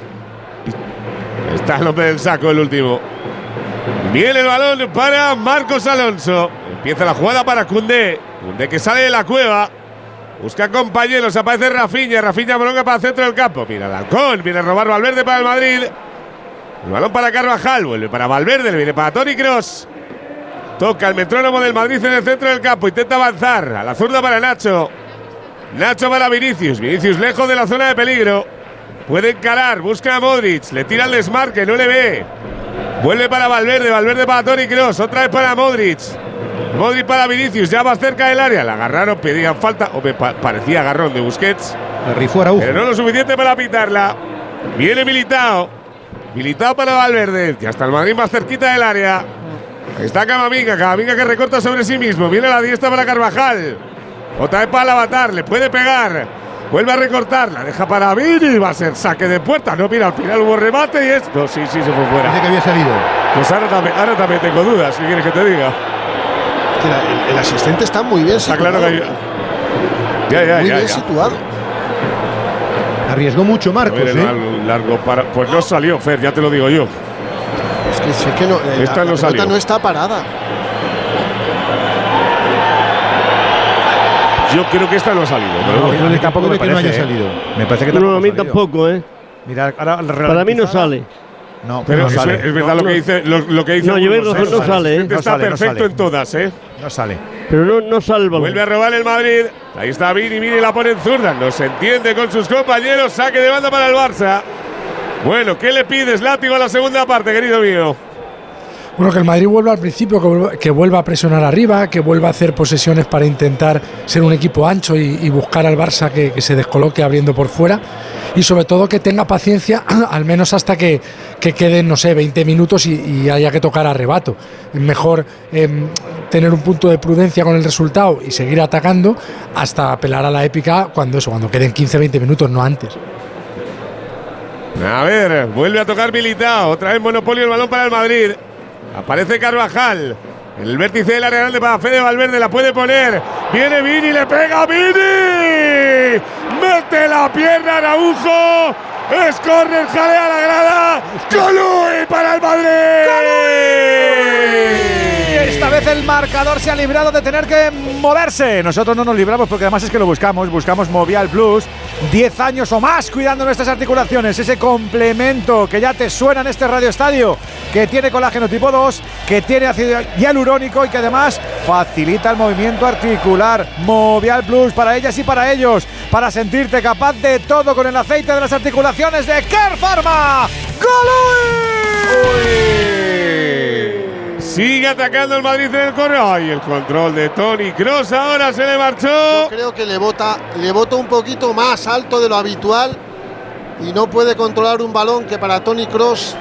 Speaker 5: Está López del Saco, el último. Viene el balón para Marcos Alonso. Empieza la jugada para Koundé. Koundé que sale de la cueva. Busca compañeros. Aparece Rafinha. Rafinha prolonga para el centro del campo. Mira el halcón. Viene a robar Valverde para el Madrid. El balón para Carvajal. Vuelve para Valverde. Viene para Toni Kroos. Toca el metrónomo del Madrid en el centro del campo. Intenta avanzar. A la zurda para Nacho. Nacho para Vinicius. Vinicius lejos de la zona de peligro. Puede encarar. Busca a Modric. Le tira el desmarque. No le ve. Vuelve para Valverde. Valverde para Toni Kroos. Otra vez para Modric. Modric para Vinicius. Ya más cerca del área. La agarraron. Pedían falta. O parecía agarrón de Busquets.
Speaker 4: La rifó Araujo.
Speaker 5: Pero no lo suficiente para pitarla. Viene Militao. Militao para Valverde. Ya está el Madrid más cerquita del área. Ahí está Camavinga. Camavinga que recorta sobre sí mismo. Viene la diestra para Carvajal. Otra vez para el Avatar. Le puede pegar. Vuelve a recortar. La deja para Vini. Va a ser saque de puerta. No, mira, al final hubo remate y es… No, sí, se fue fuera.
Speaker 4: Dice que había salido.
Speaker 5: Pues ahora también tengo dudas. ¿Qué quieres que te diga?
Speaker 10: Que el asistente está muy bien situado.
Speaker 5: Está claro que hay…
Speaker 10: Muy bien situado.
Speaker 4: Arriesgó mucho Marcos,
Speaker 5: largo para… Pues no salió, Fer, ya te lo digo yo.
Speaker 10: Es que no,
Speaker 5: esta no salió.
Speaker 10: No está parada.
Speaker 5: Yo creo que esta no ha salido.
Speaker 4: Pero tampoco me parece que no haya salido.
Speaker 7: Me parece que tampoco.
Speaker 3: No, a mí tampoco,
Speaker 7: Mira, ahora
Speaker 3: para mí no sale.
Speaker 5: No, pero es verdad lo que dice. Lo que dice
Speaker 3: no, no sale.
Speaker 5: Está perfecto en todas,
Speaker 7: No sale.
Speaker 3: Pero no sale el balón.
Speaker 5: Vuelve a robar el Madrid. Ahí está Vini la pone en zurda. No se entiende con sus compañeros. Saque de banda para el Barça. Bueno, ¿qué le pides, látigo, a la segunda parte, querido mío?
Speaker 33: Bueno, que el Madrid vuelva al principio, que vuelva a presionar arriba, que vuelva a hacer posesiones para intentar ser un equipo ancho y buscar al Barça que se descoloque abriendo por fuera, y sobre todo que tenga paciencia al menos hasta que queden, no sé, 20 minutos y haya que tocar a rebato. Es mejor tener un punto de prudencia con el resultado y seguir atacando hasta apelar a la épica cuando queden 15-20 minutos, no antes.
Speaker 5: A ver, vuelve a tocar Militao, otra vez monopolio el balón para el Madrid. Aparece Carvajal, en el vértice del área grande para Fede Valverde, la puede poner. Viene Vini, le pega Vini. Mete la pierna Araujo. Es córner, jalea la grada. ¡Golui para el Madrid!
Speaker 7: Esta vez el marcador se ha librado de tener que moverse. Nosotros no nos libramos porque además es que lo buscamos Movial Plus. 10 años o más cuidando nuestras articulaciones. Ese complemento que ya te suena en este Radio Estadio, que tiene colágeno tipo 2, que tiene ácido hialurónico y que además facilita el movimiento articular. Movial Plus para ellas y para ellos, para sentirte capaz de todo con el aceite de las articulaciones de Care Pharma. ¡Golui!
Speaker 5: Sigue atacando el Madrid en el córner. ¡Ay, el control de Toni Kroos! Ahora se le marchó.
Speaker 10: Yo creo que le bota un poquito más alto de lo habitual y no puede controlar un balón que para Toni Kroos.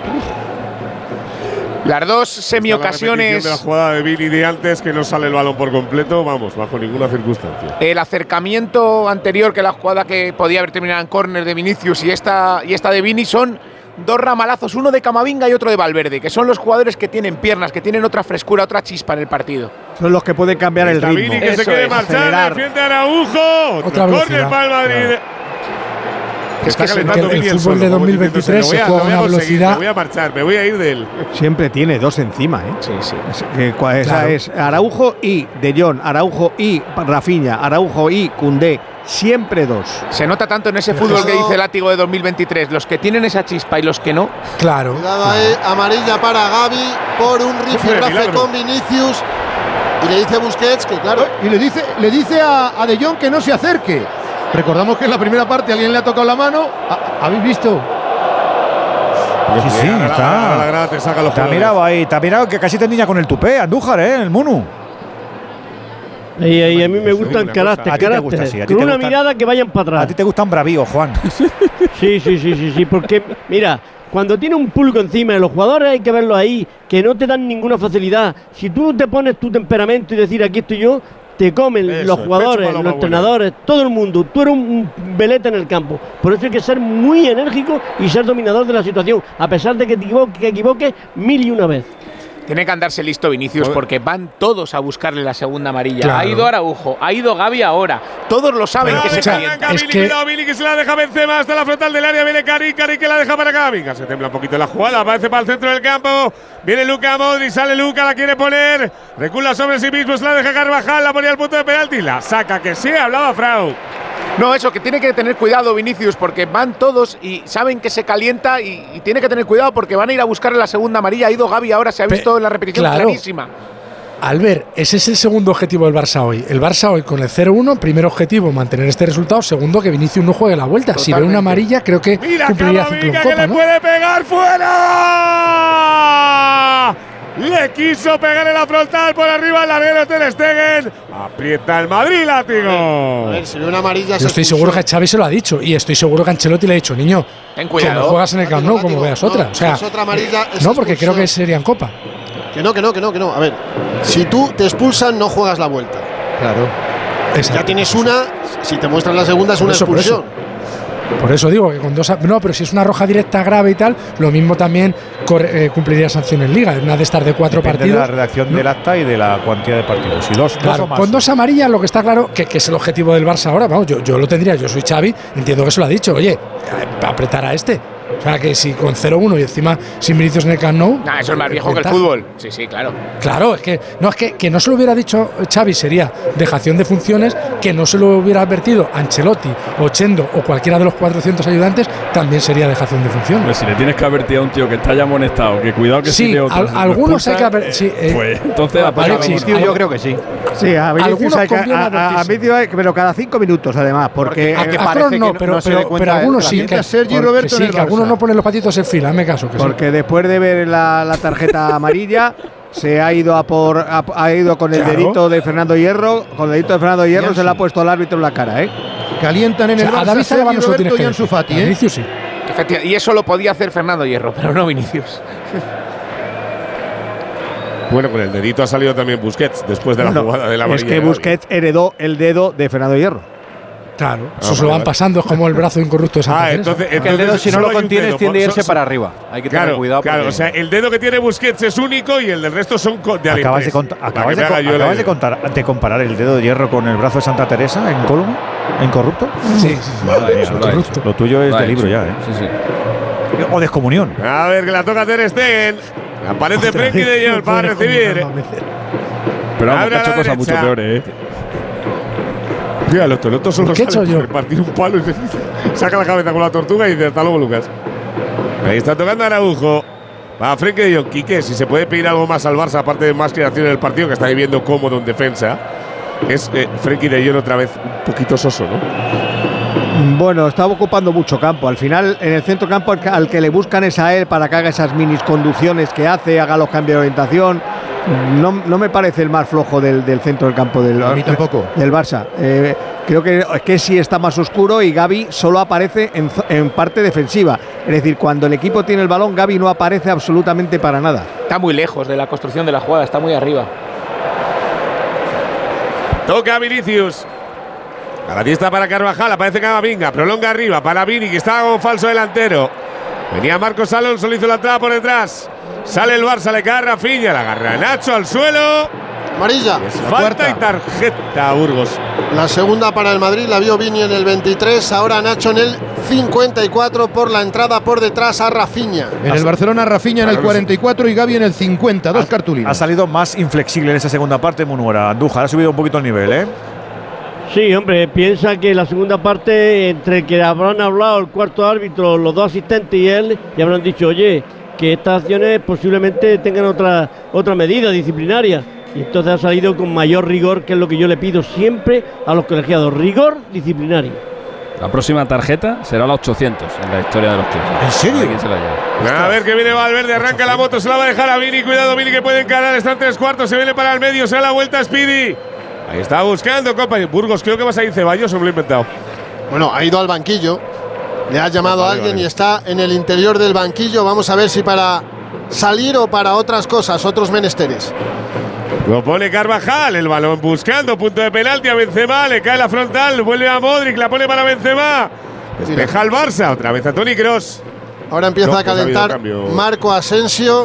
Speaker 6: Las dos semiocasiones
Speaker 5: de la jugada de Vini de antes, que no sale el balón por completo, vamos, bajo ninguna circunstancia.
Speaker 6: El acercamiento anterior, que la jugada que podía haber terminado en córner de Vinicius y esta de Vini, son dos ramalazos, uno de Camavinga y otro de Valverde, que son los jugadores que tienen piernas, que tienen otra frescura, otra chispa en el partido.
Speaker 7: Son los que pueden cambiar el ritmo.
Speaker 5: Vini que se quiere marchar, defiende a Araujo.
Speaker 33: Otra
Speaker 5: córner para el Madrid.
Speaker 33: Claro. Es que el fútbol de 2023 se juega a una velocidad.
Speaker 5: Me voy a marchar, me voy a ir de él.
Speaker 7: Siempre tiene dos encima, ¿eh?
Speaker 6: Sí.
Speaker 7: Esa es Araujo y De Jong, Araujo y Rafinha, Araujo y Koundé. Siempre dos.
Speaker 6: Se nota tanto en ese fútbol que dice Látigo de 2023, los que tienen esa chispa y los que no.
Speaker 33: Claro.
Speaker 10: Cuidado ahí, amarilla para Gavi por un rifirrafe con Vinicius. Y le dice a Busquets que, claro.
Speaker 4: Y le dice a De Jong que no se acerque. Recordamos que en la primera parte alguien le ha tocado la mano. ¿Habéis visto?
Speaker 7: Sí, está. Te ha mirado ahí, te ha mirado que casi te niña con el tupé, Andújar, en el Munu.
Speaker 3: Y a mí me gusta el carácter. Con una mirada que vayan para atrás.
Speaker 7: A ti te gusta un bravío, Juan.
Speaker 3: Sí, porque mira, cuando tiene un pulco encima de los jugadores hay que verlos ahí, que no te dan ninguna facilidad. Si tú te pones tu temperamento y decir aquí estoy yo, te comen los jugadores, los entrenadores, todo el mundo. Tú eres un veleta en el campo. Por eso hay que ser muy enérgico y ser dominador de la situación, a pesar de que te equivoques 1001 vez.
Speaker 6: Tiene que andarse listo Vinicius porque van todos a buscarle la segunda amarilla.
Speaker 33: Claro.
Speaker 6: Ha ido Araujo, ha ido Gavi ahora. Todos lo saben que se calienta.
Speaker 5: Vini que se la deja Benzema hasta la frontal del área. Viene Cari que la deja para Camavinga. Se tembla un poquito la jugada. Aparece para el centro del campo. Viene Luka Modric, sale Luka, la quiere poner. Recula sobre sí mismo, se la deja Carvajal. La ponía al punto de penalti. La saca que sí, hablaba Frau.
Speaker 6: No, eso, que tiene que tener cuidado Vinicius porque van todos y saben que se calienta y tiene que tener cuidado porque van a ir a buscarle la segunda amarilla. Ha ido Gavi ahora, se ha visto en la repetición clarísima.
Speaker 33: Albert, ese es el segundo objetivo del Barça hoy. El Barça hoy con el 0-1, primer objetivo, mantener este resultado. Segundo, que Vinicius no juegue la vuelta.
Speaker 6: Totalmente.
Speaker 33: Si ve una amarilla, creo que cumpliría ciclo en Copa,
Speaker 5: que le puede pegar fuera. Le quiso pegar en la frontal por arriba el larguero Ter Stegen. Aprieta el Madrid, Látigo.
Speaker 10: A ver, si ve una amarilla.
Speaker 33: Yo estoy seguro que Xavi se lo ha dicho y estoy seguro que Ancelotti le ha dicho, niño,
Speaker 6: ten cuidado,
Speaker 33: que no juegas en el Camp Nou como veas otra. O sea,
Speaker 10: es otra amarilla,
Speaker 33: no, porque creo que sería en Copa.
Speaker 10: Que no. A ver, si tú te expulsan, no juegas la vuelta.
Speaker 33: Claro.
Speaker 10: Ya tienes una, si te muestran la segunda es una expulsión.
Speaker 33: Por eso digo que con dos. No, pero si es una roja directa grave y tal, lo mismo también cumpliría sanción en Liga. Una de estas de 4 partidos.
Speaker 7: De la redacción del acta y de la cuantía de partidos. Y dos o más.
Speaker 33: Con dos amarillas, lo que está claro que es el objetivo del Barça ahora. Vamos, yo lo tendría. Yo soy Xavi, entiendo que se lo ha dicho. Oye, apretar a este. O sea, que si con 0-1 y encima sin Vinicius en el Camp Nou.
Speaker 6: Eso es más viejo que el fútbol. Sí, claro.
Speaker 33: Claro, es que no se lo hubiera dicho Xavi sería dejación de funciones, que no se lo hubiera advertido Ancelotti o Chendo o cualquiera de los 400 ayudantes, también sería dejación de funciones.
Speaker 14: Pero si le tienes que advertir a un tío que está ya amonestado, que cuidado que
Speaker 33: sí,
Speaker 14: de otros,
Speaker 33: algunos hay que advertir.
Speaker 14: Pues entonces
Speaker 7: yo creo que sí. Sí, a Vinicius hay que, pero cada 5 minutos además, porque
Speaker 33: pero algunos sí, que algunos
Speaker 9: no poner los patitos en fila, hazme caso.
Speaker 11: Porque después de ver la tarjeta amarilla, se ha ido ha ido con el dedito de Fernando Hierro. Con el dedito de Fernando Hierro se le ha puesto al árbitro en la cara, ¿eh?
Speaker 4: Calientan en el Barça,
Speaker 9: David Alaba no
Speaker 4: Roberto y Ansu Fati, ¿eh?
Speaker 9: Vinicius sí.
Speaker 6: Y eso lo podía hacer Fernando Hierro, pero no Vinicius.
Speaker 5: Bueno, con el dedito ha salido también Busquets después de la jugada de la amarilla.
Speaker 11: Es que Busquets heredó el dedo de Fernando Hierro.
Speaker 9: Claro, eso se lo van pasando, es como el brazo incorrupto de Santa Teresa.
Speaker 8: Entonces el dedo, si no lo contienes, tiende a irse para arriba. Hay que tener cuidado.
Speaker 5: Claro, o sea, el dedo que tiene Busquets es único y el del resto son de
Speaker 11: Acabas de comparar el dedo de Hierro con el brazo de Santa Teresa en Column, en corrupto.
Speaker 9: Sí.
Speaker 11: Corrupto. Lo tuyo es de libro ya, ¿eh?
Speaker 14: Sí.
Speaker 11: O de excomunión.
Speaker 5: A ver, que la toca Ter Stegen. Aparece Frenkie de Jong para recibir.
Speaker 14: Pero ha hecho cosas mucho peores, ¿eh?
Speaker 5: Mira, los toletos son los que repartir un palo y saca la cabeza con la tortuga y dice hasta luego, Lucas. Ahí está tocando Araujo. Va Frenkie de Jong. Quique, si se puede pedir algo más al Barça, aparte de más creación en el partido, que está viviendo cómodo en defensa, es Frenkie de Jong otra vez un poquito soso, ¿no?
Speaker 11: Bueno, estaba ocupando mucho campo. Al final, en el centro campo al que le buscan es a él para que haga esas minis conducciones que hace, haga los cambios de orientación. No me parece el más flojo del centro del campo del Barça. Creo que sí está más oscuro y Gavi solo aparece en parte defensiva. Es decir, cuando el equipo tiene el balón, Gavi no aparece absolutamente para nada.
Speaker 6: Está muy lejos de la construcción de la jugada, está muy arriba.
Speaker 5: Toca Vinicius. Galatista para Carvajal, aparece Camavinga, prolonga arriba para Vini, que estaba como falso delantero. Venía Marcos Alonso, le hizo la entrada por detrás. Sale el Barça, le cae a Rafinha, la agarra Nacho al suelo.
Speaker 10: Amarilla.
Speaker 5: Falta y tarjeta a Burgos.
Speaker 10: La segunda para el Madrid la vio Vini en el 23, ahora Nacho en el 54 por la entrada por detrás a Rafinha.
Speaker 4: En el Barcelona, Rafinha en el 44 y Gavi en el 50, dos cartulinas.
Speaker 7: Ha salido más inflexible en esa segunda parte Munuera. Andújar ha subido un poquito el nivel, ¿eh?
Speaker 3: Sí, hombre, piensa que la segunda parte, entre que habrán hablado el cuarto árbitro, los dos asistentes y él, y habrán dicho, oye, que estas acciones posiblemente tengan otra medida disciplinaria. Y entonces ha salido con mayor rigor, que es lo que yo le pido siempre a los colegiados, rigor disciplinario.
Speaker 14: La próxima tarjeta será la 800 en la historia de los tíos.
Speaker 7: ¿En serio?
Speaker 14: ¿Quién se la lleva?
Speaker 5: A ver que viene Valverde, arranca la moto, se la va a dejar a Vini, cuidado Vini que puede encarar, están 3/4, se viene para el medio, se da la vuelta Speedy. Ahí está buscando, compañero. Burgos, creo que vas a ir Ceballos o me lo he inventado.
Speaker 10: Bueno, ha ido al banquillo, le ha llamado a alguien y está en el interior del banquillo. Vamos a ver si para salir o para otras cosas, otros menesteres.
Speaker 5: Lo pone Carvajal, el balón buscando, punto de penalti a Benzema, le cae la frontal, vuelve a Modric, la pone para Benzema. Despeja el Barça, otra vez a Toni Kroos.
Speaker 10: Ahora empieza a calentar Marco Asensio.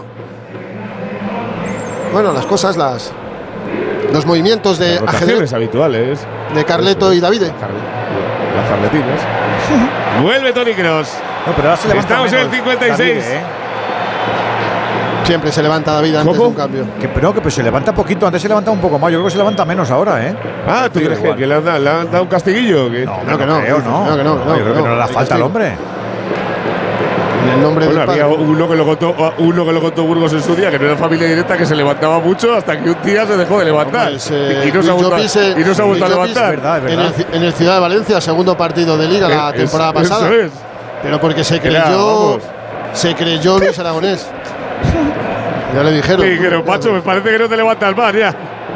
Speaker 10: Bueno, las cosas, los movimientos de
Speaker 5: ajedrez habituales
Speaker 10: de Carleto y Davide.
Speaker 5: Las carletinas. Vuelve Toni Kroos.
Speaker 7: No, pero ahora se levanta.
Speaker 5: Estamos en el 56.
Speaker 7: Davide,
Speaker 10: Siempre se levanta David antes de un cambio.
Speaker 7: Que se levanta poquito, antes se levantaba un poco más. Yo creo que se levanta menos ahora, ¿eh?
Speaker 5: Ah, ¿tú crees que le han dado un castiguillo? ¿Qué?
Speaker 10: No,
Speaker 7: yo creo que no le da falta al hombre.
Speaker 10: En el nombre del
Speaker 5: había uno que lo contó Burgos en su día, que no era familia directa, que se levantaba mucho hasta que un día se dejó de levantar. Y no se ha vuelto a levantar.
Speaker 7: Es verdad.
Speaker 10: En el Ciudad de Valencia, segundo partido de Liga la temporada pasada.
Speaker 5: Eso es.
Speaker 10: Pero porque se creyó Luis Aragonés. Ya le dijeron.
Speaker 5: Sí, pero Pacho, me parece que no te levantas más ya.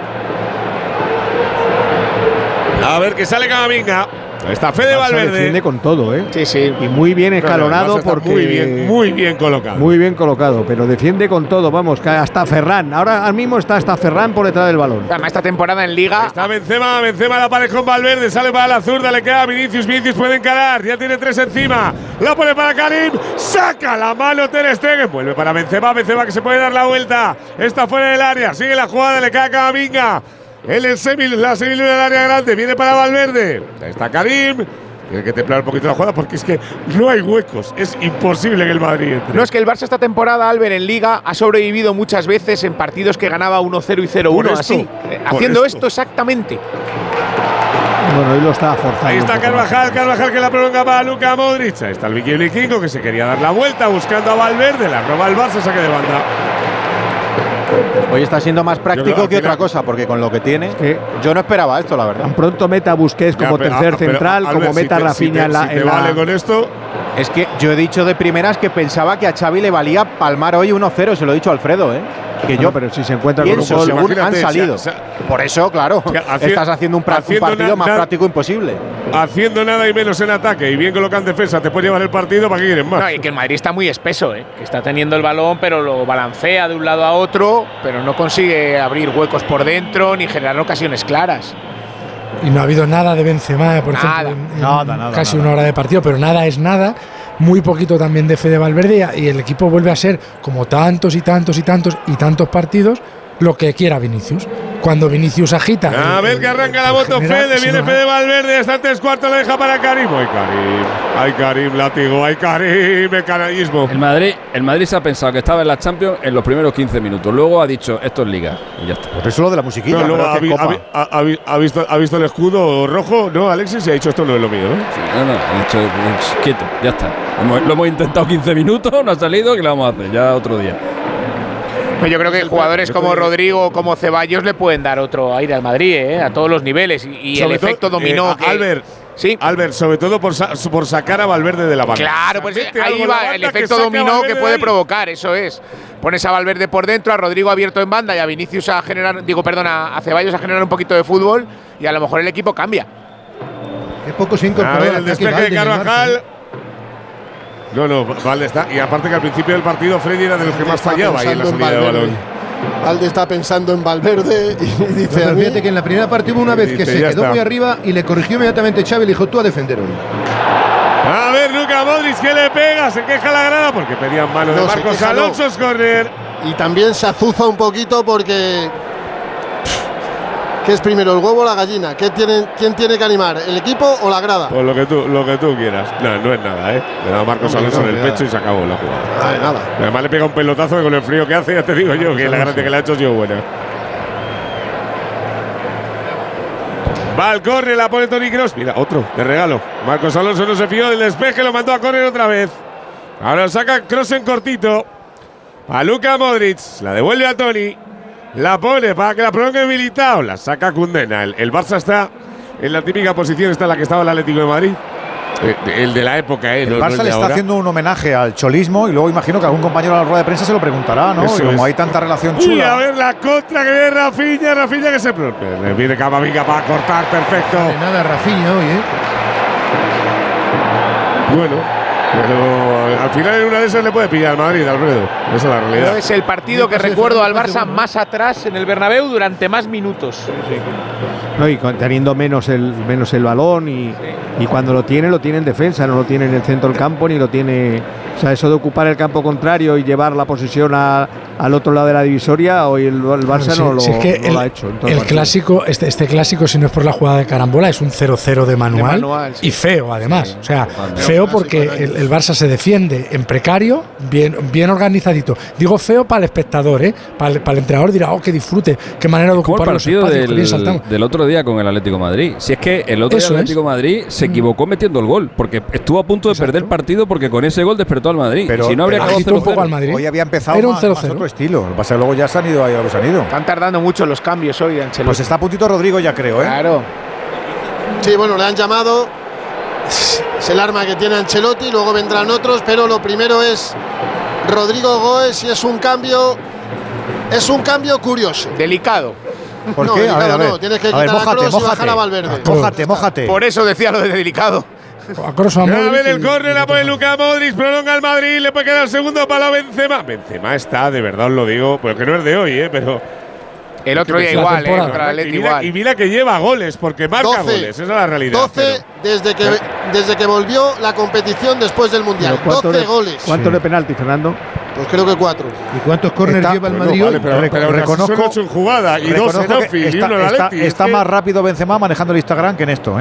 Speaker 5: A ver, que sale Camavinga. Está Fede Valverde.
Speaker 11: Defiende con todo, ¿eh?
Speaker 6: Sí.
Speaker 11: Y muy bien escalonado porque…
Speaker 5: Muy bien colocado.
Speaker 11: Muy bien colocado, pero defiende con todo, vamos, hasta Ferran. Ahora mismo está hasta Ferran por detrás del balón.
Speaker 6: Además, esta temporada en Liga…
Speaker 5: Está Benzema la pared con Valverde, sale para la zurda, le queda a Vinicius puede encarar, ya tiene 3 encima. La pone para Karim, saca la mano Ter Stegen, vuelve para Benzema que se puede dar la vuelta. Está fuera del área, sigue la jugada, le cae a Camavinga. La semiluna del área grande, viene para Valverde. Ahí está Karim. Tiene que templar un poquito la jugada porque es que no hay huecos. Es imposible que el Madrid entre.
Speaker 6: No, es que el Barça esta temporada, Albert, en Liga ha sobrevivido muchas veces en partidos que ganaba 1-0 y 0-1, así. Haciendo esto exactamente.
Speaker 11: Bueno, hoy lo está forzando.
Speaker 5: Ahí está Carvajal que la prolonga para Luka Modric. Ahí está el Vicky Bliquingo que se quería dar la vuelta buscando a Valverde. La roba el Barça, saque de banda.
Speaker 8: Hoy está siendo más práctico que otra cosa, porque con lo que tiene, yo no esperaba esto, la verdad.
Speaker 11: Tan pronto meta a Busquets como tercer central, como meta a Rafinha en la…
Speaker 5: vale con esto.
Speaker 8: Es que yo he dicho de primeras que pensaba que a Xavi le valía palmar hoy 1-0, se lo he dicho a Alfredo, ¿eh? Que yo,
Speaker 11: pero si se encuentra con un
Speaker 8: pienso,
Speaker 11: gol,
Speaker 8: según han salido. Por eso, claro, estás haciendo un partido más práctico imposible.
Speaker 5: Haciendo nada y menos en ataque y bien colocado en defensa, te puede llevar el partido. ¿Para qué quieren más?
Speaker 6: No, y que el Madrid está muy espeso, que está teniendo el balón, pero lo balancea de un lado a otro, pero no consigue abrir huecos por dentro ni generar ocasiones claras.
Speaker 9: Y no ha habido nada de Benzema, por ejemplo, en casi una hora de partido, pero nada es nada. Muy poquito también de Fede Valverde, y el equipo vuelve a ser, como tantos partidos, lo que quiera Vinicius. Cuando Vinicius agita.
Speaker 5: A ver que arranca la moto Fede, viene Fede Valverde, está en 3/4, lo deja para Karim. Ay Karim, látigo, ay Karim, el canallismo.
Speaker 14: El Madrid se ha pensado que estaba en la Champions en los primeros 15 minutos. Luego ha dicho, esto es Liga, y ya está.
Speaker 7: Pues eso es lo de la musiquilla.
Speaker 5: No, luego ha visto el escudo rojo, ¿no, Alexis? Y ha dicho, esto no es lo mío, ¿no?
Speaker 14: Sí, no, ha dicho, quieto, ya está. Lo hemos intentado 15 minutos, no ha salido, ¿qué le vamos a hacer? Ya otro día.
Speaker 6: Yo creo que jugadores como Rodrigo o como Ceballos le pueden dar otro aire al Madrid, a todos los niveles. Y el efecto dominó.
Speaker 5: Albert, sí. Albert, sobre todo por sacar a Valverde de la banda.
Speaker 6: Claro, pues ahí va el efecto dominó que puede provocar, eso es. Pones a Valverde por dentro, a Rodrigo abierto en banda y a Vinicius a Ceballos a generar un poquito de fútbol, y a lo mejor el equipo cambia.
Speaker 4: Qué poco se incorporó.
Speaker 5: A ver, el despeje de Carvajal. No, Valde está. Y aparte que al principio del partido Freddy era de los que más fallaba ahí en la salida de balón.
Speaker 10: Valde está pensando en Valverde y dice…
Speaker 4: Pero fíjate que en la primera parte hubo una vez que se quedó muy arriba y le corrigió inmediatamente Xavi y le dijo, tú a defender hoy.
Speaker 5: A ver, Luka Modric, que le pega, se queja la grada porque pedían mano de Marcos Alonso, es córner.
Speaker 10: Y también se azuza un poquito porque… ¿Qué es primero, el huevo o la gallina? ¿Quién tiene que animar, el equipo o la grada?
Speaker 5: Pues lo que tú quieras. No es nada, Le da a Marcos Alonso en el pecho y se acabó la jugada.
Speaker 10: Nada.
Speaker 5: Además le pega un pelotazo que con el frío que hace, ya te digo yo, que la gracia que le ha hecho ha sido buena. Va al córner, la pone Toni Kroos. Mira, otro, de regalo. Marcos Alonso no se fió del despeje, lo mandó a córner otra vez. Ahora lo saca Kroos en cortito. A Luka Modric, la devuelve a Toni. La pone para que la prolongue Militao. La saca Kundena. El Barça está en la típica posición, está en la que estaba el Atlético de Madrid. El de la época,
Speaker 7: El Barça le está haciendo un homenaje al cholismo y luego imagino que algún compañero de la rueda de prensa se lo preguntará, ¿no? Y como hay tanta relación chula.
Speaker 5: Y a ver la contra que viene Rafinha que se… Le viene Camavinga para cortar, perfecto.
Speaker 4: Nada, Rafinha hoy,
Speaker 5: Bueno. Pero al final en una de esas le puede pillar al Madrid, Alfredo. Esa es la realidad.
Speaker 6: Pero es el partido que recuerdo al Barça más atrás en el Bernabéu durante más minutos.
Speaker 11: No, y teniendo menos el balón y cuando lo tiene en defensa, no lo tiene en el centro del campo ni lo tiene… O sea, eso de ocupar el campo contrario y llevar la posesión al otro lado de la divisoria, hoy el Barça no lo ha hecho.
Speaker 9: El clásico, este clásico, si no es por la jugada de carambola, es un 0-0 de manual, sí. Y feo además. Sí. O sea, feo porque el Barça se defiende en precario, bien organizadito. Digo feo para el espectador, para el entrenador dirá, que disfrute, qué manera de ocupar los espacios.
Speaker 14: Del otro día con el Atlético de Madrid. Si es que el otro día el Atlético de Madrid se equivocó metiendo el gol, porque estuvo a punto de perder el partido porque con ese gol despertó al Madrid.
Speaker 7: Pero
Speaker 14: si no habría
Speaker 7: acabado
Speaker 9: un poco al Madrid.
Speaker 7: Hoy había empezado
Speaker 9: era un
Speaker 7: más otro estilo. Lo que pasa es que luego ya se han ido ahí a los han ido.
Speaker 6: Están tardando mucho los cambios hoy, Ancelotti.
Speaker 7: Pues está a puntito Rodrigo ya creo,
Speaker 6: Claro.
Speaker 10: Sí, bueno, le han llamado. Es el arma que tiene Ancelotti, luego vendrán otros, pero lo primero es Rodrigo Goes y es un cambio curioso.
Speaker 6: Delicado.
Speaker 7: ¿Por qué?
Speaker 10: No, a ver. Tienes que quitar a Kroos y bajar a Valverde.
Speaker 7: Mójate.
Speaker 6: Por eso decía lo de delicado.
Speaker 5: A ver el córner, la pone Luka Modric, prolonga el Madrid, le puede quedar el segundo para Benzema. Benzema está, de verdad os lo digo, porque no es de hoy, pero…
Speaker 6: El otro día igual, contra el Atleti igual.
Speaker 5: Y mira que lleva goles, porque marca goles, esa es la realidad.
Speaker 10: 12 desde que volvió la competición después del Mundial. 12 goles.
Speaker 11: ¿Cuántos de penalti, Fernando?
Speaker 10: Pues creo que 4.
Speaker 4: ¿Y cuántos córneres lleva el Madrid hoy?
Speaker 5: Pero reconozco son 8 en jugada y 2 en Anfield y 1 en Atleti.
Speaker 7: Está más rápido Benzema manejando el Instagram que en esto,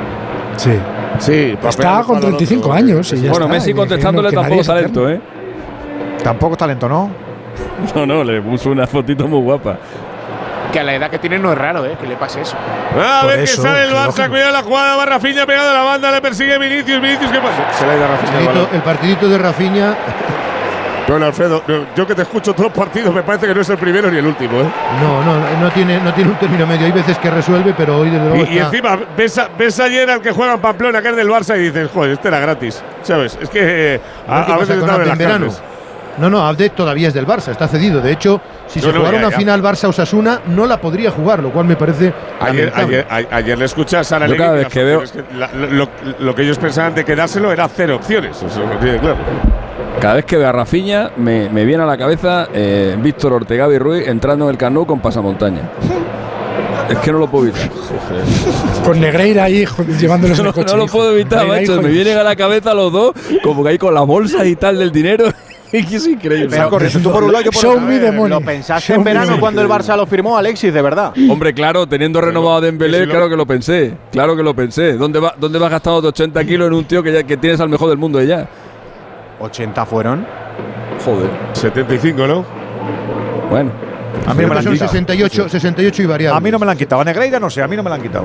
Speaker 9: Sí, está con 35 años. Y ya
Speaker 14: bueno, está. Messi contestándole tampoco talento,
Speaker 7: Tampoco talento, ¿no?
Speaker 14: No, le puso una fotito muy guapa.
Speaker 6: Que a la edad que tiene no es raro, que le pase eso.
Speaker 5: A ver que sale el Barça, cuidado la jugada, va Rafinha pegado a la banda, le persigue Vinicius, ¿qué pasa? Se le ha ido a Rafinha
Speaker 4: el partidito de Rafinha.
Speaker 5: Bueno, Alfredo, yo que te escucho todos los partidos, me parece que no es el primero ni el último, ¿eh?
Speaker 4: No tiene un término medio. Hay veces que resuelve, pero hoy desde luego.
Speaker 5: Y encima ves ayer al que juega en Pamplona, que es del Barça, y dices, joder, este era gratis. ¿Sabes? Es que a veces estaba en las carnes.
Speaker 4: No, Abde todavía es del Barça, está cedido. De hecho, si se jugara una final Barça-Osasuna, no la podría jugar, lo cual me parece.
Speaker 5: Ayer le escuché a Sara
Speaker 14: Legui, cada vez que veo
Speaker 5: lo que ellos pensaban de quedárselo era 0 opciones. Eso lo tiene claro.
Speaker 14: Cada vez que veo a Rafinha, me viene a la cabeza Víctor Ortega y Ruiz entrando en el Camp Nou con pasamontaña. Es que no lo puedo evitar.
Speaker 9: Con Negreira ahí llevándolos en el coche.
Speaker 14: No lo puedo evitar, macho. Me vienen a la cabeza los dos, como que ahí con la bolsa y tal del dinero. Es increíble.
Speaker 8: Pero correcto, tú por un lado, yo por otro. ¿Lo pensaste en verano cuando el Barça lo firmó, Alexis, de verdad?
Speaker 14: Hombre, claro, teniendo renovado a Dembélé, claro que lo pensé. Claro que lo pensé. ¿Dónde vas gastando 80 kilos en un tío que tienes al mejor del mundo ya?
Speaker 8: 80 fueron.
Speaker 14: Joder.
Speaker 5: 75, ¿no?
Speaker 14: Bueno.
Speaker 11: A mí no me la han quitado.
Speaker 4: 68 y variables.
Speaker 11: A mí no me la han quitado. A Negreira no sé, a mí no me la han quitado.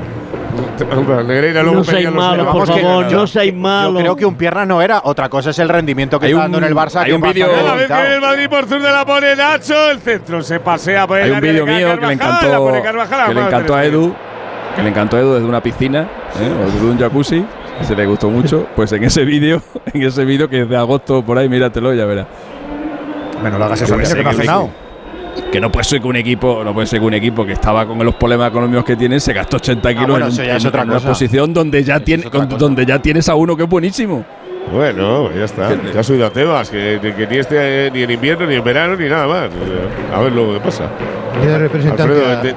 Speaker 3: No seáis malos, por favor, no seáis malos.
Speaker 8: Yo creo que un pierna no era. Otra cosa es el rendimiento que está dando en el Barça.
Speaker 14: Hay un vídeo.
Speaker 5: Cada vez que el Madrid por zurda la pone Nacho, el centro se pasea por el
Speaker 14: área. Hay un vídeo mío que le encantó a Edu. Que le encantó a Edu desde una piscina, o desde un jacuzzi. Se le gustó mucho. Pues en ese vídeo que es de agosto por ahí, míratelo, ya verás.
Speaker 11: Bueno, lo hagas eso, que no ha cenado.
Speaker 14: Que no puede ser que un equipo que estaba con los problemas económicos que tiene se gastó 80 kilos en una posición donde ya tienes a uno que es buenísimo.
Speaker 5: Bueno, ya está. Ya has subido a Tebas, que ni en invierno, ni en verano, ni nada más. A ver luego qué pasa.
Speaker 4: De representante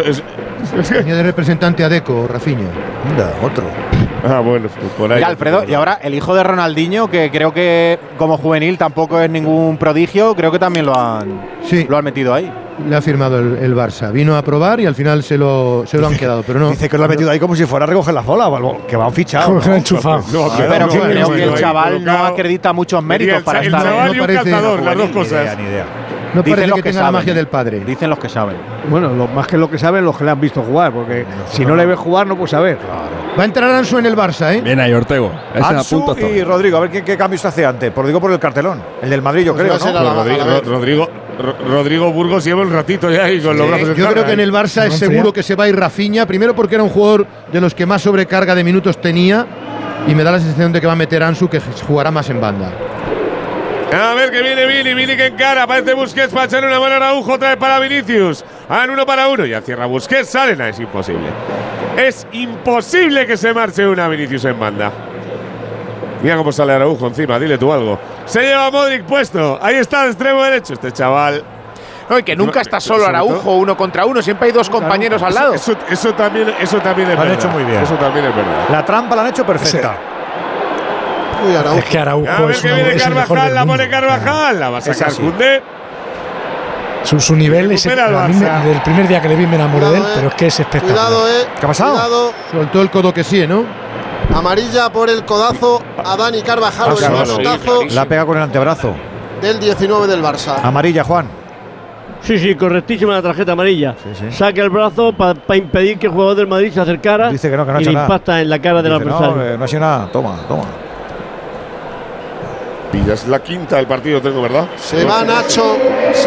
Speaker 4: de representante a Deco, Rafinha.
Speaker 11: Otro.
Speaker 5: Bueno, pues por ahí.
Speaker 8: Y Alfredo, y ahora el hijo de Ronaldinho, que creo que como juvenil tampoco es ningún prodigio, creo que también lo han metido ahí.
Speaker 4: Le ha firmado el Barça. Vino a probar y al final se lo han quedado. Pero no.
Speaker 11: Dice que lo ha metido ahí como si fuera a recoger la bola, que va fichado.
Speaker 9: Enchufado.
Speaker 8: Pero creo que el chaval no acredita muchos méritos para estar.
Speaker 5: El chaval y un calzador, las dos cosas.
Speaker 11: Ni idea.
Speaker 4: No parece que tenga la magia del padre.
Speaker 8: Dicen los que saben.
Speaker 11: Bueno, más que lo que saben, los que le han visto jugar, porque si no le ves jugar, no puedes saber.
Speaker 4: Va a entrar Ansu en el Barça, ¿eh?
Speaker 14: Bien ahí, Ortego.
Speaker 11: Ansu y Rodrigo, a ver qué cambio se hace antes. Por el cartelón. El del Madrid, yo creo, ¿no?
Speaker 5: Rodrigo Burgos lleva un ratito ya ahí con los brazos en
Speaker 4: Yo creo que en el Barça es seguro que se va a ir Rafinha. Primero porque era un jugador de los que más sobrecarga de minutos tenía. Y me da la sensación de que va a meter Ansu, que jugará más en banda.
Speaker 5: A ver que viene Vini que encara, aparece Busquets para echar una mano a Araujo, otra vez para Vinicius. Hagan 1 para 1, ya cierra Busquets, salen, es imposible. Es imposible que se marche una Vinicius en banda. Mira cómo sale Araujo encima, dile tú algo. Se lleva a Modric puesto, ahí está el extremo derecho, este chaval.
Speaker 6: No, y que nunca está solo Araujo, 1 contra 1, siempre hay 2 compañeros al lado.
Speaker 5: Eso también es verdad.
Speaker 11: Lo han hecho muy bien.
Speaker 5: Eso también es verdad.
Speaker 11: La trampa la han hecho perfecta.
Speaker 9: Es que Araujo
Speaker 5: es el mejor del mundo. La pone Carvajal, la va a sacar Koundé.
Speaker 9: Su nivel es del primer día que le vi me enamoré de él, pero es que es espectacular.
Speaker 10: Cuidado,
Speaker 11: ¿Qué ha pasado?
Speaker 10: Cuidado.
Speaker 4: Soltó el codo que sí, ¿no?
Speaker 10: Amarilla por el codazo a Dani Carvajal. El manotazo
Speaker 11: la pega con el antebrazo.
Speaker 10: Del 19 del Barça.
Speaker 11: Amarilla, Juan.
Speaker 3: Sí, correctísima la tarjeta amarilla. Saca el brazo para impedir que el jugador del Madrid se acercara.
Speaker 11: Dice que no
Speaker 3: y le impacta en la cara del adversario.
Speaker 11: No ha sido nada. Toma.
Speaker 5: Y ya es la quinta del partido, ¿verdad?
Speaker 10: Se va Nacho.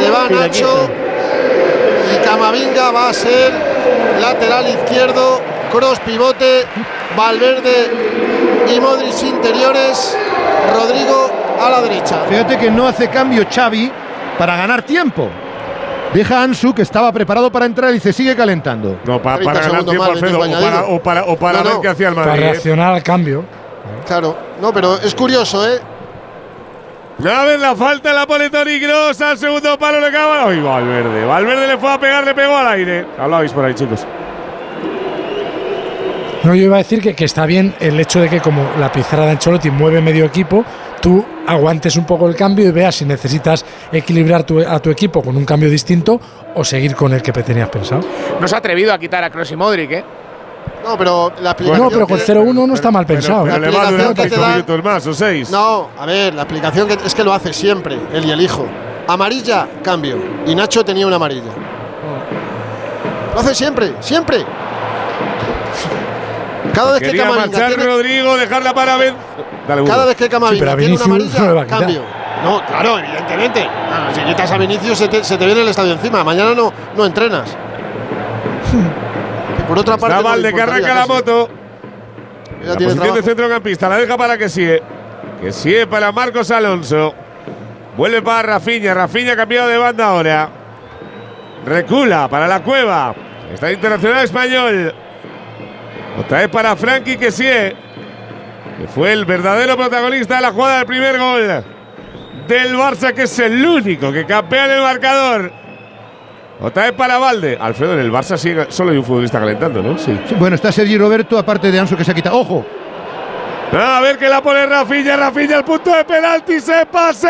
Speaker 10: Y Camavinga va a ser lateral izquierdo. Cross pivote. Valverde y Modric interiores. Rodrigo a la derecha.
Speaker 4: Fíjate que no hace cambio Xavi para ganar tiempo. Deja a Ansu, que estaba preparado para entrar, y se sigue calentando.
Speaker 5: No, para ganar tiempo, Alfredo, o para ver qué hacía el Madrid.
Speaker 9: Para reaccionar al cambio.
Speaker 10: Claro, no, pero es curioso, ¿eh?
Speaker 5: A ver, la falta la pone Toni Kroos al segundo palo, le acaba. ¡Ay, Valverde! Valverde le fue a pegar, le pegó al aire. Hablabais por ahí, chicos.
Speaker 9: No, yo iba a decir que está bien el hecho de que, como la pizarra de Ancelotti mueve medio equipo, tú aguantes un poco el cambio y veas si necesitas equilibrar a tu equipo con un cambio distinto o seguir con el que tenías pensado.
Speaker 6: No se ha atrevido a quitar a Kroos y Modric, ¿eh?
Speaker 10: No, pero la explicación.
Speaker 9: No, pero con 0-1 no está mal pensado.
Speaker 5: Pero le va a durar 5 minutos más o 6.
Speaker 10: No, a ver, la explicación es que lo hace siempre, él y el hijo. Amarilla, cambio. Y Nacho tenía una amarilla. Lo hace siempre. Cada vez que Camavinga
Speaker 5: tiene Rodrigo, dejarla para ver.
Speaker 10: Cada vez que Camavinga tiene una amarilla, cambio. No, claro, evidentemente. Si quitas a Vinicius se te viene el estadio encima. Mañana no entrenas. Por otra parte,
Speaker 5: está Valde que arranca la moto. La posición de centrocampista, la deja para Kessie. Kessie para Marcos Alonso. Vuelve para Rafinha. Rafinha cambiado de banda ahora. Recula para la Cueva. Está Internacional español. Otra vez para Frankie Kessie, que fue el verdadero protagonista de la jugada del primer gol del Barça, que es el único que campea en el marcador. Otra vez para Valde. Alfredo, en el Barça sigue, solo hay un futbolista calentando, ¿no? Sí.
Speaker 4: Bueno, está Sergi Roberto, aparte de Ansu, que se ha quitado. ¡Ojo!
Speaker 5: A ver que la pone Rafinha. Rafinha al punto de penalti. ¡Se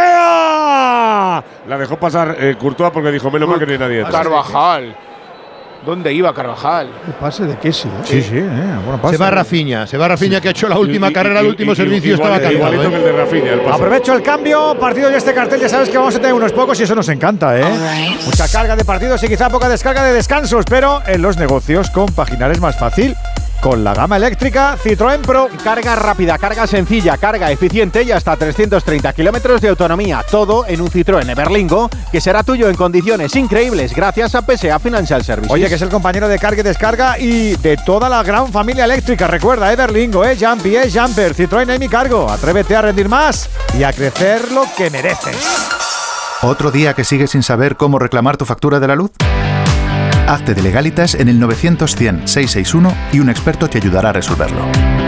Speaker 5: pasea! La dejó pasar Courtois porque dijo, menos mal que no hay nadie.
Speaker 6: Carvajal. ¿Dónde iba Carvajal?
Speaker 11: El pase de Kessie.
Speaker 4: Sí. Bueno, pase. Se va Rafinha, que ha hecho la última carrera, el último servicio estaba cantado.
Speaker 5: Igualito que el de Rafinha.
Speaker 7: Aprovecho el cambio, partido de este cartel, ya sabes que vamos a tener unos pocos y eso nos encanta, ¿eh? Mucha carga de partidos y quizá poca descarga de descansos, pero en los negocios compaginar es más fácil. Con la gama eléctrica Citroën Pro.
Speaker 8: Carga rápida, carga sencilla, carga eficiente y hasta 330 kilómetros de autonomía. Todo en un Citroën Everlingo que será tuyo en condiciones increíbles gracias a PSA Financial Services.
Speaker 7: Oye, que es el compañero de carga y descarga y de toda la gran familia eléctrica. Recuerda, Everlingo, Jumpy, Jumper, Citroën es mi cargo. Atrévete a rendir más y a crecer lo que mereces.
Speaker 12: ¿Otro día que sigues sin saber cómo reclamar tu factura de la luz? Hazte de Legalitas en el 900-100-661 y un experto te ayudará a resolverlo.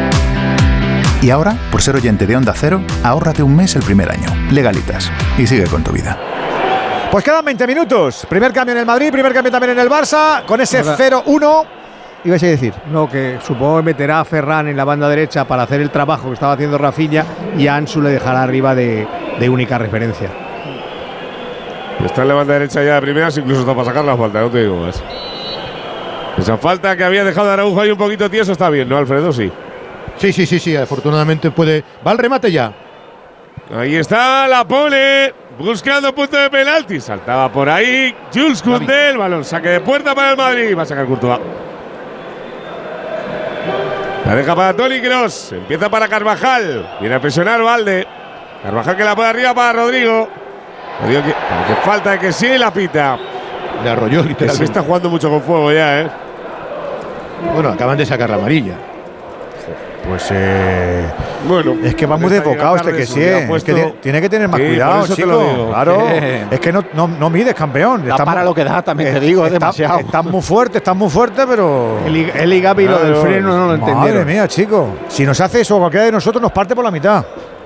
Speaker 12: Y ahora, por ser oyente de Onda Cero, ahórrate un mes el primer año. Legalitas. Y sigue con tu vida.
Speaker 7: Pues quedan 20 minutos. Primer cambio en el Madrid, primer cambio también en el Barça, con ese 0-1. ¿Ibas a decir?
Speaker 11: No, que supongo que meterá a Ferran en la banda derecha para hacer el trabajo que estaba haciendo Rafinha y a Ansu le dejará arriba de única referencia.
Speaker 5: Está en la banda derecha ya de primeras, incluso está para sacar la falta, no te digo más. Esa falta que había dejado Araujo ahí un poquito tieso está bien, ¿no, Alfredo? Sí.
Speaker 4: Sí, afortunadamente puede. Va al remate ya.
Speaker 5: Ahí está, la pone, buscando punto de penalti. Saltaba por ahí Jules Koundé, el balón, saque de puerta para el Madrid. Va a sacar Courtois. La deja para Toni Kroos, empieza para Carvajal. Viene a presionar Valde. Carvajal que la pone arriba para Rodrigo. Digo que falta de que sí la pita.
Speaker 4: Le arrolló literalmente.
Speaker 5: Se está jugando mucho con fuego ya, ¿eh?
Speaker 4: Bueno, acaban de sacar la amarilla.
Speaker 7: Pues
Speaker 5: bueno,
Speaker 7: es que va muy desbocado este que sí. Es que tiene que tener más cuidado, chico. Claro. Es que no mides, campeón.
Speaker 8: Da para lo que da, también te digo, es demasiado.
Speaker 7: Estás muy fuerte, pero.
Speaker 11: El Igavi lo del freno no lo entendieron.
Speaker 7: Madre mía, chico. Si nos hace eso cualquiera de nosotros, nos parte por la mitad.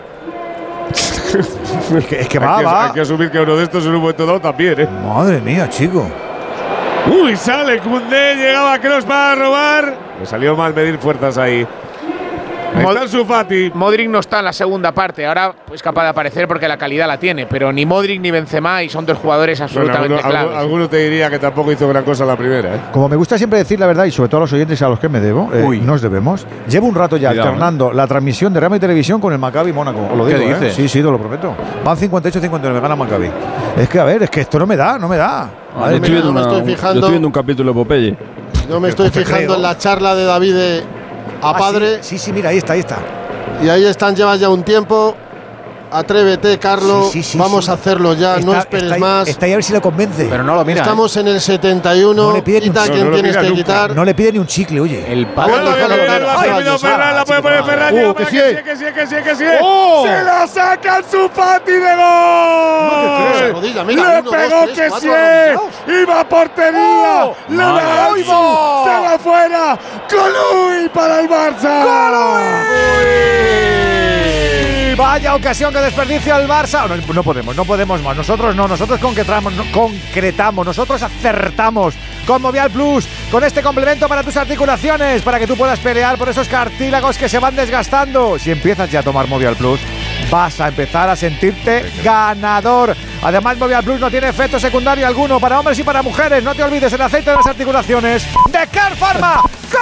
Speaker 7: Es que va.
Speaker 5: Hay que asumir que uno de estos en un momento dado también, ¿eh?
Speaker 7: Madre mía, chico.
Speaker 5: Uy, sale Koundé, llegaba Kroos para robar. Le salió mal medir fuerzas ahí. Ahí está Ansu Fati.
Speaker 6: Modric no está en la segunda parte. Ahora es capaz de aparecer porque la calidad la tiene. Pero ni Modric ni Benzema, y son dos jugadores absolutamente claves.
Speaker 5: Alguno te diría que tampoco hizo gran cosa la primera, ¿eh?
Speaker 7: Como me gusta siempre decir la verdad, y sobre todo a los oyentes a los que me debo, nos debemos. Llevo un rato ya alternando la transmisión de Real Madrid Televisión con el Maccabi Mónaco. Os lo digo,
Speaker 8: ¿qué dices?
Speaker 7: Sí, te lo prometo. Van 58-59, gana Maccabi. Es que, a ver, es que esto no me da.
Speaker 10: Yo estoy
Speaker 14: viendo un capítulo de Popeye.
Speaker 10: Yo me estoy fijando en la charla de David a padre.
Speaker 7: Sí, mira, ahí está.
Speaker 10: Y ahí están, llevas ya un tiempo. Atrévete, Carlos. Vamos a hacerlo ya, no esperes más.
Speaker 7: Está ahí a ver si lo convence.
Speaker 8: Pero no lo mira.
Speaker 10: Estamos en el 71.
Speaker 7: No le pide
Speaker 10: quita quien tienes que quitar.
Speaker 7: No le pide ni un chicle, oye.
Speaker 8: El padre.
Speaker 5: Ferran, la puede poner Ferran. Que sí. Se la saca Ansu Fati de gol. Le pegó que sí. Iba a portería. Le da Ansu. Se va fuera. Colui para el Barça.
Speaker 7: Vaya ocasión que desperdicia el Barça. No podemos más. Nosotros concretamos, nosotros acertamos con Movial Plus, con este complemento para tus articulaciones, para que tú puedas pelear por esos cartílagos que se van desgastando. Si empiezas ya a tomar Movial Plus, vas a empezar a sentirte ganador. Además, Movial Plus no tiene efecto secundario alguno para hombres y para mujeres. No te olvides el aceite de las articulaciones de Care Pharma.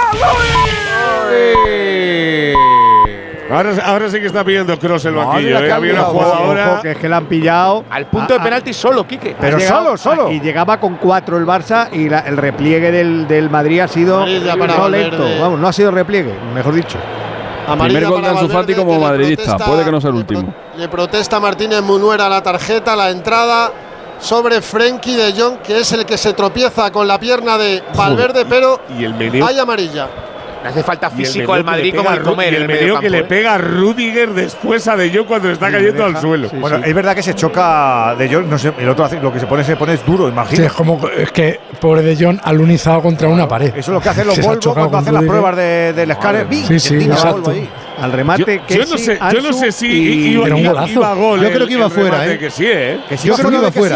Speaker 5: Ahora sí que está pidiendo Kroos el banquillo. Había una jugadora.
Speaker 11: Que es que la han pillado
Speaker 6: al punto de penalti solo, Quique.
Speaker 11: Pero solo. Y llegaba con 4 el Barça y el repliegue del Madrid ha sido no lento. Vamos, no ha sido repliegue, mejor dicho.
Speaker 14: Primer gol de Ansu Fati como madridista, puede que no sea el último.
Speaker 10: Le protesta Martínez Munuera la tarjeta, la entrada sobre Frenkie de Jong, que es el que se tropieza con la pierna de Valverde, pero hay amarilla.
Speaker 6: Le hace falta físico al Madrid como el comer.
Speaker 5: El meneo que le pega a Rudiger después a De Jong cuando está cayendo al suelo.
Speaker 7: Sí, bueno, es verdad que se choca De Jong, no sé, el otro lo que se pone es duro, imagino.
Speaker 9: Sí, es que pobre De Jong ha lunizado contra una pared.
Speaker 7: Eso es lo que hacen los Volvo cuando hacen las pruebas del escáner.
Speaker 9: Sí, exacto.
Speaker 11: Al remate
Speaker 5: yo no sé si iba a gol.
Speaker 4: Yo creo que iba fuera,
Speaker 5: Que sí,
Speaker 4: Que sí, yo creo que iba fuera.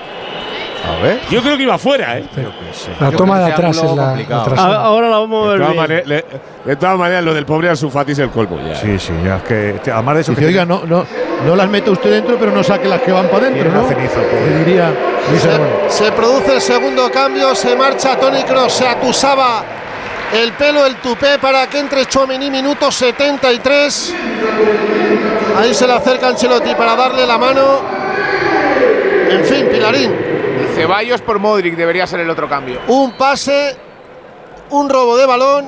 Speaker 5: A ver. Yo creo que iba fuera,
Speaker 9: La toma de atrás es la trasera.
Speaker 3: Ahora la vamos a ver bien.
Speaker 5: De todas maneras, lo del pobre Ansu Fati es el colmo ya.
Speaker 7: Sí, ya es que además de eso
Speaker 4: que oiga, no las mete usted dentro, pero no saque las que van para adentro, ¿no?
Speaker 7: Ceniza,
Speaker 4: le diría.
Speaker 10: Se produce el segundo cambio, se marcha Toni Kroos, se atusaba el pelo, el tupé para que entre Tchouaméni, minuto 73. Ahí se le acerca Ancelotti para darle la mano. En fin, Pilarín.
Speaker 6: Ceballos por Modric debería ser el otro cambio.
Speaker 10: Un pase, un robo de balón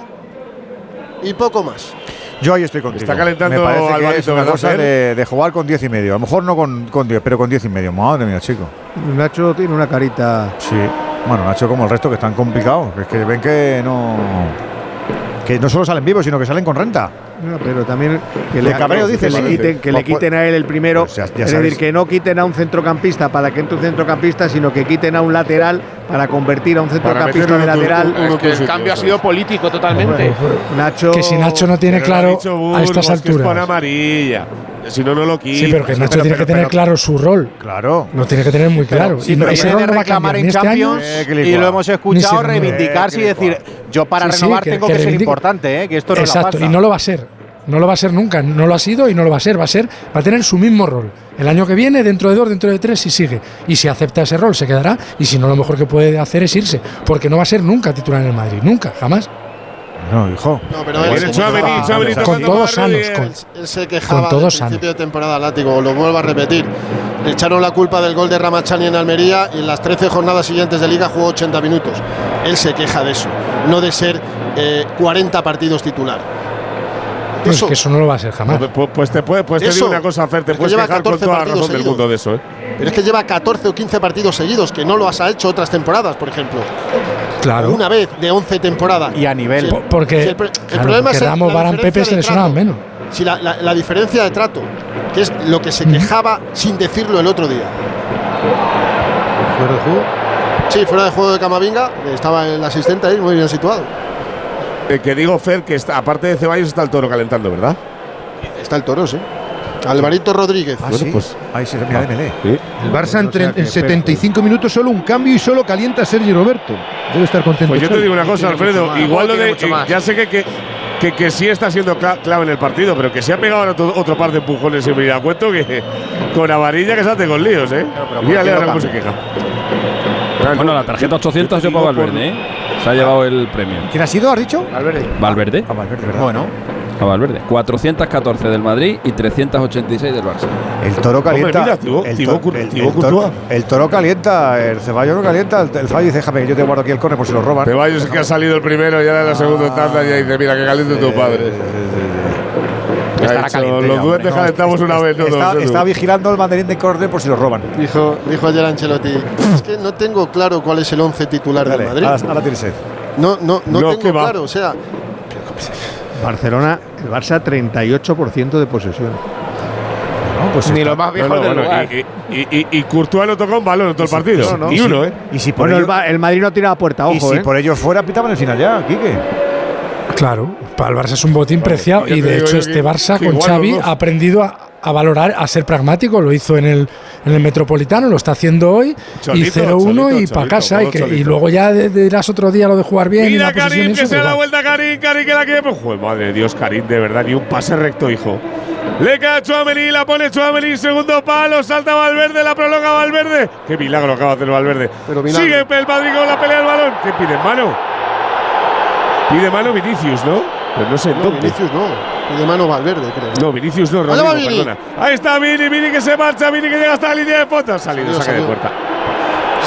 Speaker 10: y poco más.
Speaker 7: Yo ahí estoy contigo.
Speaker 5: Está calentando
Speaker 7: me parece
Speaker 5: Alvarito,
Speaker 7: que es una cosa de jugar con 10 y medio. A lo mejor no con 10, pero con 10 y medio. Madre mía, chico.
Speaker 11: Nacho tiene una carita.
Speaker 7: Sí. Bueno, Nacho como el resto, que están complicados. Es que ven que no solo salen vivos, sino que salen con renta.
Speaker 11: No, pero también
Speaker 7: que le cabreo, dice,
Speaker 11: le quiten a él el primero.
Speaker 7: Pues ya
Speaker 11: es decir, que no quiten a un centrocampista para que entre un centrocampista, sino que quiten a un lateral para convertir a un centrocampista de lateral.
Speaker 6: Es que el cambio ha sido político totalmente.
Speaker 11: Nacho,
Speaker 9: que si Nacho no tiene claro a estas alturas.
Speaker 5: Con amarilla. Si no lo quita.
Speaker 9: Sí, pero que Nacho tiene que tener claro su rol.
Speaker 7: Claro.
Speaker 9: Lo tiene que tener muy claro.
Speaker 8: Sí, pero ese rol no va a cambiar en Champions y lo hemos escuchado reivindicarse y decir, yo para renovar tengo que ser importante, que esto no es la pasta.
Speaker 9: Y no lo va a ser. No lo va a ser nunca, no lo ha sido y no lo va a ser. Va a tener su mismo rol. El año que viene, dentro de 2, dentro de 3, si sigue. Y si acepta ese rol, se quedará. Y si no, lo mejor que puede hacer es irse. Porque no va a ser nunca titular en el Madrid. Nunca, jamás.
Speaker 7: No, hijo.
Speaker 10: No, pero él
Speaker 9: con todos sanos.
Speaker 10: Él se quejaba al principio de temporada, Látigo. Lo vuelvo a repetir. Le echaron la culpa del gol de Ramachani en Almería y en las 13 jornadas siguientes de Liga jugó 80 minutos. Él se queja de eso. No de ser 40 partidos titular.
Speaker 9: Pues que eso no lo va a ser jamás.
Speaker 5: Pues te digo una cosa, Fer, te puedes quejar con toda la razón del mundo de eso.
Speaker 10: Pero es que lleva 14 o 15 partidos seguidos, que no lo has hecho otras temporadas, por ejemplo.
Speaker 9: Claro.
Speaker 10: Una vez de 11 temporadas.
Speaker 8: Y a nivel.
Speaker 9: Porque el problema es
Speaker 10: Ramos,
Speaker 9: Varane, Pepe se lesionaban menos.
Speaker 10: Sí, la diferencia de trato, que es lo que se quejaba sin decirlo el otro día.
Speaker 4: ¿Fuera de juego?
Speaker 10: Sí, fuera de juego de Camavinga, estaba el asistente ahí muy bien situado.
Speaker 5: Que digo, Fer, que aparte de Ceballos está el Toro calentando, ¿verdad?
Speaker 10: Está el Toro, sí. Alvarito Rodríguez.
Speaker 7: Pues ahí se mira Dembélé.
Speaker 4: Sí. El Barça en 75 minutos solo un cambio y solo calienta a Sergi Roberto. Debe estar contento.
Speaker 5: Pues yo te digo una cosa, Alfredo. Igual lo de. Ya sé que sí está siendo clave en el partido, pero que se ha pegado otro par de empujones y me da cuento que con amarilla que se hace con líos, Mírale ahora cómo se queja.
Speaker 14: Bueno, la tarjeta 800 yo para Valverde, Se ha llevado el premio.
Speaker 7: ¿Quién ha sido, has dicho?
Speaker 14: Valverde.
Speaker 7: Valverde, ¿verdad?
Speaker 8: Bueno.
Speaker 14: A Valverde. 414 del Madrid y 386 del Barça.
Speaker 7: El Toro calienta. El Toro calienta. El Ceballos no calienta. El Ceballos dice, déjame que yo te guardo aquí el córner por si lo roban.
Speaker 5: Ceballos es que ha salido el primero y ahora en la segunda tanda ya dice, mira que caliente tu padre. Los duendes calentamos una vez.
Speaker 7: Está vigilando el banderín de córner por si lo roban.
Speaker 10: Dijo ayer Ancelotti, es que no tengo claro cuál es el 11 titular del Madrid.
Speaker 7: Ahora tienes sed.
Speaker 10: No tengo claro, o sea…
Speaker 11: Barcelona, el Barça 38% de posesión.
Speaker 6: No, pues ni lo más viejo del lugar.
Speaker 5: Y Courtois no tocó un balón en todo el partido. Ni uno,
Speaker 7: Y si por
Speaker 11: el Madrid no tira a puerta, ojo.
Speaker 7: Y si por ellos fuera, pitaban el final ya, Quique.
Speaker 9: Claro, para el Barça es un botín preciado y de hecho este Barça con Xavi ha aprendido a valorar, a ser pragmático. Lo hizo en el Metropolitano, lo está haciendo hoy.
Speaker 5: Cholito,
Speaker 9: y 0-1 y para casa. Y luego ya dirás otro día lo de jugar bien.
Speaker 5: Mira
Speaker 9: y la
Speaker 5: Karim, que se da la vuelta
Speaker 9: Karim
Speaker 5: que la quiere. Pues, joder, madre de Dios, Karim, de verdad, ni un pase recto, hijo. Le cae Tchouaméni, la pone Tchouaméni, segundo palo, salta Valverde, la prolonga Valverde. Qué milagro acaba de hacer Valverde. Sigue el Madrid con la pelea del balón. ¿Qué pide, mano? Pide mano Vinicius, ¿no? Pues no sé,
Speaker 10: no, Vinicius no. Pide mano Valverde, creo.
Speaker 5: No, Vinicius no, Rodrigo, perdona. Ahí está Vini que se marcha, Vini que llega hasta la línea de fondo. Ha salido, saque de puerta.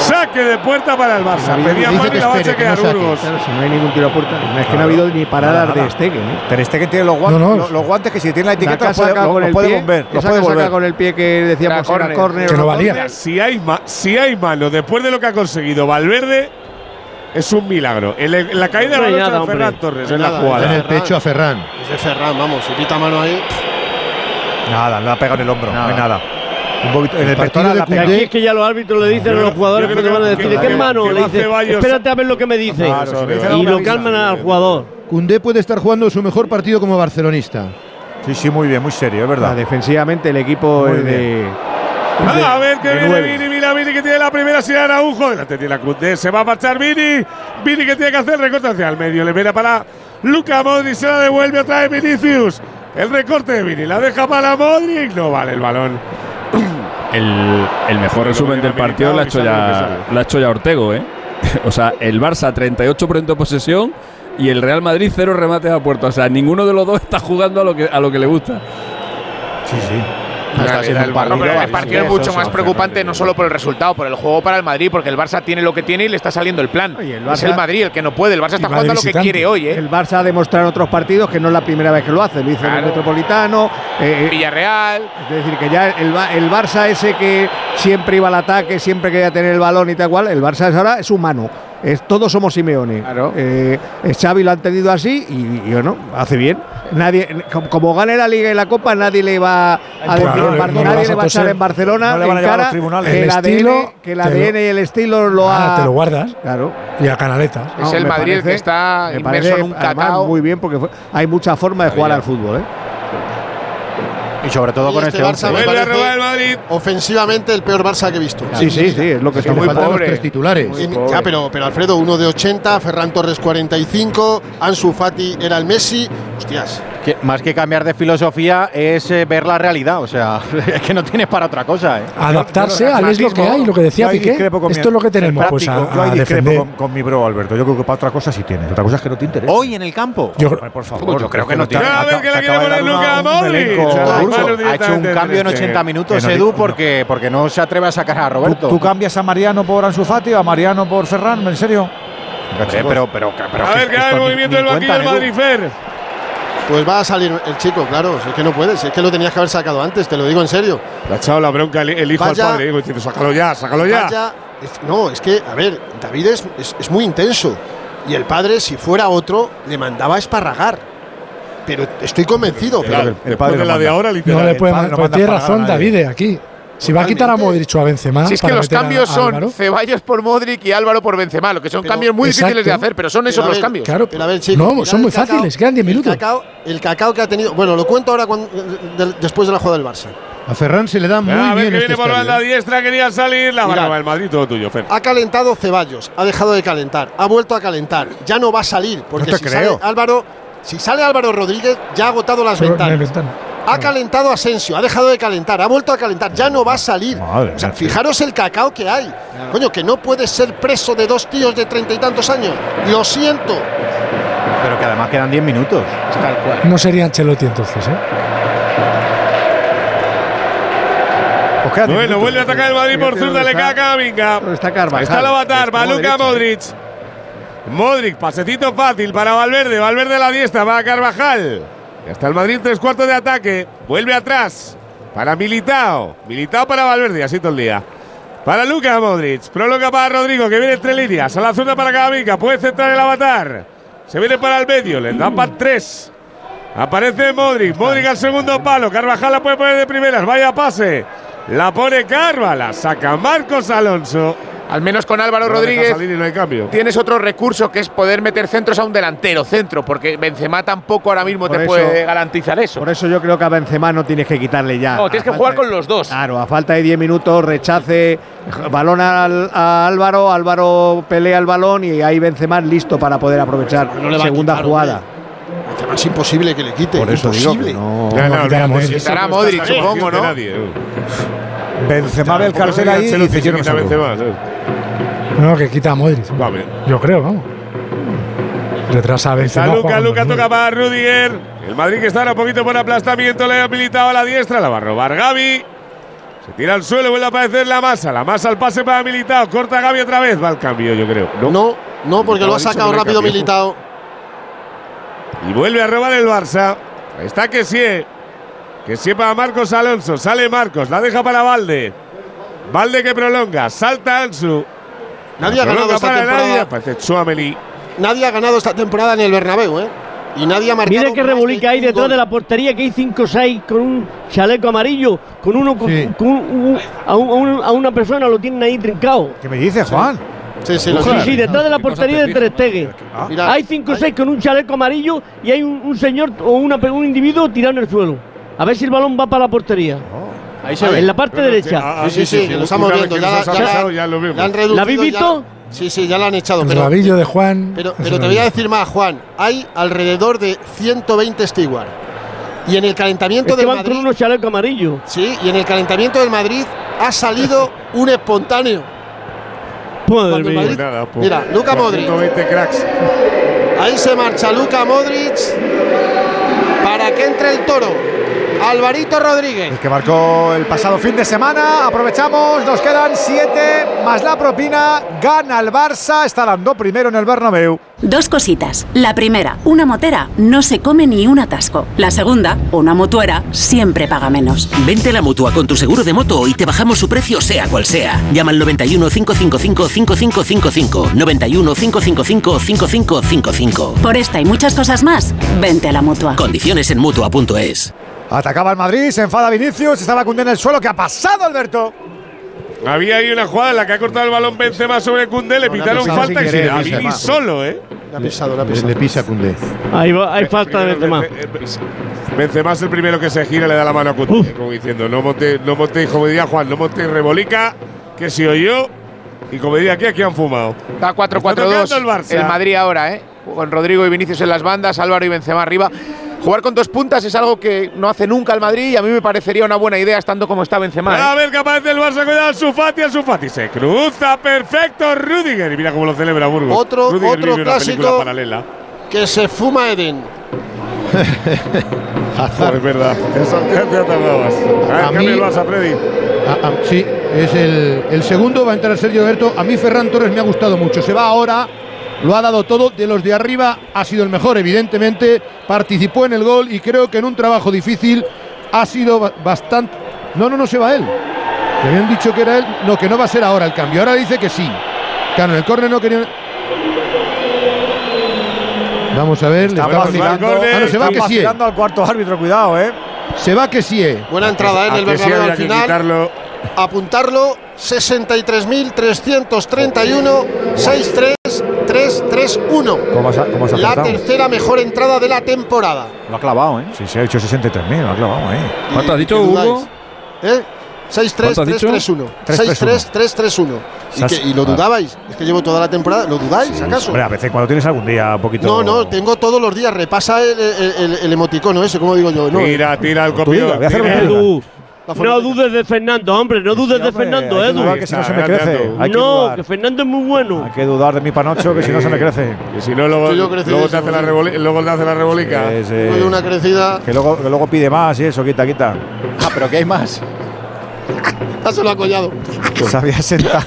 Speaker 5: Saque de puerta para el Barça. Pedía Manu y la va a chequear Burgos.
Speaker 11: Claro, si no hay ningún tiro a puerta. Es que no ha habido ni paradas de Stegen.
Speaker 7: Ter Stegen tiene los guantes que si tiene la etiqueta los puede volver.
Speaker 11: Esa que saca con el pie que decíamos era córner.
Speaker 9: Que no valía.
Speaker 5: Si hay mano después de lo que ha conseguido Valverde, es un milagro. En la caída de la de Ferran Torres en la jugada.
Speaker 4: En el pecho a Ferran.
Speaker 10: Es de Ferran, vamos, si quita mano ahí.
Speaker 7: Nada, no la ha pegado en el hombro, no hay nada. Un poquito en el
Speaker 4: partido
Speaker 7: pectoral.
Speaker 3: Aquí es que ya los árbitros le dicen a los jugadores que te van a decir ¿de qué mano? Le dicen, espérate a ver lo que me dice. Y lo calman al jugador.
Speaker 4: Koundé puede estar jugando su mejor partido como barcelonista.
Speaker 7: Sí, muy bien, muy serio, es verdad.
Speaker 11: Defensivamente el equipo de
Speaker 5: a ver que viene Vini, mira Vini que tiene la primera sin Araujo. Delante tiene la Koundé, se va a marchar Vini. Vini que tiene que hacer recorte hacia el medio. Le viene para Luka Modric, se la devuelve otra vez Vinicius. El recorte de Vini, la deja para Modric. No vale el balón.
Speaker 14: El mejor resumen del partido lo ha hecho ya Ortego, ¿eh? O sea, el Barça 38% de posesión y el Real Madrid 0 remates a puerta. O sea, ninguno de los dos está jugando a lo que le gusta.
Speaker 7: Sí.
Speaker 6: El partido es mucho más preocupante, no solo por el resultado, por el juego para el Madrid, porque el Barça tiene lo que tiene y le está saliendo el plan. Es el Madrid el que no puede. El Barça está jugando a lo que quiere hoy.
Speaker 11: El Barça ha demostrado en otros partidos que no es la primera vez que lo hace. Lo hizo en el Metropolitano,
Speaker 6: Villarreal.
Speaker 11: Es decir, que ya el Barça ese que siempre iba al ataque, siempre quería tener el balón y tal cual, el Barça ahora es humano. Todos somos Simeone.
Speaker 6: Claro.
Speaker 11: Xavi lo ha entendido así y bueno, hace bien. Nadie, como gane la Liga y la Copa, nadie le va a decir, nadie le va a echar en Barcelona
Speaker 7: no le van a llevar a los tribunales.
Speaker 11: Que el ADN y el estilo lo ha…
Speaker 9: te lo guardas.
Speaker 11: Claro.
Speaker 9: Y a Canaletas.
Speaker 6: Es el Madrid el que está inmerso en un cacao.
Speaker 11: Muy bien, porque hay mucha forma de jugar al fútbol,
Speaker 8: Y sobre todo con este
Speaker 10: Barça me parece ofensivamente el peor Barça que he visto.
Speaker 11: Sí, es lo que está
Speaker 4: muy pobre. Los tres titulares.
Speaker 10: Ya, pero Alfredo, uno de 80, Ferran Torres 45, Ansu Fati era el Messi. Hostias.
Speaker 8: Más que cambiar de filosofía es ver la realidad, o sea, es que no tienes para otra cosa.
Speaker 9: Adaptarse a lo que hay, lo que decía Piqué. Esto es lo que tenemos, pues a defender.
Speaker 7: Con mi bro, Alberto. Yo creo que para otra cosa sí tienes. Otra cosa es que no te interesa.
Speaker 8: Hoy en el campo.
Speaker 7: Por favor.
Speaker 8: Yo creo que no tiene.
Speaker 5: A ver que le quiere poner Luka Modric.
Speaker 8: Ha hecho un cambio en 80 minutos, Edu, porque no se atreve a sacar a Roberto.
Speaker 7: ¿Tú cambias a Mariano por Ansu Fati o a Mariano por Ferran? ¿En serio?
Speaker 8: Pero
Speaker 5: a ver que hay el movimiento del banquillo del Madrid, Fer.
Speaker 10: Pues va a salir el chico, claro. Es que no puedes, es que lo tenías que haber sacado antes, te lo digo en serio.
Speaker 5: Le ha echado la bronca el hijo al padre, diciendo, sácalo ya.
Speaker 10: No, es que, a ver, David es muy intenso. Y el padre, si fuera otro, le mandaba a esparragar. Pero estoy convencido.
Speaker 5: El padre de la de ahora, literal.
Speaker 9: No le puede mandar. Pues tiene razón David aquí. Si va a quitar a Modric o a Benzema…
Speaker 6: Si es que los cambios son Ceballos por Modric y Álvaro por Benzema, lo que son cambios muy difíciles de hacer, pero son esos los cambios.
Speaker 9: Claro, pero a ver, chicos, no, son muy fáciles, quedan 10 minutos.
Speaker 10: El cacao que ha tenido… Bueno, lo cuento ahora después de la jugada del Barça.
Speaker 4: A Ferran se le da muy bien.
Speaker 5: A ver que viene por banda diestra, quería salir, la barra del Madrid, todo tuyo, Fer.
Speaker 10: Ha calentado Ceballos, ha dejado de calentar, ha vuelto a calentar, ya no va a salir, porque si sale Álvaro Rodríguez, ya ha agotado las ventanas. Ha calentado Asensio, ha dejado de calentar, ha vuelto a calentar, ya no va a salir. O sea, fijaros el cacao que hay. Coño, que no puedes ser preso de dos tíos de 30 y tantos años. Lo siento.
Speaker 8: Pero que además quedan 10 minutos.
Speaker 10: Tal cual.
Speaker 9: No sería Ancelotti entonces,
Speaker 5: Bueno, vuelve a atacar el Madrid por zurda, le cae a Camavinga. Está el avatar, Luka Modric. Modric, pasecito fácil para Valverde. Valverde a la diestra, va a Carvajal. Ya está el Madrid, 3/4 de ataque. Vuelve atrás para Militao. Militao para Valverde, así todo el día. Para Luka Modric. Prolonga para Rodrigo, que viene entre líneas. A la zurda para Camavinga. Puede centrar el avatar. Se viene para el medio. Le dan para 3. Aparece Modric. Modric al segundo palo. Carvajal la puede poner de primeras. Vaya pase. La pone Carva. La saca Marcos Alonso.
Speaker 6: Al menos con Álvaro Rodríguez
Speaker 5: no hay cambio.
Speaker 6: Tienes otro recurso que es poder meter centros a un delantero, porque Benzema tampoco ahora mismo te puede garantizar eso.
Speaker 11: Por eso yo creo que a Benzema no tienes que quitarle ya.
Speaker 6: No, tienes que jugar con los dos.
Speaker 11: Claro, a falta de 10 minutos, rechace, balón a Álvaro, Álvaro pelea el balón y ahí Benzema listo para poder aprovechar segunda jugada.
Speaker 10: Es imposible que le quite.
Speaker 11: Por eso
Speaker 10: imposible.
Speaker 11: digo
Speaker 10: que
Speaker 6: no quitará Modric, supongo, ¿no?
Speaker 7: Benzema ve el cartel ahí y dice:
Speaker 9: No, que quita a Modric. Yo creo, vamos. Retrasa a Benzema.
Speaker 5: Luka toca para Rudiger. El Madrid que está ahora un poquito por aplastamiento, le ha habilitado a la diestra, la va a robar Gavi. Se tira al suelo, vuelve a aparecer la Masa al pase para Militao, corta Gavi otra vez, va al cambio, yo creo.
Speaker 10: No, porque lo ha sacado rápido Militao.
Speaker 5: Y vuelve a robar el Barça. Ahí está Kessie para Marcos Alonso, sale Marcos, la deja para Valde que prolonga, salta Ansu.
Speaker 10: Nadie ha ganado esta temporada.
Speaker 5: Parece Tchouaméni.
Speaker 10: Nadie ha ganado esta temporada en el Bernabéu, ¿eh? Y nadie ha marcado.
Speaker 3: Mira que rebolica ahí detrás de la portería, que hay 5-6 con un chaleco amarillo, con uno a una persona lo tienen ahí trincado.
Speaker 7: ¿Qué me dices, Juan?
Speaker 3: Sí, detrás de la portería de Ter Stegen. Hay 5-6 con un chaleco amarillo y hay un señor o un individuo tirado en el suelo. A ver si el balón va para la portería.
Speaker 10: Ahí se ve.
Speaker 3: En la parte derecha.
Speaker 10: Sí, lo estamos viendo.
Speaker 3: ¿La habéis visto?
Speaker 10: Sí, ya la han echado.
Speaker 9: El rabillo de Juan.
Speaker 10: Pero te voy a decir más, Juan. Hay alrededor de 120 stewards. Y en el calentamiento del Madrid.
Speaker 3: Con unos chalecos amarillos.
Speaker 10: Sí, y en el calentamiento del Madrid ha salido un espontáneo.
Speaker 3: Madre mía.
Speaker 10: Madrid, mira, Luka Modric.
Speaker 5: 120 cracks.
Speaker 10: Ahí se marcha Luka Modric para que entre el toro. Alvarito Rodríguez.
Speaker 7: El que marcó el pasado fin de semana. Aprovechamos, nos quedan 7 más la propina. Gana el Barça, está dando primero en el Bernabéu.
Speaker 13: Dos cositas. La primera, una motera no se come ni un atasco. La segunda, una mutuera siempre paga menos.
Speaker 2: Vente a la Mutua con tu seguro de moto y te bajamos su precio sea cual sea. Llama al 91 555 5555. 91 555 5555.
Speaker 13: Por esta y muchas cosas más, vente a la Mutua.
Speaker 2: Condiciones en Mutua.es.
Speaker 7: Atacaba el Madrid, se enfada Vinicius, estaba Koundé en el suelo. ¿Qué ha pasado, Alberto?
Speaker 5: Había ahí una jugada en la que ha cortado el balón Benzema sobre Koundé, le pitaron falta y a Vini solo,
Speaker 10: Le ha pisado.
Speaker 4: Le pisa a Koundé.
Speaker 3: Hay falta de Benzema.
Speaker 5: Benzema es el primero que se gira y le da la mano a Koundé, como diciendo, no monte, como diría Juan, no monte rebolica, que si oyó, y como diría aquí han fumado.
Speaker 6: Está 4-4-2 el Madrid ahora, con Rodrigo y Vinicius en las bandas, Álvaro y Benzema arriba. Jugar con dos puntas es algo que no hace nunca el Madrid y a mí me parecería una buena idea estando como está Benzema.
Speaker 5: A ver que aparece el Barça, cuidado, Ansu Fati se cruza, perfecto, Rüdiger. Y mira cómo lo celebra Burgos.
Speaker 10: Otro clásico
Speaker 5: paralela
Speaker 10: que se fuma Eden.
Speaker 5: Es verdad. Te tardabas. A mí el Barça, Freddy.
Speaker 4: Sí, es el segundo, va a entrar Sergio Roberto. A mí Ferran Torres me ha gustado mucho. Se va ahora. Lo ha dado todo, de los de arriba ha sido el mejor, evidentemente, participó en el gol y creo que en un trabajo difícil ha sido bastante… No se va él. Le habían dicho que era él, no, que no va a ser ahora el cambio, ahora dice que sí. Claro, en el córner no querían… Vamos a ver,
Speaker 7: está vacilando,
Speaker 4: se va Kessie.
Speaker 7: Al cuarto árbitro, cuidado,
Speaker 4: Se va Kessie.
Speaker 10: Buena entrada en el Bernabéu al final. Apuntarlo, 63.331, 6-3-3-3-1.
Speaker 7: ¿Cómo has
Speaker 10: la
Speaker 7: acertado?
Speaker 10: Tercera mejor entrada de la temporada.
Speaker 7: Lo ha clavado, Sí, se ha hecho 63.000, lo ha clavado,
Speaker 14: ¿Cuánto has dicho, Hugo?
Speaker 10: 6-3-3-3-1. 6-3-3-3-1. ¿Y lo dudabais? Es que llevo toda la temporada. ¿Lo dudáis, acaso?
Speaker 7: Hombre, a veces cuando tienes algún día un poquito…
Speaker 10: No, tengo todos los días. Repasa el emoticono ese, como digo yo.
Speaker 5: Tira el copión.
Speaker 3: No dudes de Fernando, hombre, no dudes de Fernando, Edu.
Speaker 7: Que si no se me crece.
Speaker 3: Que Fernando es muy bueno.
Speaker 7: Hay que dudar de mi panocho, que si no se me crece.
Speaker 5: Que si no, luego te hace la rebolica.
Speaker 10: Una crecida.
Speaker 7: Que luego pide más y eso, quita.
Speaker 8: Pero que hay más.
Speaker 10: Ya se lo ha collado.
Speaker 7: Se había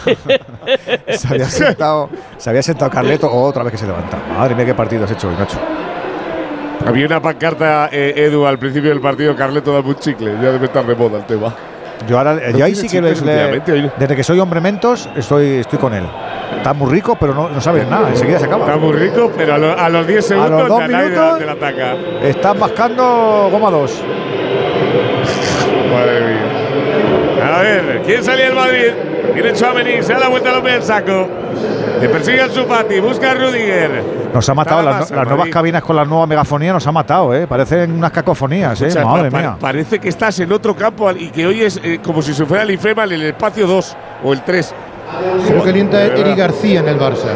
Speaker 7: sentado Carleto, otra vez que se levanta. Madre mía, qué partido has hecho hoy, Nacho.
Speaker 5: Había una pancarta, Edu, al principio del partido, Carleto da un chicle. Ya debe estar de moda el tema.
Speaker 7: Yo ahí sí que desde que soy hombre mentos estoy con él. Está muy rico, pero no sabes nada. Enseguida se acaba.
Speaker 5: Está muy rico, pero a los 10 segundos
Speaker 7: a los 2 minutos
Speaker 5: te la ataca.
Speaker 7: Están mascando goma 2.
Speaker 5: Madre mía. A ver, ¿quién salía el Madrid? Viene Tchouaméni, se da la vuelta al hombre del saco. Le persigue Ansu Fati, busca a Rüdiger.
Speaker 7: Nos ha matado las nuevas cabinas con la nueva megafonía, nos ha matado, Parecen unas cacofonías, Madre mía.
Speaker 5: Parece que estás en otro campo y que hoy es como si se fuera el IFEMA en el espacio 2 o el 3.
Speaker 4: Creo que alienta Eric García en el Barça.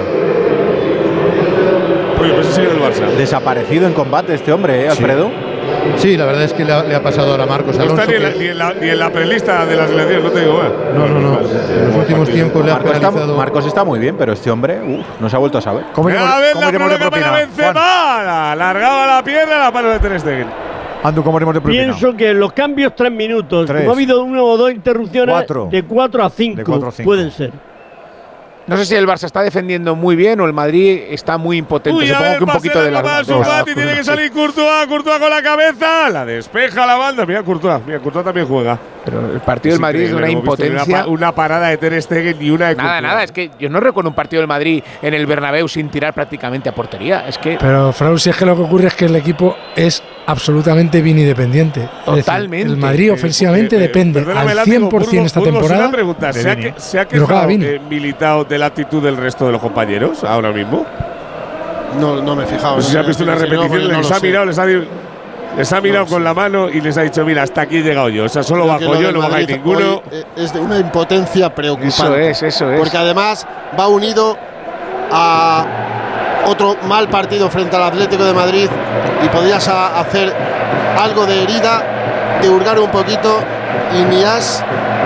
Speaker 5: Oye, pues ese es el Barça.
Speaker 8: Desaparecido en combate este hombre, Alfredo.
Speaker 4: Sí, la verdad es que le ha pasado ahora a Marcos Alonso.
Speaker 5: No está ni en la prelista de la selección, no te digo más.
Speaker 4: No. En los últimos tiempos le ha penalizado.
Speaker 8: Marcos está muy bien, pero este hombre no se ha vuelto a saber.
Speaker 5: A ver, la prolonga para Benzema. Largaba la pierna, la mano de Ter Stegen.
Speaker 7: Andu, ¿cómo hemos de Prupina?
Speaker 3: Pienso que los cambios 3 minutos. Como ha habido 1 o 2 interrupciones, de 4 a 5 pueden ser.
Speaker 6: No sé si el Barça está defendiendo muy bien o el Madrid está muy impotente. Supongo que un poquito de las dos.
Speaker 5: Tiene que salir Courtois con la cabeza. La despeja la banda. Mira Courtois también juega.
Speaker 6: Pero el partido del Madrid es una impotencia.
Speaker 5: Una parada de Ter Stegen y una de Courtois.
Speaker 6: Nada. Es que yo no recuerdo un partido del Madrid en el Bernabéu sin tirar prácticamente a portería. Es que.
Speaker 9: Pero, Frau, si es que lo que ocurre es que el equipo es absolutamente vinidependiente.
Speaker 6: Totalmente.
Speaker 9: Es decir, el Madrid ofensivamente depende al 100% esta temporada.
Speaker 5: Una pregunta. ¿Se ha quejado Militao de la actitud del resto de los compañeros ahora mismo?
Speaker 10: No me he fijado.
Speaker 5: No sé si ha visto una repetición. Les ha mirado, les ha mirado con la mano y les ha dicho, mira, hasta aquí he llegado yo. O sea, solo bajo yo, no bajáis ninguno.
Speaker 10: Es de una impotencia preocupante.
Speaker 6: Eso es.
Speaker 10: Porque además va unido a otro mal partido frente al Atlético de Madrid y podrías hacer algo de herida, de hurgar un poquito y ni has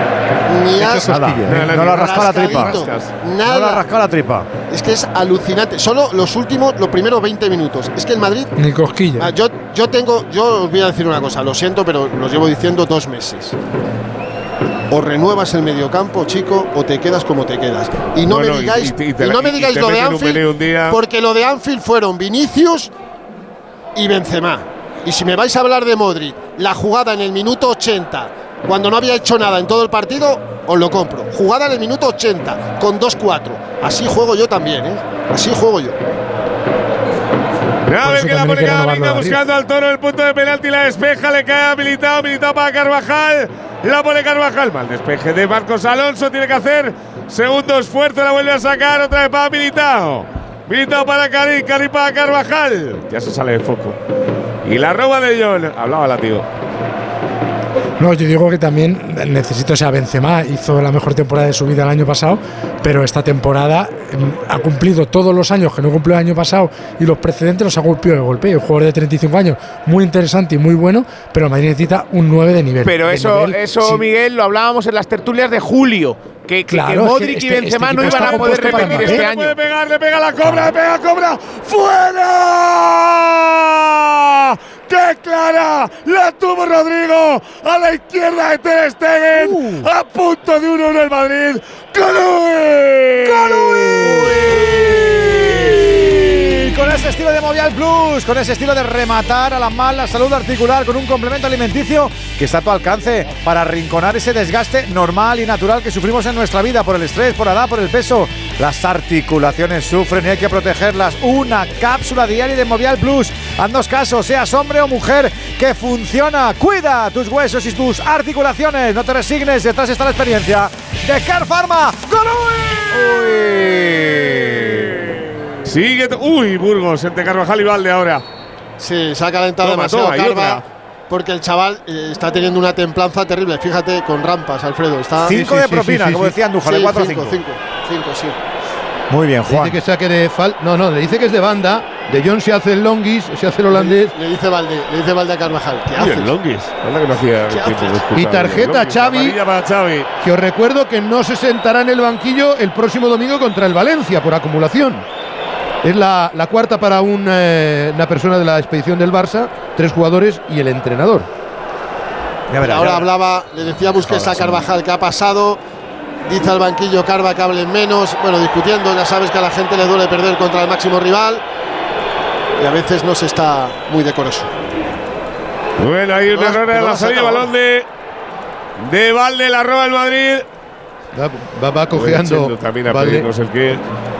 Speaker 7: no la rascado la tripa.
Speaker 10: Nada.
Speaker 7: No la rascado la tripa.
Speaker 10: Es que es alucinante. Solo los primeros 20 minutos. Es que el Madrid.
Speaker 9: Ni cosquilla.
Speaker 10: Yo os voy a decir una cosa, lo siento, pero los llevo diciendo 2 meses. O renuevas el mediocampo, chico, o te quedas como te quedas. Y no me digáis, no me digáis lo de Anfield, porque lo de Anfield fueron Vinicius y Benzema. Y si me vais a hablar de Modric, la jugada en el minuto 80, cuando no había hecho nada en todo el partido, os lo compro. Jugada en el minuto 80, con 2-4. Así juego yo también, Así juego yo.
Speaker 5: A ver que la pone Camavinga buscando al Toro el punto de penalti, la despeja, le cae a Militao para Carvajal, la pone Carvajal, mal despeje de Marcos Alonso, tiene que hacer segundo esfuerzo, la vuelve a sacar otra vez para Militao para Cari para Carvajal, ya se sale de foco y la roba de John, hablaba Látigo.
Speaker 9: No, yo digo que también necesito, o sea, Benzema hizo la mejor temporada de su vida el año pasado, pero esta temporada ha cumplido todos los años que no cumplió el año pasado y los precedentes los ha golpeado de golpe. Un jugador de 35 años, muy interesante y muy bueno, pero Madrid necesita un 9 de nivel.
Speaker 6: Pero eso sí. Miguel, lo hablábamos en las tertulias de julio. Que Modric y Benzema no iban a poder repetir este año.
Speaker 5: Le pega la cobra, ¡fuera! ¡Qué clara! La tuvo Rodrigo a la izquierda de Ter Stegen. A punto de 1-1 el Madrid.
Speaker 7: Con ese estilo de Movial Plus, con ese estilo de rematar a la mala salud articular con un complemento alimenticio que está a tu alcance para arrinconar ese desgaste normal y natural que sufrimos en nuestra vida por el estrés, por la edad, por el peso. Las articulaciones sufren y hay que protegerlas. Una cápsula diaria de Movial Plus. Haznos caso, seas hombre o mujer, que funciona. Cuida tus huesos y tus articulaciones. No te resignes, detrás está la experiencia de Care Pharma.
Speaker 5: Sigue. Burgos entre Carvajal y Valde ahora.
Speaker 10: Sí, se ha calentado demasiado Carva, porque el chaval está teniendo una templanza terrible. Fíjate, con rampas, Alfredo.
Speaker 7: 5 de propina, como decía Andújar, de 4 a 5. 5,
Speaker 10: sí.
Speaker 7: Muy bien, Juan.
Speaker 4: Dice que saque de no, le dice que es de banda. De Jong se hace el longuis, se hace el holandés.
Speaker 10: Le dice Valde a Carvajal. ¿Qué haces?
Speaker 5: El longuis. ¿Verdad que no hacía tiempo de
Speaker 4: y tarjeta Xavi, que os recuerdo que no se sentará en el banquillo el próximo domingo contra el Valencia por acumulación. Es la cuarta para una persona de la expedición del Barça, 3 jugadores y el entrenador.
Speaker 10: Ahora hablaba, le decía Busquets a Carvajal que ha pasado. Dice al banquillo Carva que hablen menos. Bueno, discutiendo, ya sabes que a la gente le duele perder contra el máximo rival. Y a veces no se está muy decoroso.
Speaker 5: Bueno, hay un error en la salida, balón de Valde, la roba el Madrid.
Speaker 4: Va cojeando.
Speaker 5: También a pedir no sé el qué.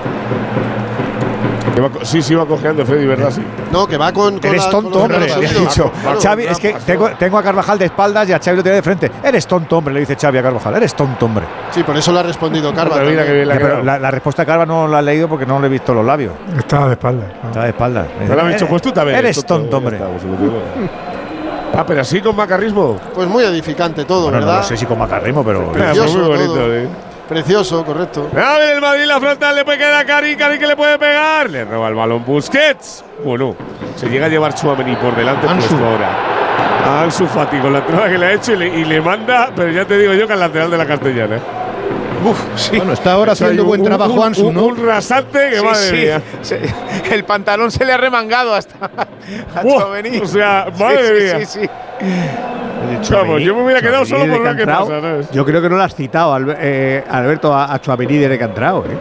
Speaker 5: Sí, va cojeando Freddy, ¿verdad? Sí.
Speaker 10: No, que va con
Speaker 7: eres tonto, hombre, le ha dicho. Xavi, es que tengo a Carvajal de espaldas y a Xavi lo tiene de frente. Eres tonto, hombre, le dice Xavi a Carvajal. Eres tonto, hombre.
Speaker 10: Sí, por eso lo ha respondido Carva.
Speaker 7: Pero la respuesta de Carva no la he leído porque no le he visto los labios.
Speaker 9: Estaba de espaldas.
Speaker 7: Estaba de espaldas.
Speaker 5: No lo has dicho, pues tú también.
Speaker 7: Eres tonto, hombre.
Speaker 5: Pero así con macarrismo.
Speaker 10: Pues muy edificante todo, ¿verdad?
Speaker 7: No sé si con macarrismo, pero…
Speaker 10: Precioso,
Speaker 5: muy bonito,
Speaker 10: Precioso, correcto.
Speaker 5: A ver, el Madrid, la frontal, le puede quedar a Cari que le puede pegar. Le roba el balón Busquets. Bueno, se llega a llevar Tchouaméni por delante puesto ahora. Ansu Fati con la entrada que le ha hecho y le manda, pero ya te digo yo que al lateral de la Castellana.
Speaker 6: Sí.
Speaker 4: Bueno, está ahora haciendo buen trabajo Ansu, ¿no?
Speaker 5: Un rasante que madre mía.
Speaker 6: El pantalón se le ha remangado hasta a Tchouaméni.
Speaker 5: O sea, madre mía.
Speaker 6: Sí.
Speaker 5: Vamos, yo me hubiera quedado solo por ver qué pasa, ¿sabes?
Speaker 11: Yo creo que no lo has citado, Alberto, a Tchouaméni desde que ha entrado, ¿eh?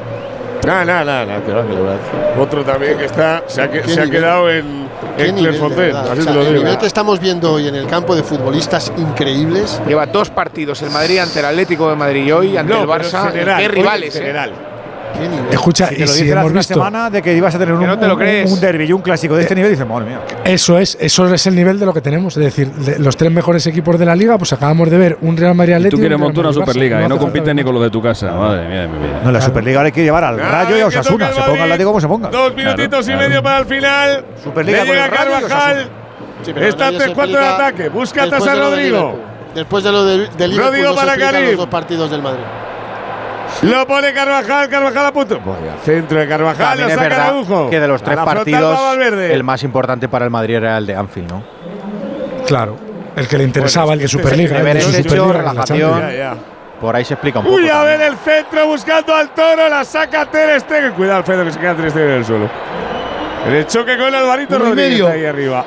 Speaker 5: No. Otro también que se ha quedado en Clairefontaine. Así te lo digo.
Speaker 10: El nivel que estamos viendo hoy en el campo de futbolistas increíbles.
Speaker 6: Lleva 2 partidos el Madrid ante el Atlético de Madrid y hoy ante el Barça. ¿Qué rivales,
Speaker 9: Escucha,
Speaker 7: si te
Speaker 9: y
Speaker 7: lo
Speaker 9: si
Speaker 7: dices
Speaker 9: hemos
Speaker 7: hace una
Speaker 9: visto
Speaker 7: semana de que ibas a tener un derbi y un clásico de este nivel, dices, madre mía.
Speaker 9: eso es el nivel de lo que tenemos, es decir, los 3 mejores equipos de la liga, pues acabamos de ver un Real Madrid Atlético.
Speaker 14: Tú quieres montar una Superliga y no compites ni con los de tu casa, madre mía.
Speaker 7: No, la Superliga ahora hay que llevar al Rayo y a Osasuna, se ponga el látigo como se ponga.
Speaker 5: 2 minutitos y medio para el final.
Speaker 7: Superliga
Speaker 5: le llega Carvajal. Está ante el 4 de ataque. Busca atrás a Rodrigo.
Speaker 10: Después de lo del Liverpool,
Speaker 5: Rodrigo
Speaker 10: no se
Speaker 5: para
Speaker 10: explican
Speaker 5: Karim.
Speaker 10: los 2 partidos del Madrid.
Speaker 5: Lo pone Carvajal a punto. Centro de Carvajal,
Speaker 8: También
Speaker 5: lo
Speaker 8: es
Speaker 5: saca
Speaker 8: verdad
Speaker 5: Araujo.
Speaker 8: que de los 3 partidos, el
Speaker 5: más
Speaker 8: más importante para el Madrid era el de Anfield, ¿no?
Speaker 9: Claro, el que le interesaba, el de Superliga.
Speaker 8: Deber
Speaker 9: el de
Speaker 8: hecho,
Speaker 9: Superliga,
Speaker 8: relajación. Por ahí se explica un poco.
Speaker 5: Uy, a ver el centro buscando al Toro, la saca Ter Stegen. Cuidado, Alfredo, que se queda Ter Stegen en el suelo. En el choque con Alvarito Rodríguez ahí arriba.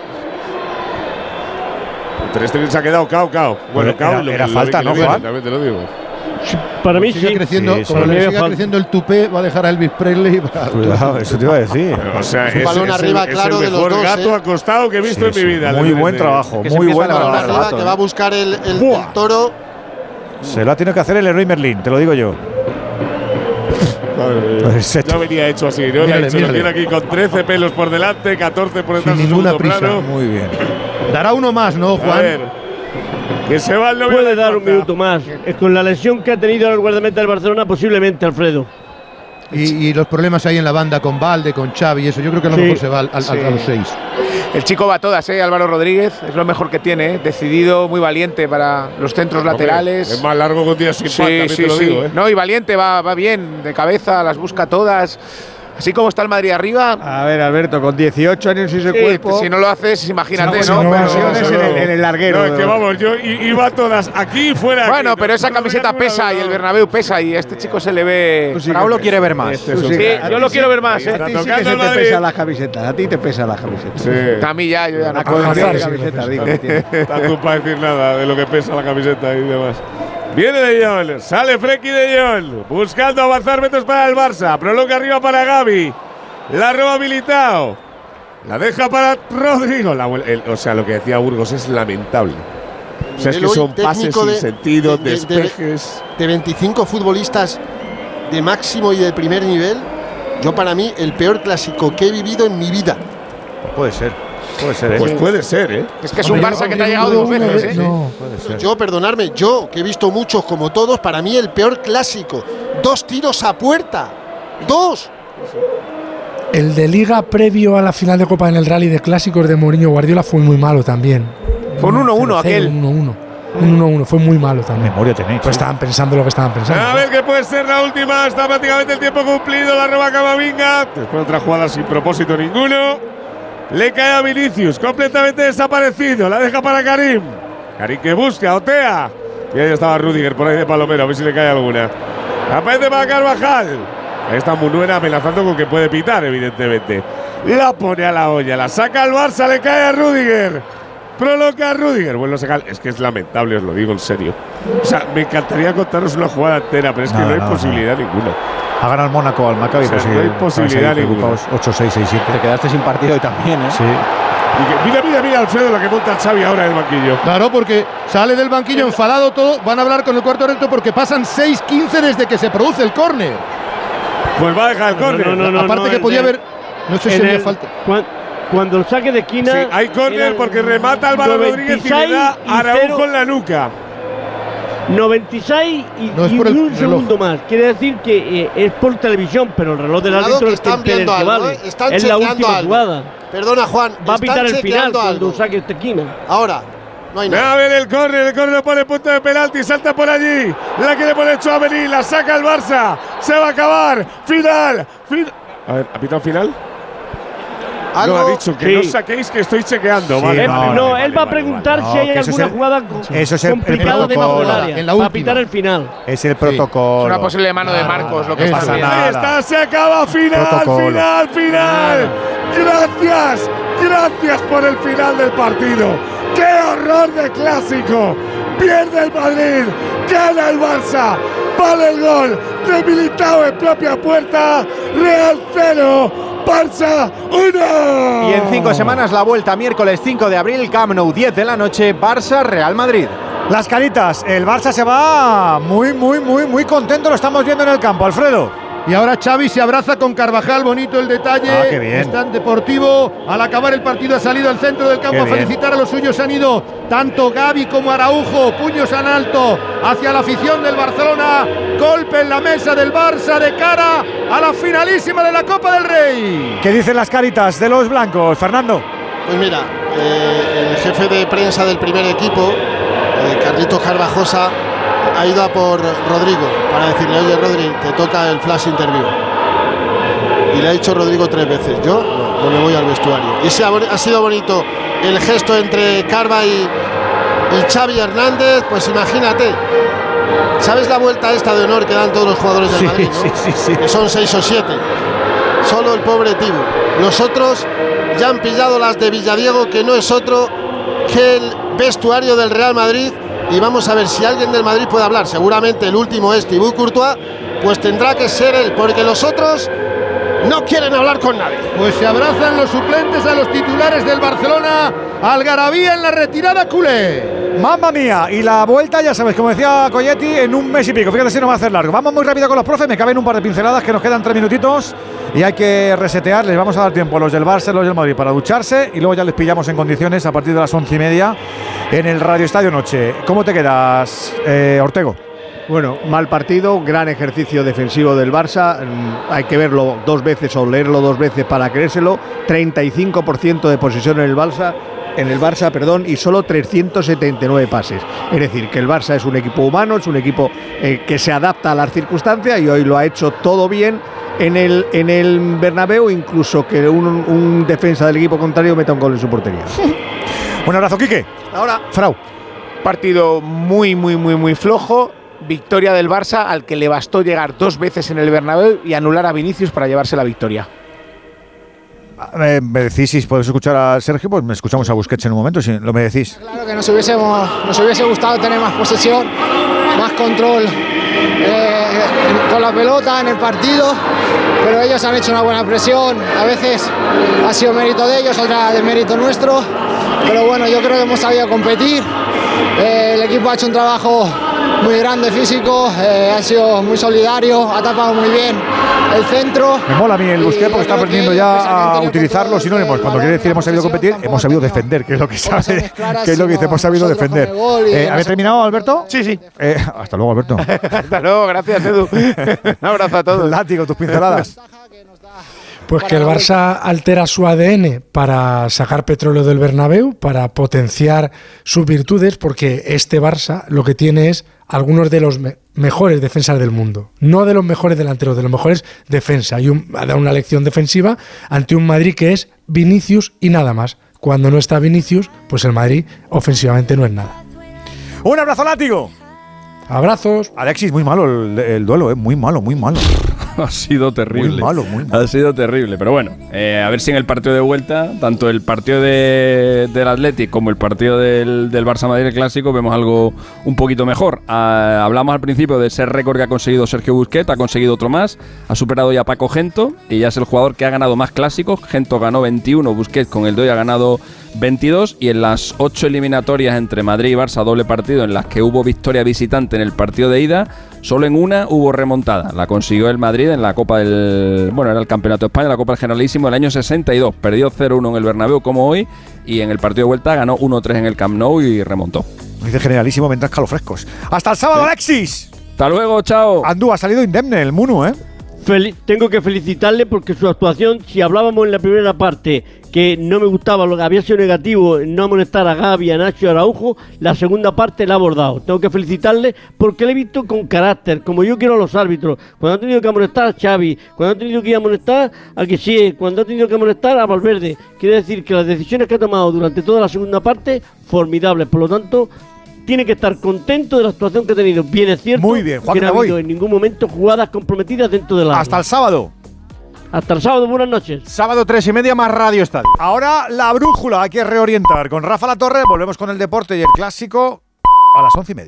Speaker 5: Ter Stegen se ha quedado cao. Bueno, cao.
Speaker 7: Era falta, ¿no, Juan?
Speaker 5: También te lo digo.
Speaker 3: Para mí
Speaker 4: siga
Speaker 3: sí.
Speaker 4: creciendo, como siga creciendo el tupé, va a dejar a Elvis Presley.
Speaker 7: Cuidado, eso te iba a decir.
Speaker 5: O sea,
Speaker 10: un balón arriba, claro,
Speaker 5: de los dos. Es el mejor gato acostado que he visto en mi vida.
Speaker 7: Muy buen trabajo, muy buen trabajo.
Speaker 10: Arriba, que va a buscar el Toro.
Speaker 7: Se lo ha tenido que hacer el Leroy Merlin, te lo digo yo.
Speaker 5: Ya venía hecho así, ¿no? Lo tiene aquí con 13 pelos por delante, 14 por detrás.
Speaker 4: Sin ninguna prisa.
Speaker 5: Plano.
Speaker 7: Muy bien.
Speaker 4: Dará uno más, ¿no, Juan?
Speaker 5: A ver. Que se va el novio.
Speaker 3: Puede dar un minuto más. Con la lesión que ha tenido el guardameta del Barcelona, posiblemente, Alfredo.
Speaker 4: Y los problemas ahí en la banda con Valde, con Xavi y eso. Yo creo que a lo mejor se va a los 6.
Speaker 6: El chico va a todas, Álvaro Rodríguez. Es lo mejor que tiene, Decidido, muy valiente para los centros laterales.
Speaker 5: Es más largo que un día sin pan, también te lo digo,
Speaker 6: No, y valiente, va bien, de cabeza, las busca todas. Así como está el Madrid arriba.
Speaker 11: A ver, Alberto, con 18 años y ese cuerpo.
Speaker 6: Si no lo haces, imagínate,
Speaker 11: ¿no? En el larguero.
Speaker 5: No, es que vamos, yo iba a todas, aquí y fuera.
Speaker 6: Bueno,
Speaker 5: aquí,
Speaker 6: pero esa camiseta pesa y el Bernabéu pesa y este chico se le ve.
Speaker 8: Raúl lo quiere ver más.
Speaker 6: Sí, yo lo quiero ver más.
Speaker 11: A ti sí que se te pesan las camisetas. A ti te pesan las camisetas.
Speaker 5: Sí.
Speaker 6: A mí ya, yo ya no
Speaker 11: puedo
Speaker 6: puedo.
Speaker 5: Estás tú para decir nada de lo que pesa la camiseta y demás. Viene De Jong, sale Frenkie De Jong, buscando avanzar metros para el Barça. Prolonga arriba para Gavi. La roba Militao. La deja para Rodrigo. O sea, lo que decía Burgos es lamentable. O sea, es que son pases sin sentido, despejes.
Speaker 10: De 25 futbolistas de máximo y de primer nivel, yo para mí el peor clásico que he vivido en mi vida.
Speaker 7: Puede ser.
Speaker 5: Pues puede ser,
Speaker 6: Es que es un Barça que te ha llegado 2 veces,
Speaker 9: No.
Speaker 7: Puede ser.
Speaker 10: Yo, perdonadme, yo que he visto muchos como todos, para mí el peor clásico. 2 tiros a puerta. 2.
Speaker 9: El de Liga previo a la final de Copa en el Rally de Clásicos de Mourinho Guardiola fue muy malo también.
Speaker 6: Fue un 1-1 aquel.
Speaker 9: 1-1. Un 1-1, fue muy malo también.
Speaker 7: Memoria tenéis.
Speaker 9: Pues estaban pensando lo que estaban pensando.
Speaker 5: A ver qué puede ser la última. Está prácticamente el tiempo cumplido. La roba Camavinga. Después de otra jugada sin propósito ninguno. Le cae a Vinicius, completamente desaparecido. La deja para Karim. Karim que busca, otea. Y ahí estaba Rudiger por ahí de palomero. A ver si le cae alguna. Aparece para Carvajal. Ahí está Munuera amenazando con que puede pitar, evidentemente. La pone a la olla, la saca al Barça, le cae a Rudiger. Prolonga a Rudiger. Bueno, es que es lamentable, os lo digo en serio. O sea, me encantaría contaros una jugada entera, pero es que no hay posibilidad ninguna.
Speaker 7: Ha ganado el Mónaco al Maccabi.
Speaker 5: O sea, no hay posibilidad ninguna.
Speaker 7: 8-6, 6-7.
Speaker 8: Te quedaste sin partido hoy también, ¿eh?
Speaker 7: Sí.
Speaker 5: Mira, Alfredo, la que monta Xavi ahora en el banquillo.
Speaker 4: Claro, porque sale del banquillo enfadado todo. Van a hablar con el cuarto recto porque pasan 6-15 desde que se produce el córner.
Speaker 5: Pues va a dejar el córner.
Speaker 4: Aparte que podía haber. No sé si había falta.
Speaker 3: Cuando el saque de esquina.
Speaker 5: Sí, hay córner porque remata Álvaro Rodríguez y le da a Araujo en la nuca.
Speaker 3: 96 y
Speaker 4: por
Speaker 3: un segundo más. Quiere decir que es por televisión, pero el reloj del árbitro es el que vale.
Speaker 10: Es
Speaker 3: la última jugada.
Speaker 10: Perdona, Juan.
Speaker 3: Va a pitar el final cuando saque esta esquina.
Speaker 10: Ahora. No hay nada.
Speaker 5: A ver el córner lo pone punto de penalti, salta por allí. La quiere poner Tchouaméni, la saca el Barça. Se va a acabar. Final. A ver, ¿ha pitado final?
Speaker 10: ¿Algo?
Speaker 5: No, ha dicho que no saquéis, que estoy chequeando.
Speaker 4: Sí,
Speaker 5: vale.
Speaker 3: Él va a preguntar si hay alguna jugada complicada debajo del área. Para pitar el final.
Speaker 11: Es el protocolo.
Speaker 6: Es una posible mano de Marcos lo que pasa.
Speaker 5: Ahí está, se acaba. Final. Gracias por el final del partido. ¡Qué horror de clásico! Pierde el Madrid, gana el Barça. Vale el gol de Militao en propia puerta. Real 0, Barça 1.
Speaker 8: Y en 5 semanas la vuelta, miércoles 5 de abril, Camp Nou, 10 de la noche, Barça-Real Madrid.
Speaker 7: Las caritas, el Barça se va muy contento, lo estamos viendo en el campo, Alfredo.
Speaker 4: Y ahora Xavi se abraza con Carvajal, bonito el detalle.
Speaker 7: Qué bien.
Speaker 4: Está en Deportivo. Al acabar el partido ha salido al centro del campo a felicitar a los suyos. Se han ido tanto Gavi como Araujo, puños en alto hacia la afición del Barcelona. Golpe en la mesa del Barça de cara a la finalísima de la Copa del Rey.
Speaker 7: ¿Qué dicen las caritas de los blancos, Fernando?
Speaker 10: Pues mira, el jefe de prensa del primer equipo, Carlitos Carvajosa, ha ido a por Rodrigo para decirle: oye, Rodri, te toca el flash interview. Y le ha dicho Rodrigo 3 veces: yo no me voy al vestuario. Y ha sido bonito el gesto entre Carva y Xavi Hernández. Pues imagínate, ¿sabes la vuelta esta de honor que dan todos los jugadores del Madrid, ¿no?
Speaker 7: Sí.
Speaker 10: Que son 6 o 7. Solo el pobre Tibu. Los otros ya han pillado las de Villadiego, que no es otro que el vestuario del Real Madrid. Y vamos a ver si alguien del Madrid puede hablar. Seguramente el último es Thibaut Courtois, pues tendrá que ser él, porque los otros no quieren hablar con nadie.
Speaker 4: Pues se abrazan los suplentes a los titulares del Barcelona. Algarabía en la retirada culé.
Speaker 7: ¡Mamma mía! Y la vuelta, ya sabes, como decía Coyetti, en un mes y pico. Fíjate si no va a hacer largo. Vamos muy rápido con los profes. Me caben un par de pinceladas, que nos quedan 3 minutitos. Y hay que resetear. Les vamos a dar tiempo a los del Barça y los del Madrid para ducharse. Y luego ya les pillamos en condiciones a partir de las 11:30 en el Radio Estadio Noche. ¿Cómo te quedas, Ortego?
Speaker 11: Bueno, mal partido, gran ejercicio defensivo del Barça. Hay que verlo 2 veces o leerlo 2 veces para creérselo. 35% de posesión en el Barça, y solo 379 pases. Es decir, que el Barça es un equipo humano, es un equipo que se adapta a las circunstancias, y hoy lo ha hecho todo bien en el Bernabéu, incluso que un defensa del equipo contrario meta un gol en su portería.
Speaker 7: Un abrazo, Quique.
Speaker 6: Ahora,
Speaker 7: Frau.
Speaker 6: Partido muy flojo. Victoria del Barça, al que le bastó llegar 2 veces en el Bernabéu y anular a Vinicius para llevarse la victoria.
Speaker 7: Me decís si podéis escuchar a Sergio, pues me escuchamos a Busquets en un momento, si lo me decís.
Speaker 15: Claro que nos hubiese gustado tener más posesión, más control con la pelota en el partido, pero ellos han hecho una buena presión. A veces ha sido mérito de ellos, otra de mérito nuestro, pero bueno, yo creo que hemos sabido competir. El equipo ha hecho un trabajo muy grande físico, ha sido muy solidario, ha tapado muy bien el centro.
Speaker 7: Me mola a mí el Busquets porque está aprendiendo ya a utilizar los sinónimos. Cuando quiere decir hemos sabido competir, hemos sabido defender, que es lo que sabe, que es lo que dice, hemos sabido defender. ¿Habéis terminado, Alberto?
Speaker 6: Sí.
Speaker 7: Hasta luego, Alberto.
Speaker 6: Hasta luego, gracias, Edu. Un abrazo a todos.
Speaker 7: Látigo, tus pinceladas.
Speaker 9: Pues que el Barça altera su ADN para sacar petróleo del Bernabéu, para potenciar sus virtudes, porque este Barça lo que tiene es algunos de los mejores defensas del mundo. No de los mejores delanteros, de los mejores defensas. Y ha dado una lección defensiva ante un Madrid que es Vinicius y nada más. Cuando no está Vinicius, pues el Madrid ofensivamente no es nada.
Speaker 7: Un abrazo, Látigo.
Speaker 9: Abrazos.
Speaker 7: Alexis, muy malo el duelo, muy malo.
Speaker 14: Ha sido terrible.
Speaker 7: Muy malo.
Speaker 14: Ha sido terrible, pero bueno, a ver si en el partido de vuelta, tanto el partido del Athletic como el partido del Barça-Madrid, el clásico, vemos algo un poquito mejor. Hablamos al principio de ese récord que ha conseguido Sergio Busquets, ha conseguido otro más, ha superado ya a Paco Gento y ya es el jugador que ha ganado más clásicos. Gento ganó 21, Busquets con el de hoy ha ganado 22, y en las 8 eliminatorias entre Madrid y Barça, doble partido, en las que hubo victoria visitante en el partido de ida, solo en una hubo remontada. La consiguió el Madrid en la Copa era el Campeonato de España, la Copa del Generalísimo del año 62. Perdió 0-1 en el Bernabéu como hoy, y en el partido de vuelta ganó 1-3 en el Camp Nou y remontó.
Speaker 7: Dice Generalísimo mientras calofrescos. ¡Hasta el sábado, Alexis!
Speaker 14: ¡Hasta luego, chao!
Speaker 7: Andú, ha salido indemne el Munu,
Speaker 3: Tengo que felicitarle porque su actuación, si hablábamos en la primera parte que no me gustaba, lo que había sido negativo, no amonestar a Gavi, a Nacho y a Araujo, la segunda parte la ha abordado. Tengo que felicitarle porque le he visto con carácter, como yo quiero a los árbitros. Cuando ha tenido que amonestar a Xavi, cuando ha tenido que amonestar a Kessie, cuando ha tenido que amonestar a Valverde. Quiere decir que las decisiones que ha tomado durante toda la segunda parte, formidables. Por lo tanto, tiene que estar contento de la actuación que ha tenido. Bien es cierto.
Speaker 7: Muy bien, Juan,
Speaker 3: que no ha habido en ningún momento jugadas comprometidas dentro del área.
Speaker 7: Hasta el sábado.
Speaker 3: Hasta el sábado, buenas noches.
Speaker 8: Sábado 3:30 más Radio Estadio.
Speaker 7: Ahora la brújula, hay que reorientar. Con Rafa Latorre volvemos con el deporte y el clásico a las 11:30.